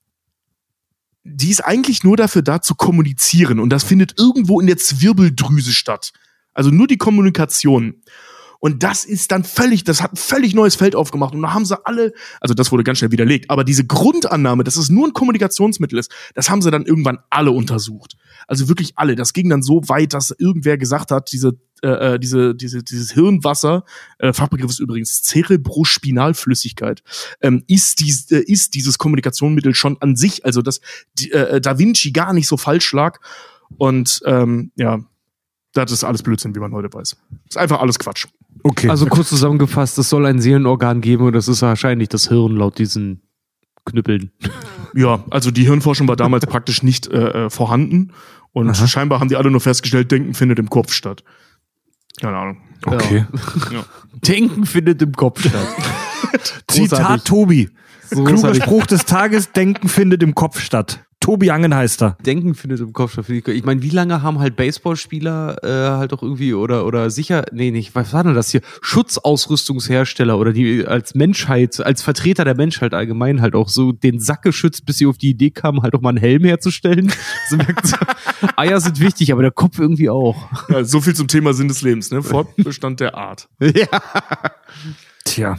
die ist eigentlich nur dafür da, zu kommunizieren. Und das findet irgendwo in der Zwirbeldrüse statt. Also nur die Kommunikation. Und das ist dann völlig, das hat ein völlig neues Feld aufgemacht. Und da haben sie alle, also das wurde ganz schnell widerlegt, aber diese Grundannahme, dass es nur ein Kommunikationsmittel ist, das haben sie dann irgendwann alle untersucht. Also wirklich alle. Das ging dann so weit, dass irgendwer gesagt hat, diese, äh, diese, diese, dieses Hirnwasser, äh, Fachbegriff ist übrigens Cerebrospinalflüssigkeit, ähm, ist, dies, äh, ist dieses Kommunikationsmittel schon an sich, also dass äh, Da Vinci gar nicht so falsch lag. Und ähm, ja, das ist alles Blödsinn, wie man heute weiß. Ist einfach alles Quatsch. Okay. Also kurz zusammengefasst, es soll ein Seelenorgan geben und das ist wahrscheinlich das Hirn laut diesen Knüppeln. Ja, also die Hirnforschung war damals praktisch nicht äh, vorhanden und Aha. scheinbar haben die alle nur festgestellt, Denken findet im Kopf statt. Keine Ahnung. Okay. Ja. Denken findet im Kopf statt. Zitat Tobi. So Kluger Spruch des Tages, Denken findet im Kopf statt. Tobi Angenheister. Denken findet im Kopf statt. Ich meine, wie lange haben halt Baseballspieler äh, halt auch irgendwie oder oder sicher, nee, nicht, was war denn das hier? Schutzausrüstungshersteller oder die als Menschheit, als Vertreter der Menschheit allgemein halt auch so den Sack geschützt, bis sie auf die Idee kamen, halt auch mal einen Helm herzustellen. So merkt so, Eier sind wichtig, aber der Kopf irgendwie auch. Ja, so viel zum Thema Sinn des Lebens, ne? Fortbestand der Art. Ja. Tja.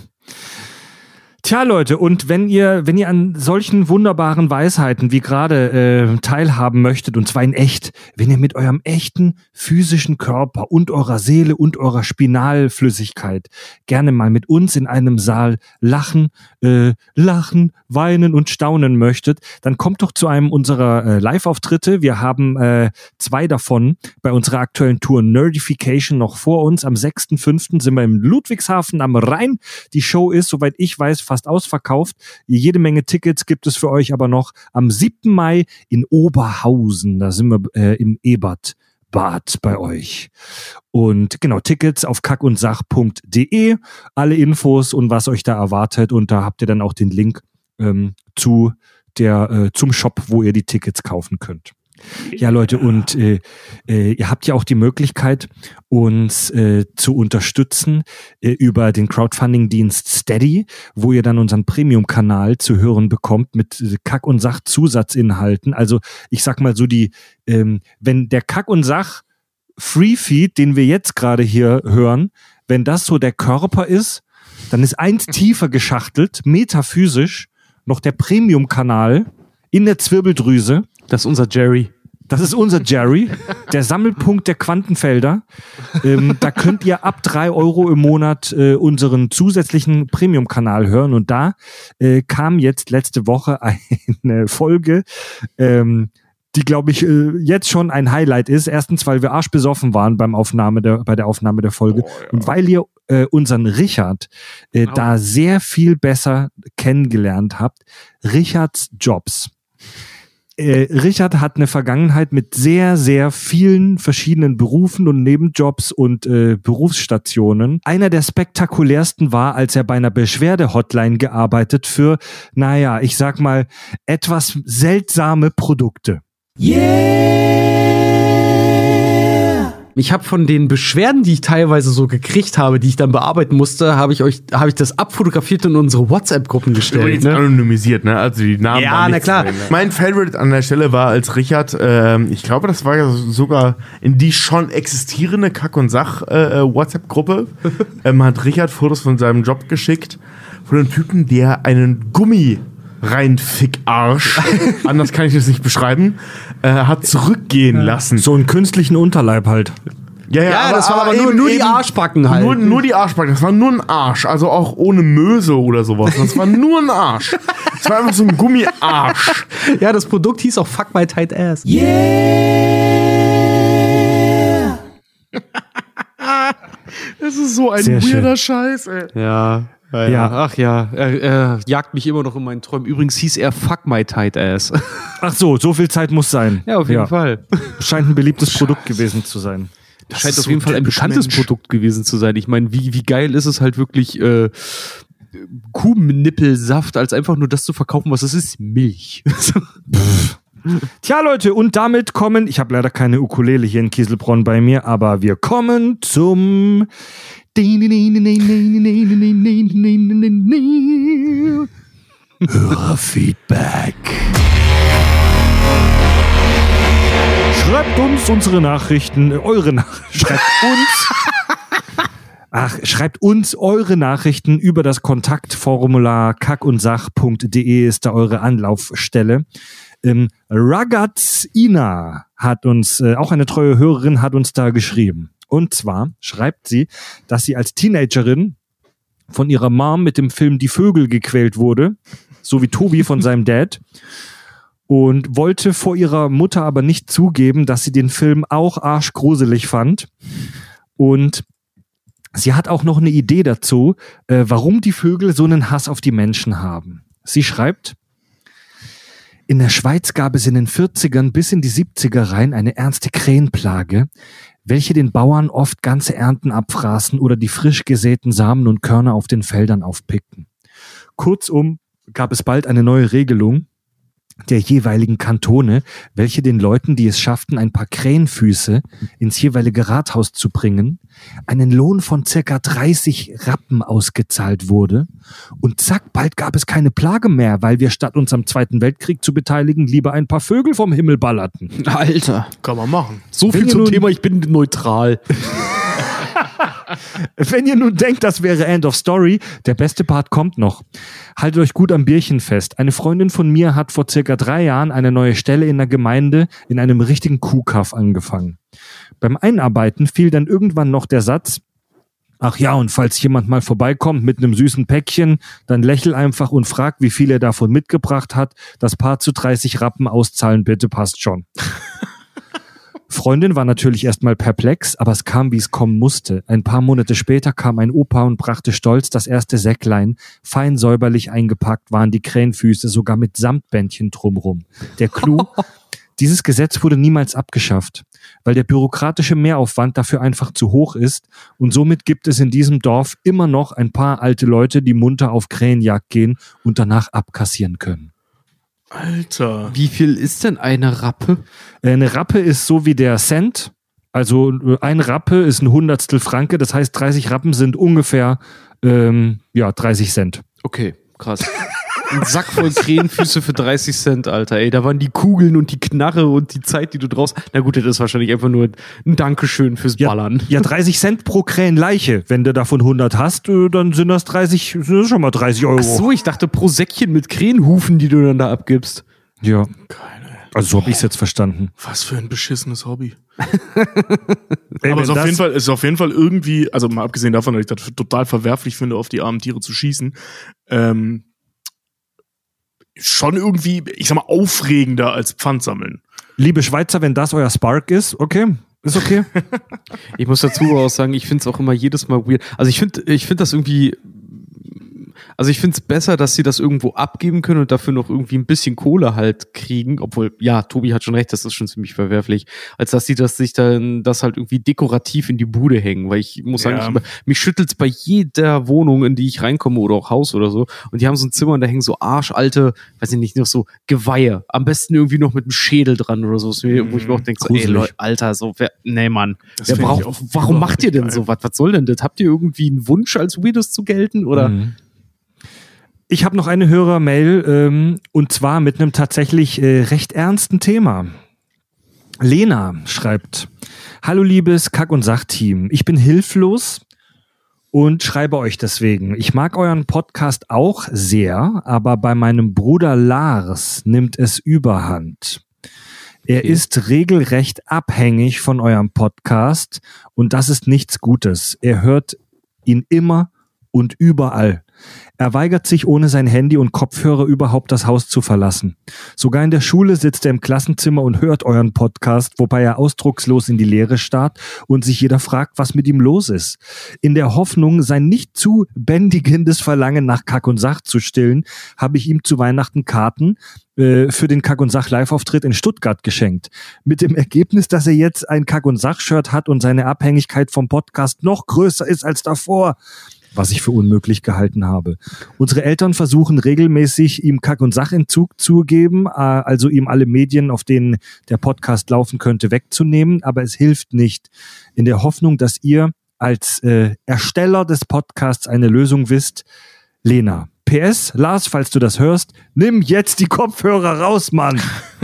Tja, Leute, und wenn ihr, wenn ihr an solchen wunderbaren Weisheiten wie gerade äh, teilhaben möchtet, und zwar in echt, wenn ihr mit eurem echten physischen Körper und eurer Seele und eurer Spinalflüssigkeit gerne mal mit uns in einem Saal lachen, äh, lachen, weinen und staunen möchtet, dann kommt doch zu einem unserer äh, Live-Auftritte. Wir haben äh, zwei davon bei unserer aktuellen Tour Nerdification noch vor uns. Am sechsten fünften sind wir im Ludwigshafen am Rhein. Die Show ist, soweit ich weiß, fast ausverkauft. Jede Menge Tickets gibt es für euch aber noch am siebten Mai in Oberhausen. Da sind wir äh, im Ebertbad bei euch. Und genau, Tickets auf kackundsach punkt de. Alle Infos und was euch da erwartet. Und da habt ihr dann auch den Link ähm, zu der äh, zum Shop, wo ihr die Tickets kaufen könnt. Ja, Leute, und äh, äh, ihr habt ja auch die Möglichkeit, uns äh, zu unterstützen äh, über den Crowdfunding-Dienst Steady, wo ihr dann unseren Premium-Kanal zu hören bekommt mit äh, Kack- und Sach-Zusatzinhalten. Also ich sag mal so die, ähm, wenn der Kack- und Sach-Free-Feed, den wir jetzt gerade hier hören, wenn das so der Körper ist, dann ist eins tiefer geschachtelt, metaphysisch, noch der Premium-Kanal in der Zwirbeldrüse. Das ist unser Jerry. Das ist unser Jerry, der Sammelpunkt der Quantenfelder. Ähm, da könnt ihr ab drei Euro im Monat äh, unseren zusätzlichen Premium-Kanal hören. Und da äh, kam jetzt letzte Woche eine Folge, ähm, die, glaube ich, äh, jetzt schon ein Highlight ist. Erstens, weil wir arschbesoffen waren beim Aufnahme der, bei der Aufnahme der Folge. Oh, ja. Und weil ihr äh, unseren Richard äh, oh. da sehr viel besser kennengelernt habt. Richards Jobs. Äh, Richard hat eine Vergangenheit mit sehr, sehr vielen verschiedenen Berufen und Nebenjobs und äh, Berufsstationen. Einer der spektakulärsten war, als er bei einer Beschwerde-Hotline gearbeitet für, naja, ich sag mal, etwas seltsame Produkte. Yeah! Ich habe von den Beschwerden, die ich teilweise so gekriegt habe, die ich dann bearbeiten musste, habe ich euch, habe ich das abfotografiert und in unsere WhatsApp-Gruppen gestellt. Übrigens ne? anonymisiert, ne? Also die Namen ja, waren na klar. Drin, ne? Mein Favorite an der Stelle war, als Richard, äh, ich glaube, das war ja sogar in die schon existierende Kack- und Sach-WhatsApp-Gruppe, äh, ähm, hat Richard Fotos von seinem Job geschickt, von einem Typen, der einen Gummi rein Fickarsch, anders kann ich das nicht beschreiben, äh, hat zurückgehen ja. lassen. So einen künstlichen Unterleib halt. Ja, ja, ja aber, das war aber, aber nur, eben, nur die eben, Arschbacken halt. Nur, nur die Arschbacken, das war nur ein Arsch, also auch ohne Möse oder sowas. Das war nur ein Arsch. Das war einfach so ein Gummiarsch. Ja, das Produkt hieß auch Fuck My Tight Ass. Yeah! Das ist so ein Sehr weirder schön. Scheiß, ey. Ja. Ja, ja. Ach ja, er, er jagt mich immer noch in meinen Träumen. Übrigens hieß er Fuck My Tight Ass. Ach so, so viel Zeit muss sein. Ja, auf jeden ja. Fall. Scheint ein beliebtes Produkt gewesen zu sein. Das scheint auf jeden Fall ein bekanntes Mensch. Produkt gewesen zu sein. Ich meine, wie, wie geil ist es halt wirklich, äh, Kuhnippelsaft, als einfach nur das zu verkaufen, was es ist, Milch. Tja, Leute, und damit kommen, ich habe leider keine Ukulele hier in Kieselbronn bei mir, aber wir kommen zum Hörerfeedback. Schreibt uns unsere Nachrichten, eure Nachrichten, schreibt uns, ach, schreibt uns eure Nachrichten über das Kontaktformular kackundsach punkt de ist da eure Anlaufstelle. Ähm, Ragazina hat uns, äh, auch eine treue Hörerin, hat uns da geschrieben. Und zwar schreibt sie, dass sie als Teenagerin von ihrer Mom mit dem Film Die Vögel gequält wurde, so wie Tobi von seinem Dad, und wollte vor ihrer Mutter aber nicht zugeben, dass sie den Film auch arschgruselig fand. Und sie hat auch noch eine Idee dazu, äh, warum die Vögel so einen Hass auf die Menschen haben. Sie schreibt: In der Schweiz gab es in den vierzigern bis in die siebziger rein eine ernste Krähenplage, welche den Bauern oft ganze Ernten abfraßen oder die frisch gesäten Samen und Körner auf den Feldern aufpickten. Kurzum gab es bald eine neue Regelung. der jeweiligen Kantone, welche den Leuten, die es schafften, ein paar Krähenfüße ins jeweilige Rathaus zu bringen, einen Lohn von circa dreißig Rappen ausgezahlt wurde. Und zack, bald gab es keine Plage mehr, weil wir statt uns am Zweiten Weltkrieg zu beteiligen, lieber ein paar Vögel vom Himmel ballerten. Alter. Kann man machen. So Wenn viel ihr zum nun- Thema, ich bin neutral. Wenn ihr nun denkt, das wäre End of Story, der beste Part kommt noch. Haltet euch gut am Bierchen fest. Eine Freundin von mir hat vor circa drei Jahren eine neue Stelle in der Gemeinde in einem richtigen Kuhkaff angefangen. Beim Einarbeiten fiel dann irgendwann noch der Satz, ach ja, und falls jemand mal vorbeikommt mit einem süßen Päckchen, dann lächel einfach und frag, wie viel er davon mitgebracht hat. Das Paar zu dreißig Rappen auszahlen, bitte, passt schon. Freundin war natürlich erstmal perplex, aber es kam, wie es kommen musste. Ein paar Monate später kam ein Opa und brachte stolz das erste Säcklein. Fein säuberlich eingepackt waren die Krähenfüße, sogar mit Samtbändchen drumrum. Der Clou, dieses Gesetz wurde niemals abgeschafft, weil der bürokratische Mehraufwand dafür einfach zu hoch ist und somit gibt es in diesem Dorf immer noch ein paar alte Leute, die munter auf Krähenjagd gehen und danach abkassieren können. Alter. Wie viel ist denn eine Rappe? Eine Rappe ist so wie der Cent. Also ein Rappe ist ein Hundertstel Franke. Das heißt, dreißig Rappen sind ungefähr ähm, ja, dreißig Cent. Okay, krass. Ein Sack voll Krähenfüße für dreißig Cent, Alter. Ey, da waren die Kugeln und die Knarre und die Zeit, die du draus... Na gut, das ist wahrscheinlich einfach nur ein Dankeschön fürs Ja, Ballern. ja, dreißig Cent pro Krähenleiche. Wenn du davon hundert hast, äh, dann sind das dreißig, sind das schon mal dreißig Euro. Ach so, ich dachte pro Säckchen mit Krähenhufen, die du dann da abgibst. Ja, Keine. also so habe ich es jetzt verstanden. Was für ein beschissenes Hobby. Ey, Aber wenn es ist auf das- jeden Fall, es ist auf jeden Fall irgendwie, also mal abgesehen davon, dass ich das total verwerflich finde, auf die armen Tiere zu schießen, ähm, schon irgendwie, ich sag mal, aufregender als Pfandsammeln. Liebe Schweizer, wenn das euer Spark ist, okay, ist okay. Ich muss dazu aber auch sagen, ich finde es auch immer jedes Mal weird. Also ich finde ich finde das irgendwie... Also ich finde es besser, dass sie das irgendwo abgeben können und dafür noch irgendwie ein bisschen Kohle halt kriegen, obwohl, ja, Tobi hat schon recht, das ist schon ziemlich verwerflich, als dass sie das sich dann das halt irgendwie dekorativ in die Bude hängen, weil ich muss sagen, Ja. ich, mich schüttelt's bei jeder Wohnung, in die ich reinkomme oder auch Haus oder so und die haben so ein Zimmer und da hängen so arschalte, weiß ich nicht, noch so Geweihe, am besten irgendwie noch mit einem Schädel dran oder so, wo ich mir auch denke, so, ey Gruselig. Leute, Alter, so, wer, nee Mann, Das wer find ich braucht, auch warum überhaupt macht ihr denn nicht so was, was soll denn das? Habt ihr irgendwie einen Wunsch als Weirdos zu gelten oder? Mhm. Ich habe noch eine Hörermail ähm, und zwar mit einem tatsächlich äh, recht ernsten Thema. Lena schreibt: Hallo liebes Kack- und Sachteam, ich bin hilflos und schreibe euch deswegen. Ich mag euren Podcast auch sehr, aber bei meinem Bruder Lars nimmt es Überhand. Er Okay. ist regelrecht abhängig von eurem Podcast und das ist nichts Gutes. Er hört ihn immer und überall. Er weigert sich, ohne sein Handy und Kopfhörer überhaupt das Haus zu verlassen. Sogar in der Schule sitzt er im Klassenzimmer und hört euren Podcast, wobei er ausdruckslos in die Leere starrt und sich jeder fragt, was mit ihm los ist. In der Hoffnung, sein nicht zu bändigendes Verlangen nach Kack und Sach zu stillen, habe ich ihm zu Weihnachten Karten äh, für den Kack und Sach Live-Auftritt in Stuttgart geschenkt. Mit dem Ergebnis, dass er jetzt ein Kack und Sach-Shirt hat und seine Abhängigkeit vom Podcast noch größer ist als davor. Was ich für unmöglich gehalten habe. Unsere Eltern versuchen regelmäßig, ihm Kack- und Sachentzug zu geben, also ihm alle Medien, auf denen der Podcast laufen könnte, wegzunehmen, aber es hilft nicht. In der Hoffnung, dass ihr als äh, Ersteller des Podcasts eine Lösung wisst. Lena. P S, Lars, falls du das hörst, nimm jetzt die Kopfhörer raus, Mann.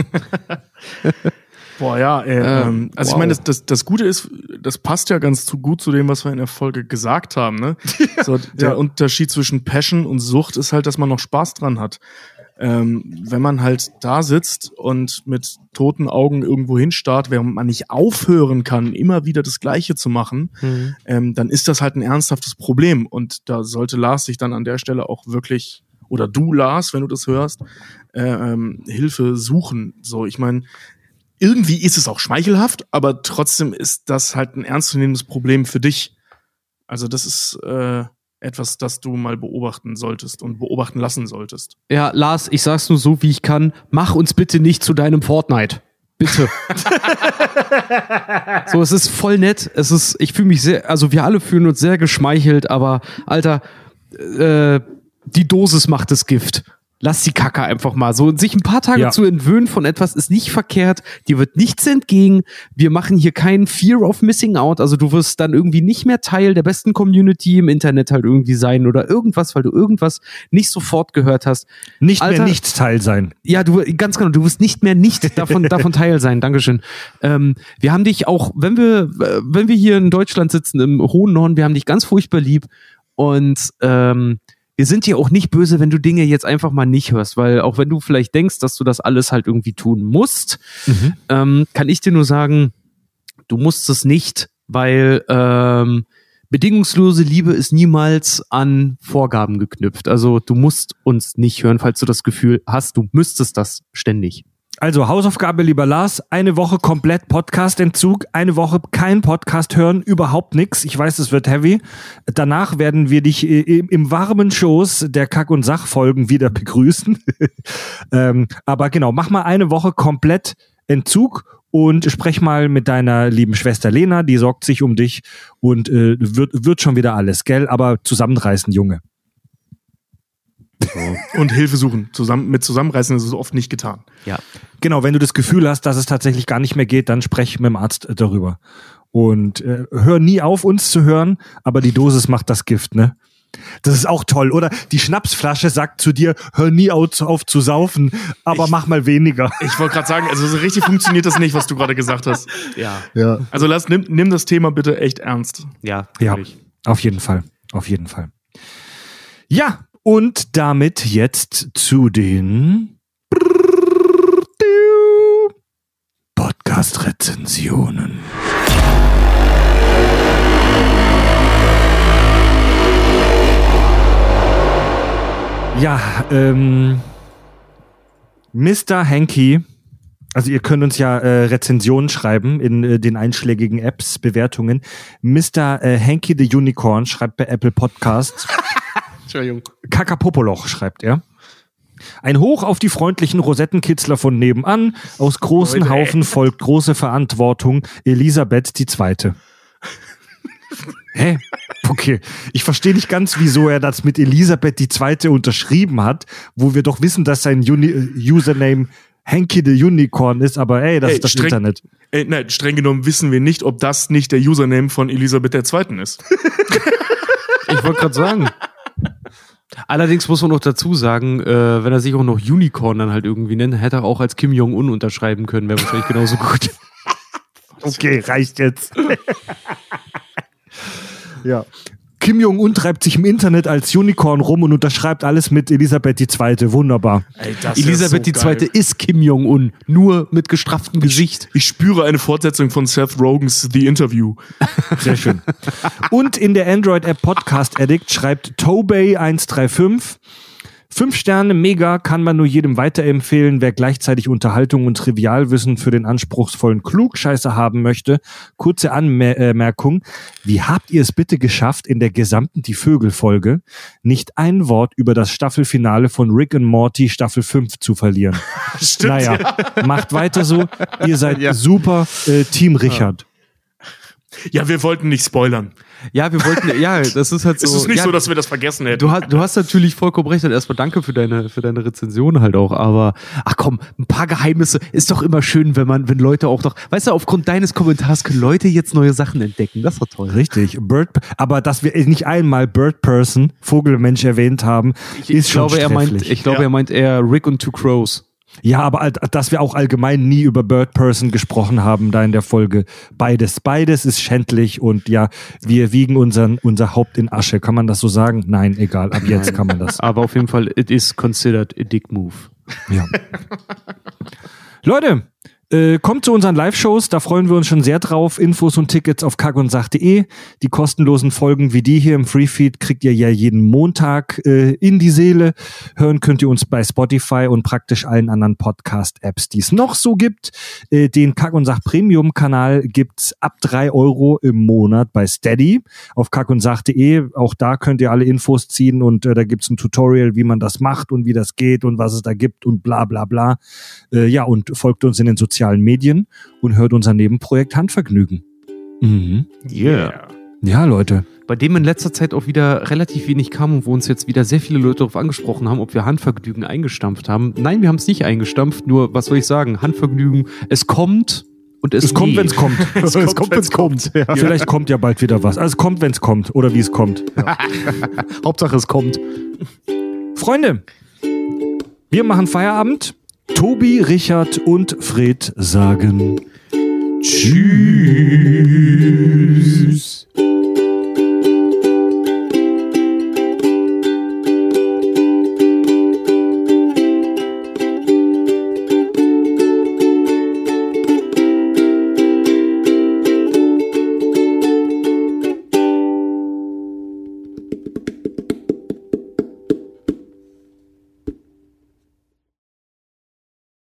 Boah, ja, ey, Ähm, ähm, also wow. ich meine, das, das, das Gute ist, das passt ja ganz zu gut zu dem, was wir in der Folge gesagt haben, ne? So, der Ja. Unterschied zwischen Passion und Sucht ist halt, dass man noch Spaß dran hat. Ähm, wenn man halt da sitzt und mit toten Augen irgendwo hinstarrt, während man nicht aufhören kann, immer wieder das Gleiche zu machen, Mhm. ähm, dann ist das halt ein ernsthaftes Problem. Und da sollte Lars sich dann an der Stelle auch wirklich, oder du, Lars, wenn du das hörst, äh, ähm, Hilfe suchen. So, ich meine, irgendwie ist es auch schmeichelhaft, aber trotzdem ist das halt ein ernstzunehmendes Problem für dich. Also das ist äh, etwas, das du mal beobachten solltest und beobachten lassen solltest. Ja, Lars, ich sag's nur so, wie ich kann. Mach uns bitte nicht zu deinem Fortnite. Bitte. So, es ist voll nett. Es ist, ich fühle mich sehr, also wir alle fühlen uns sehr geschmeichelt, aber Alter, äh, die Dosis macht das Gift. lass die Kacke einfach mal so. Sich ein paar Tage Ja. zu entwöhnen von etwas ist nicht verkehrt. Dir wird nichts entgegen. Wir machen hier keinen Fear of Missing Out. Also du wirst dann irgendwie nicht mehr Teil der besten Community im Internet halt irgendwie sein oder irgendwas, weil du irgendwas nicht sofort gehört hast. Nicht Alter, mehr nichts Teil sein. Ja, du, ganz genau, du wirst nicht mehr nicht davon, davon Teil sein. Dankeschön. Ähm, wir haben dich auch, wenn wir, äh, wenn wir hier in Deutschland sitzen, im hohen Norden, wir haben dich ganz furchtbar lieb und ähm, wir sind dir auch nicht böse, wenn du Dinge jetzt einfach mal nicht hörst, weil auch wenn du vielleicht denkst, dass du das alles halt irgendwie tun musst, Mhm. ähm, kann ich dir nur sagen, du musst es nicht, weil ähm, bedingungslose Liebe ist niemals an Vorgaben geknüpft. Also du musst uns nicht hören, falls du das Gefühl hast, du müsstest das ständig. Also Hausaufgabe, lieber Lars, eine Woche komplett Podcast-Entzug, eine Woche kein Podcast hören, überhaupt nix. Ich weiß, es wird heavy. Danach werden wir dich äh, im, im warmen Schoß der Kack- und Sach-Folgen wieder begrüßen. ähm, aber genau, mach mal eine Woche komplett Entzug und sprech mal mit deiner lieben Schwester Lena, die sorgt sich um dich und äh, wird, wird schon wieder alles, gell? Aber zusammenreißen, Junge. Und Hilfe suchen. Zusammen, mit Zusammenreißen ist es oft nicht getan. Ja. Genau, wenn du das Gefühl hast, dass es tatsächlich gar nicht mehr geht, dann sprech mit dem Arzt äh, darüber. Und äh, hör nie auf, uns zu hören, aber die Dosis macht das Gift, ne? Das ist auch toll, oder? Die Schnapsflasche sagt zu dir, hör nie auf, auf zu saufen, aber Ich- mach mal weniger. Ich wollte gerade sagen, also so richtig funktioniert das nicht, was du gerade gesagt hast. Ja. Ja. Also lass, nimm, nimm das Thema bitte echt ernst. Ja, Ja, natürlich. auf jeden Fall. Auf jeden Fall. Ja, und damit jetzt zu den Podcast-Rezensionen. Ja, ähm, Mister Hanky, also ihr könnt uns ja äh, Rezensionen schreiben in äh, den einschlägigen Apps, Bewertungen. Mister Äh, Hanky the Unicorn schreibt bei Apple Podcasts. Entschuldigung. Kakapopoloch schreibt er. Ein Hoch auf die freundlichen Rosettenkitzler von nebenan. Aus großen Leute, ey. Haufen folgt große Verantwortung. Elisabeth die Zweite. Hä? Okay. Ich verstehe nicht ganz, wieso er das mit Elisabeth die Zweite unterschrieben hat, wo wir doch wissen, dass sein Uni äh, Username Hanky the Unicorn ist, aber ey, das Ey, ist das streng- Internet. Ey, nein, streng genommen wissen wir nicht, ob das nicht der Username von Elisabeth der Zweiten ist. Ich wollte gerade sagen. Allerdings muss man noch dazu sagen, äh, wenn er sich auch noch Unicorn dann halt irgendwie nennt, hätte er auch als Kim Jong-un unterschreiben können, wäre wahrscheinlich genauso gut. Okay, reicht jetzt. Ja. Kim Jong-un treibt sich im Internet als Unicorn rum und unterschreibt alles mit Elisabeth die Zweite. Wunderbar. Ey, das Elisabeth die Zweite ist Kim Jong-un, nur mit gestrafftem Gesicht. Ich spüre eine Fortsetzung von Seth Rogans The Interview. Sehr schön. Und in der Android-App Podcast Addict schreibt Tobey eins drei fünf. Fünf Sterne, mega, kann man nur jedem weiterempfehlen, wer gleichzeitig Unterhaltung und Trivialwissen für den anspruchsvollen Klugscheißer haben möchte. Kurze Anmerkung, wie habt ihr es bitte geschafft, in der gesamten Die Vögel-Folge nicht ein Wort über das Staffelfinale von Rick and Morty Staffel fünf zu verlieren? Stimmt. Naja, macht weiter so, ihr seid Ja. super, äh, Team Richard. Ja, wir wollten nicht spoilern. Ja, wir wollten, ja, das ist halt so. Es ist nicht ja, so, dass wir das vergessen hätten. Du hast, du hast natürlich vollkommen recht und erstmal danke für deine, für deine Rezension halt auch, aber, ach komm, ein paar Geheimnisse ist doch immer schön, wenn man, wenn Leute auch noch, weißt du, aufgrund deines Kommentars können Leute jetzt neue Sachen entdecken, das war toll. Richtig, Bird, aber dass wir nicht einmal Bird Person, Vogelmensch erwähnt haben, Ich, ist ich schon glaube, er meint, sträflich. ich glaube, Ja. er meint eher Rick und Two Crows. Ja, aber all- dass wir auch allgemein nie über Bird Person gesprochen haben, da in der Folge. Beides, beides ist schändlich und ja, wir wiegen unseren, unser Haupt in Asche. Kann man das so sagen? Nein, egal, ab jetzt kann man das. Aber auf jeden Fall, it is considered a dick move. Ja. Leute, äh, kommt zu unseren Live-Shows, da freuen wir uns schon sehr drauf. Infos und Tickets auf kackundsach punkt de. Die kostenlosen Folgen wie die hier im Freefeed kriegt ihr ja jeden Montag äh, in die Seele. Hören könnt ihr uns bei Spotify und praktisch allen anderen Podcast-Apps, die es noch so gibt. Äh, den Kackundsach Premium-Kanal gibt's ab drei Euro im Monat bei Steady auf kackundsach punkt de. Auch da könnt ihr alle Infos ziehen und äh, da gibt's ein Tutorial, wie man das macht und wie das geht und was es da gibt und bla bla bla. Äh, ja, und folgt uns in den sozialen Medien und hört unser Nebenprojekt Handvergnügen. Mhm. Yeah. Ja, Leute. bei dem in letzter Zeit auch wieder relativ wenig kam und wo uns jetzt wieder sehr viele Leute darauf angesprochen haben, ob wir Handvergnügen eingestampft haben. Nein, wir haben es nicht eingestampft, nur, was soll ich sagen, Handvergnügen, es kommt und es, Es kommt, wenn es kommt. Es kommt, kommt, wenn's kommt. Ja. Vielleicht kommt ja bald wieder was. Also es kommt, wenn es kommt. Oder wie es kommt. Ja. Hauptsache es kommt. Freunde, wir machen Feierabend. Tobi, Richard und Fred sagen Tschüss.